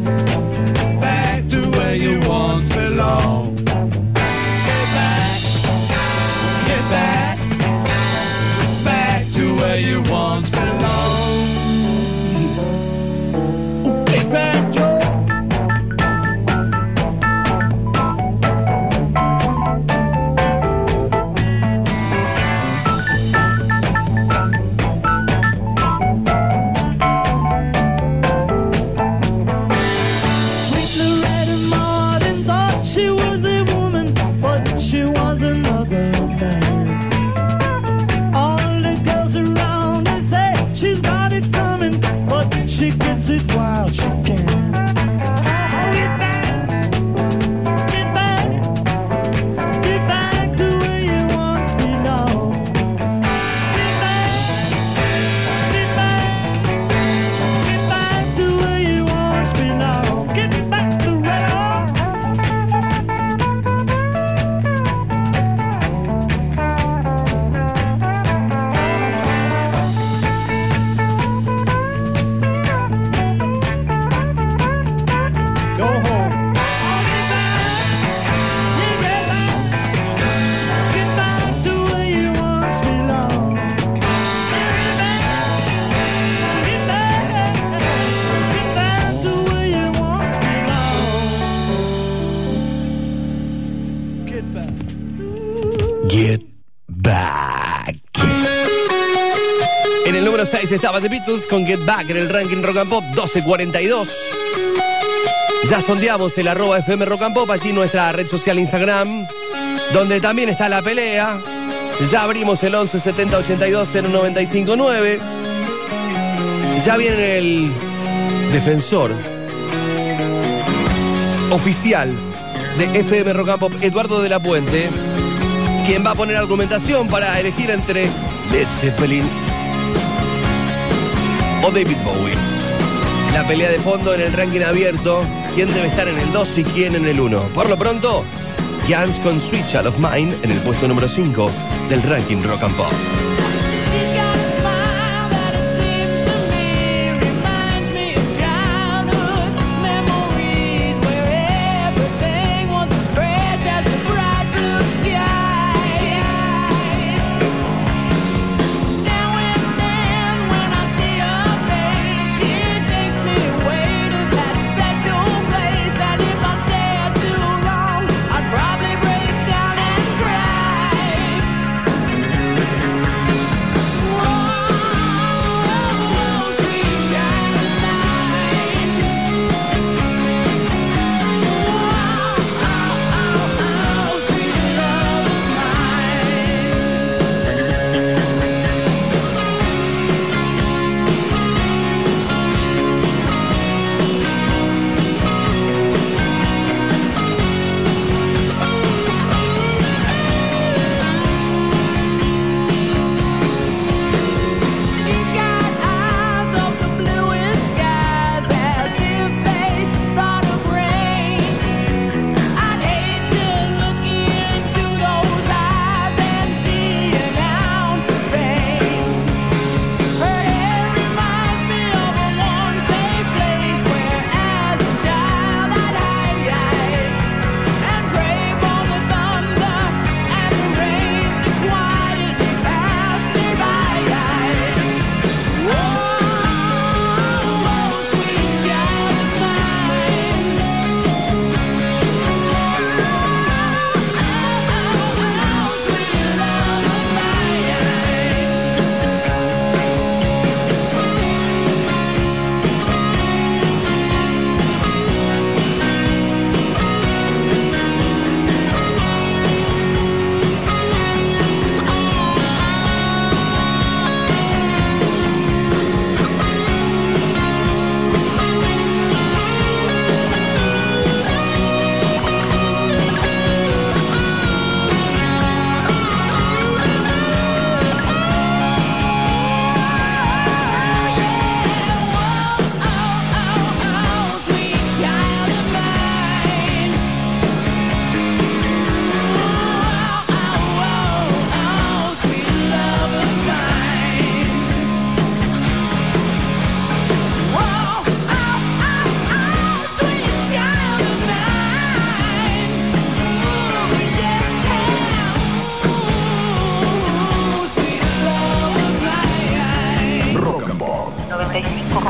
to where you once belonged. Get back to where you once belonged. Get back, Joe. Sweet Loretta Martin thought she was a woman, but she was another man. All the girls around her say she's got it coming, but she gets it while she can. Get back to where you once belonged. Get back to where you once belonged. Get back to where go home. Get back to where you once belonged. Get back to where you once belonged. Get back. Get Back. En el número 6 estaba The Beatles con Get Back en el ranking Rock and Pop 1242. Ya sondeamos el @FM Rock and Pop, allí nuestra red social Instagram, donde también está la pelea. Ya abrimos el 11 70 82 095 9. Ya viene el defensor oficial de FM Rock and Pop, Eduardo de la Puente, quien va a poner argumentación para elegir entre Led Zeppelin o David Bowie. La pelea de fondo en el ranking abierto, quién debe estar en el 2 y quién en el 1. Por lo pronto, Jans con Sweet Child of Mine en el puesto número 5 del ranking Rock and Pop.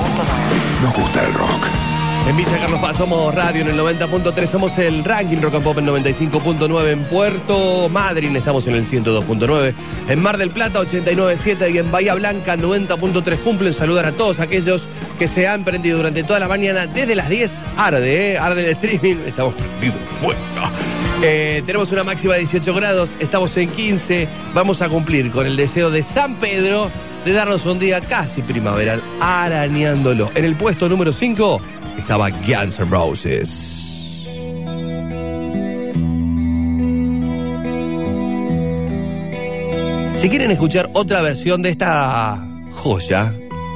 Nos gusta el rock. En Villa Carlos Paz somos radio en el 90.3, somos el ranking Rock and Pop en 95.9, en Puerto Madryn estamos en el 102.9, en Mar del Plata 89.7 y en Bahía Blanca 90.3. Cumplen saludar a todos aquellos que se han prendido durante toda la mañana, desde las 10, arde el streaming, estamos prendidos fuego. Tenemos una máxima de 18 grados, estamos en 15, vamos a cumplir con el deseo de San Pedro de darnos un día casi primaveral, arañándolo. En el puesto número 5 estaba Guns N' Roses. Si quieren escuchar otra versión de esta joya,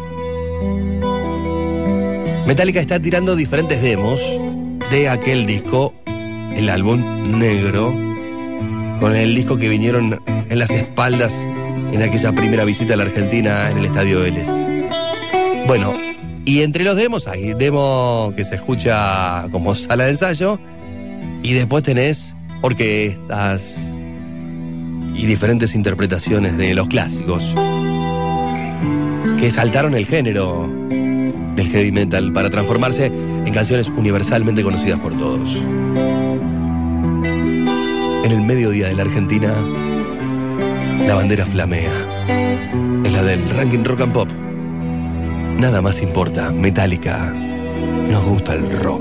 Metallica está tirando diferentes demos de aquel disco, el álbum negro, con el disco que vinieron en las espaldas en aquella primera visita a la Argentina en el Estadio Vélez. Bueno, y entre los demos hay demo que se escucha como sala de ensayo y después tenés orquestas y diferentes interpretaciones de los clásicos que saltaron el género del heavy metal para transformarse en canciones universalmente conocidas por todos. En el mediodía de la Argentina, la bandera flamea. Es la del ranking Rock and Pop. Nada más importa, Metallica. Nos gusta el rock.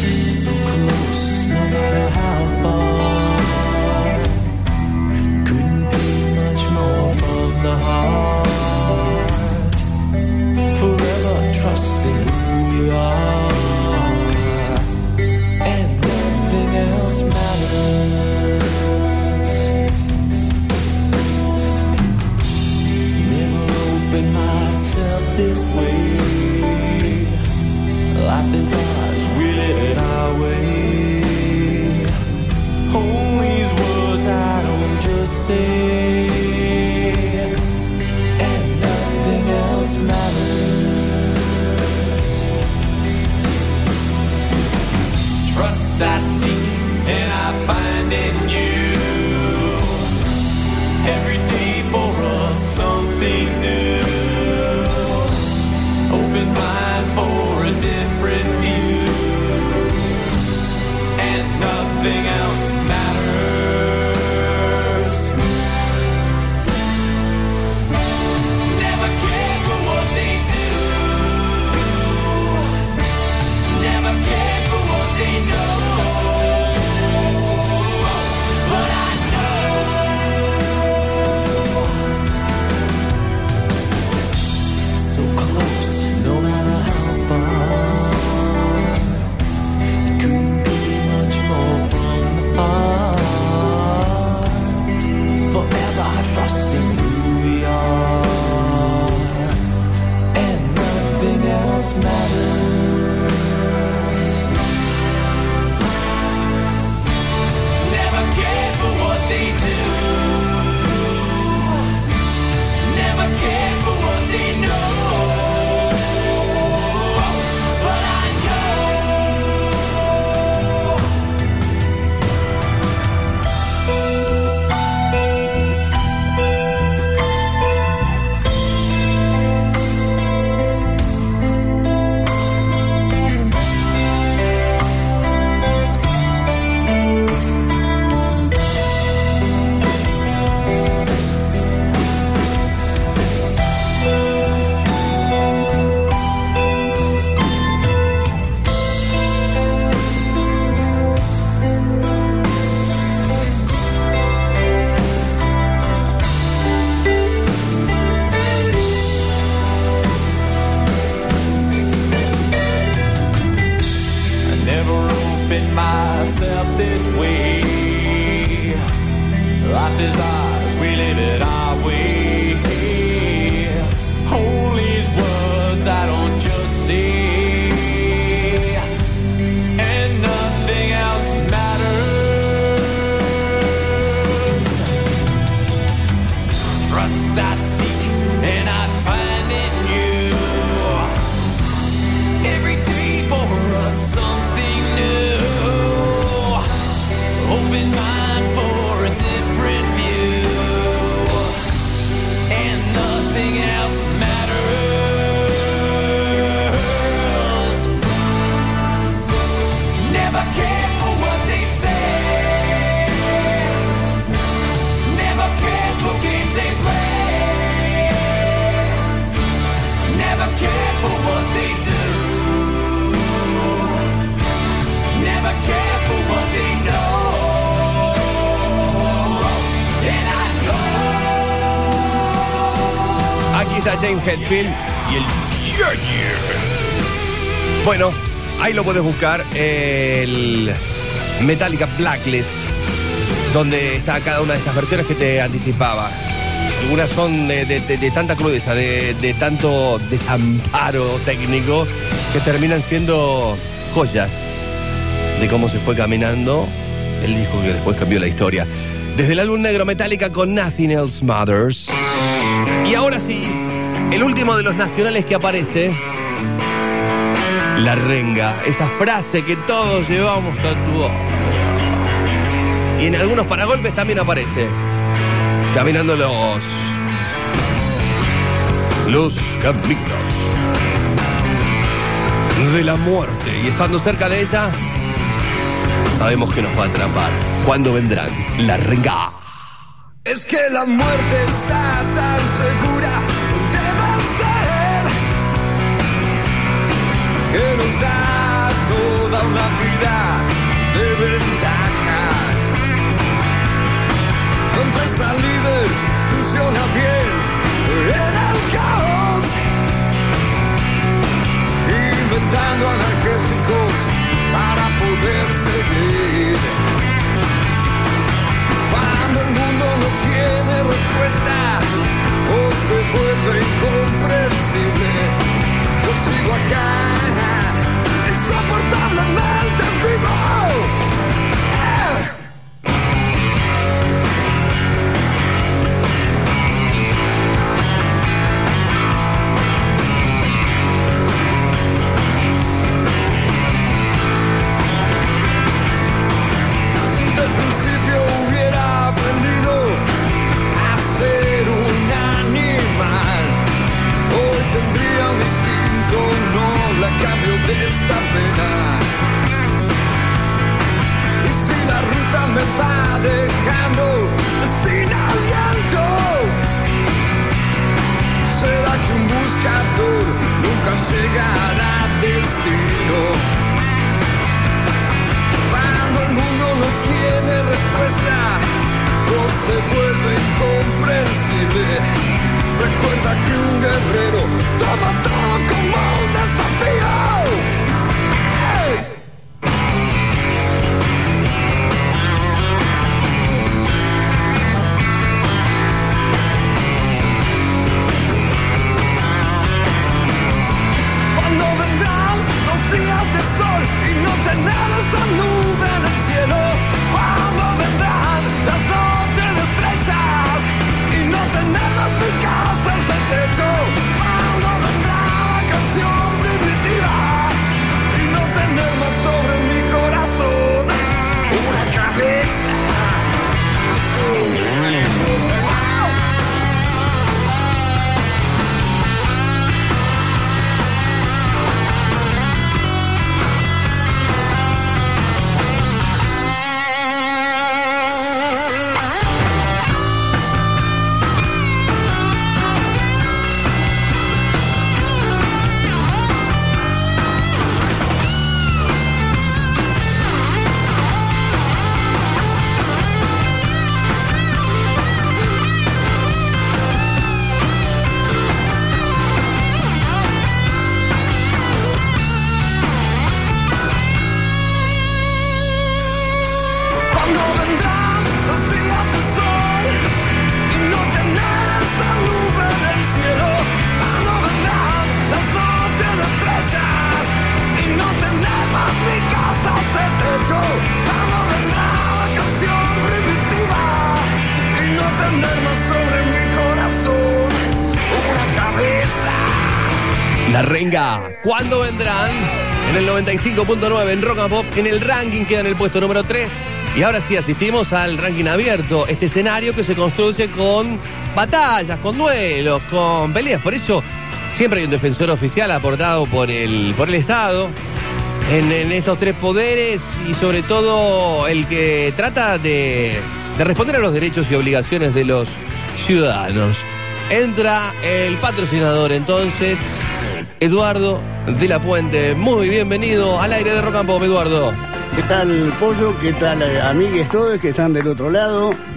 This way, life is ours, we live it our way. All these words I don't just say, and nothing else matters. Trust I seek and I find in you. Every day for us something new. Open mind for a different view, and nothing else matters. Never care for what they do, never care for what they know, but I know so close. No matter how far, it couldn't be much more from the heart. Forever trusting who we are, and nothing else matters. Never care for what they do, never care for what they know. está James Hetfield y el Yeah Yeah. Bueno, ahí lo puedes buscar, el Metallica Blacklist, donde está cada una de estas versiones que te anticipaba. Algunas son de tanta crudeza, de tanto desamparo técnico, que terminan siendo joyas de cómo se fue caminando el disco que después cambió la historia. Desde el álbum negro Metallica con Nothing Else Matters. Y ahora sí, el último de los nacionales que aparece, La Renga. Esa frase que todos llevamos tatuada. Y en algunos paragolpes también aparece. Caminando los caminos de la muerte. Y estando cerca de ella, sabemos que nos va a atrapar. ¿Cuándo vendrán? La Renga. Es que la muerte está tan segura de vencer, que nos da toda una vida de ventaja. La empresa líder funciona bien en el caos, inventando analgésicos para poder seguir. Cuando el mundo no tiene respuesta o se vuelve incomprensible, yo sigo acá, insoportablemente vivo. Cambio de esta pena. Y si la ruta me va dejando sin aliento, será que un buscador nunca llegará a destino. Cuando el mundo no tiene respuesta o se vuelve incomprensible, recuerda que un guerrero toma todo como un desafío. ¡Hey! Cuando vendrán los días de sol y no tener esa nube en el cielo. Cuando vendrán las noches de estrellas y no tener más mi casa en el techo. Cuando vendrá la canción primitiva y no tener más sobre mi corazón una cabeza. La Renga, ¿cuándo vendrán? En el 95.9 en Rock and Pop, en el ranking queda en el puesto número 3. Y ahora sí asistimos al ranking abierto, este escenario que se construye con batallas, con duelos, con peleas. Por eso siempre hay un defensor oficial aportado por el Estado en estos tres poderes, y sobre todo el que trata de responder a los derechos y obligaciones de los ciudadanos. Entra el patrocinador entonces, Eduardo de la Puente. Muy bienvenido al aire de Rock and Pop, Eduardo. ¿Qué tal, Pollo? ¿Qué tal, amigues todos que están del otro lado?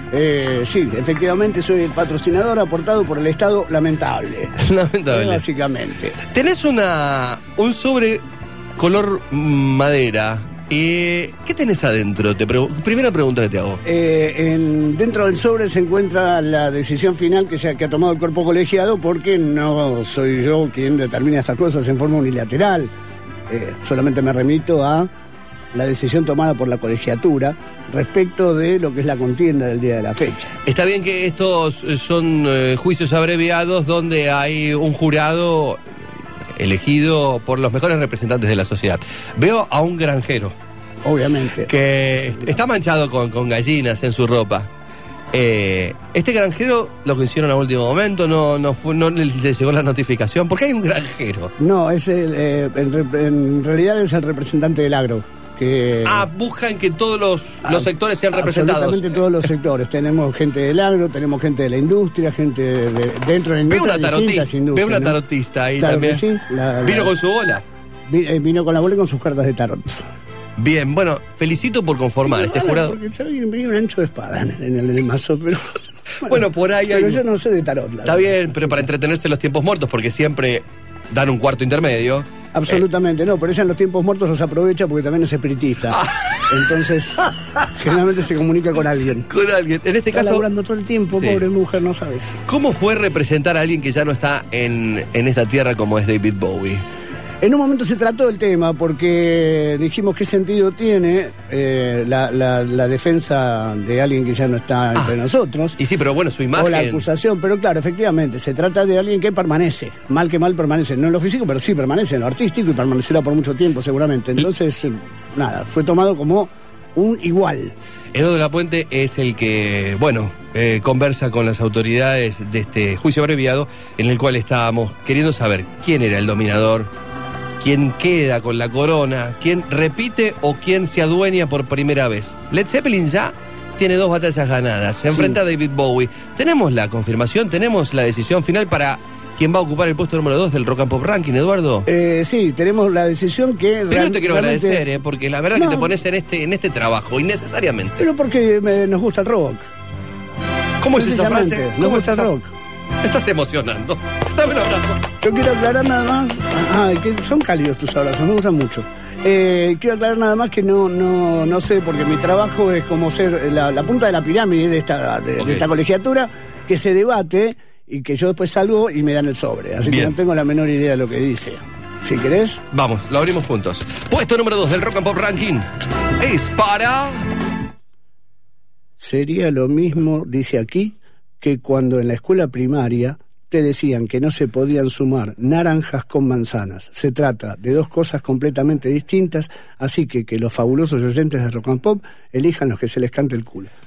Sí, efectivamente soy el patrocinador aportado por el Estado, lamentable. Lamentable. Básicamente. Tenés un sobre color madera. ¿Qué tenés adentro? Primera pregunta que te hago. Dentro del sobre se encuentra la decisión final que ha tomado el cuerpo colegiado, porque no soy yo quien determina estas cosas en forma unilateral. Solamente me remito a la decisión tomada por la colegiatura respecto de lo que es la contienda del día de la fecha. Está bien que estos son juicios abreviados donde hay un jurado elegido por los mejores representantes de la sociedad. Veo a un granjero. Obviamente. Que está manchado con gallinas en su ropa. Este granjero lo que hicieron a último momento, no le llegó la notificación. ¿Por qué hay un granjero? No, en realidad es el representante del agro. Buscan que todos los sectores sean representados. Absolutamente todos los sectores. Tenemos gente del agro, tenemos gente de la industria, gente dentro de la industria. Veo una tarotista ahí, claro, también. Sí, ¿vino con su bola? Vino con la bola y con sus cartas de tarot. Bien, bueno, felicito por conformar este jurado. Porque venía un ancho de espada en el mazo, pero... Bueno, por ahí pero yo no sé de tarot. Está bien, pero para entretenerse en los tiempos muertos, porque siempre dan un cuarto intermedio. Absolutamente, no, pero ella en los tiempos muertos los aprovecha porque también es espiritista. Entonces, generalmente se comunica con alguien. Con alguien. En este está caso. laburando todo el tiempo, sí. Pobre mujer, no sabes. ¿Cómo fue representar a alguien que ya no está en esta tierra como es David Bowie? En un momento se trató el tema porque dijimos qué sentido tiene la defensa de alguien que ya no está entre nosotros. Y sí, pero bueno, su imagen. O la acusación, pero claro, efectivamente, se trata de alguien que permanece. Mal que mal permanece. No en lo físico, pero sí permanece en lo artístico y permanecerá por mucho tiempo seguramente. Entonces, nada, fue tomado como un igual. Edo de la Puente es el que, conversa con las autoridades de este juicio abreviado en el cual estábamos queriendo saber quién era el dominador, quién queda con la corona, quién repite o quién se adueña por primera vez. Led Zeppelin ya tiene 2 batallas ganadas, se enfrenta a David Bowie. Tenemos la confirmación, tenemos la decisión final para quién va a ocupar el puesto número 2 del Rock and Pop Ranking, Eduardo. Sí, tenemos la decisión que... Pero te quiero agradecer, porque la verdad que te pones en este trabajo, innecesariamente. Pero porque nos gusta el rock. ¿Cómo es esa frase? Nos gusta el rock. Me estás emocionando. Dame un abrazo. Yo quiero aclarar nada más. Que son cálidos tus abrazos, me gustan mucho. Quiero aclarar nada más que no sé, porque mi trabajo es como ser la punta de la pirámide de esta colegiatura, que se debate y que yo después salgo y me dan el sobre. Así Bien. que no tengo la menor idea de lo que dice. Si querés. Vamos, lo abrimos juntos. Puesto número 2 del Rock and Pop Ranking es para... Sería lo mismo, dice aquí, que cuando en la escuela primaria te decían que no se podían sumar naranjas con manzanas. Se trata de 2 cosas completamente distintas, así que los fabulosos oyentes de Rock and Pop elijan los que se les cante el culo.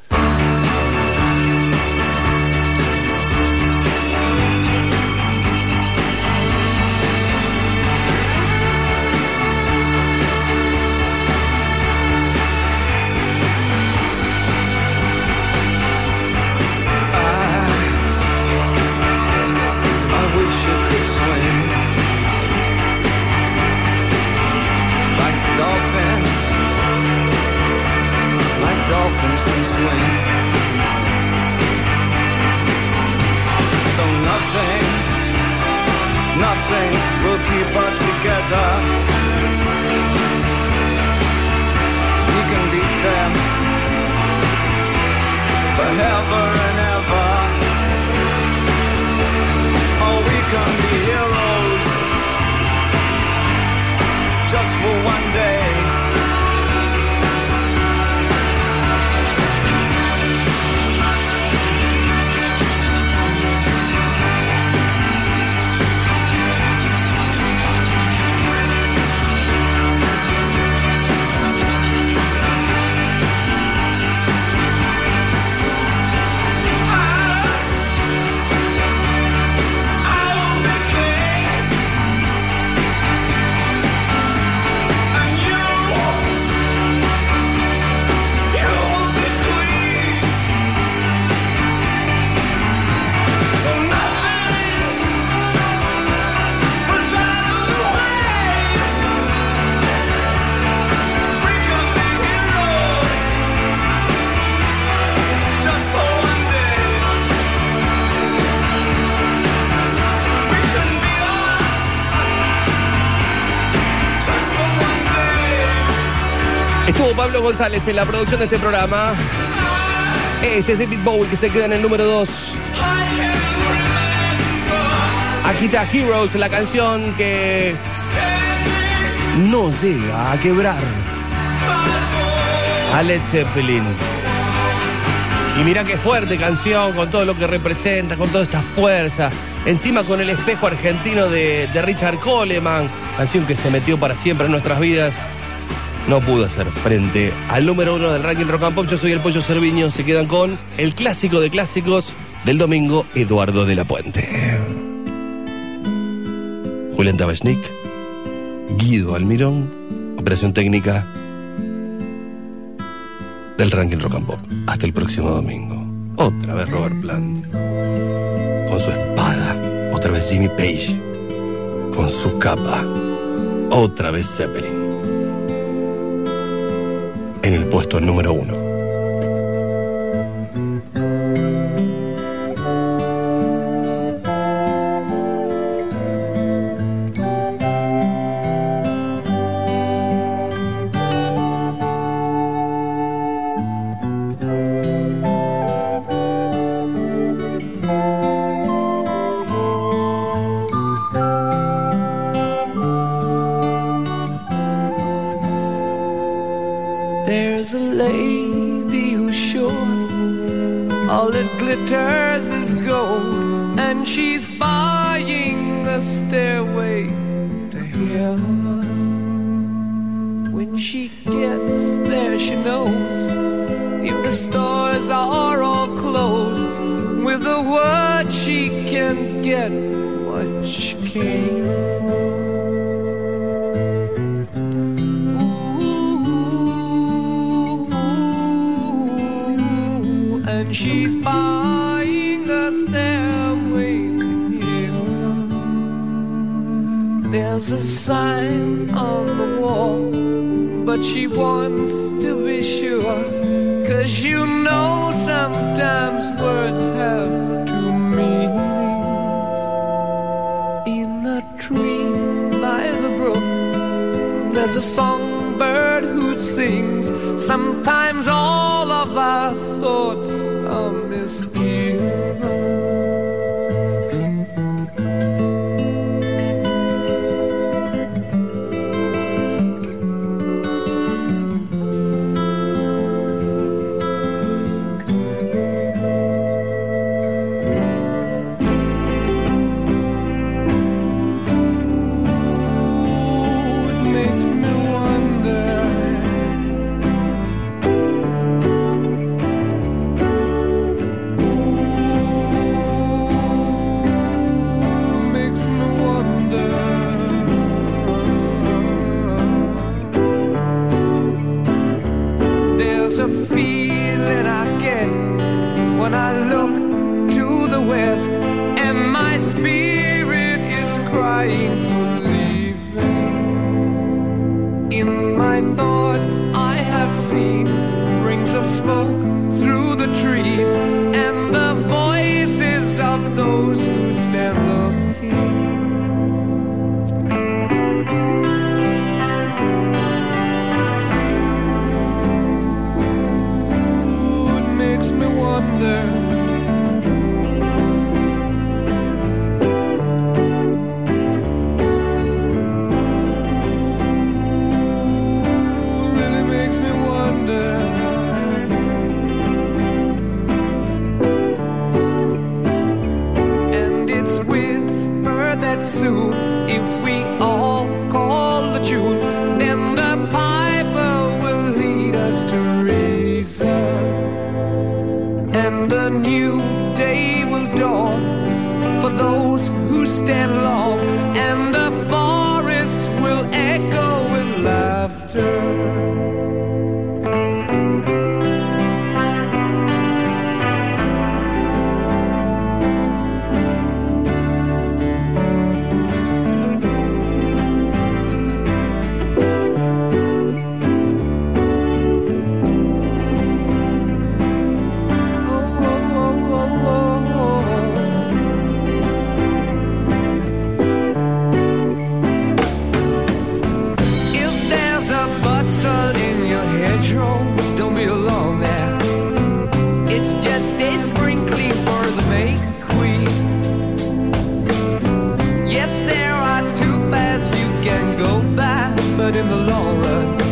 Nothing will keep us together. We can beat them forever and ever. Oh, we can be heroes just for one day. And you Estuvo Pablo González en la producción de este programa. Este es David Bowie, que se queda en el número 2. Aquí está Heroes, la canción que no llega a quebrar a Led Zeppelin. Y mira qué fuerte canción, con todo lo que representa, con toda esta fuerza. Encima con el espejo argentino de Richard Coleman, canción que se metió para siempre en nuestras vidas. No pudo hacer frente al número 1 del ranking Rock and Pop. Yo soy el Pollo Cerviño. Se quedan con el clásico de clásicos del domingo, Eduardo de la Puente. Julián Tabachnik, Guido Almirón, operación técnica del ranking Rock and Pop. Hasta el próximo domingo. Otra vez Robert Plant con su espada. Otra vez Jimmy Page con su capa. Otra vez Zeppelin en el puesto número 1. There's a lady who's sure all that glitters is gold, and she's buying a stairway to heaven. When she gets there, she knows if the stores are all closed, with a word she can get what she came for. And she's buying a stairway to heaven. There's a sign on the wall, but she wants to be sure, 'cause you know sometimes words have two meanings. In a tree by the brook, there's a songbird who sings. Sometimes all of our thoughts are misgiven. A feeling I get when I look to the west, and my spirit is crying for leaving. In my thoughts I have seen rings of smoke through the trees, and the voices of those who stand looking. Really makes me wonder. And it's whispered that soon, if we all call the tune, then the piper will lead us to reason. And a new day will dawn for those who stand long, and the forests will echo with laughter. If there's a but in the long run,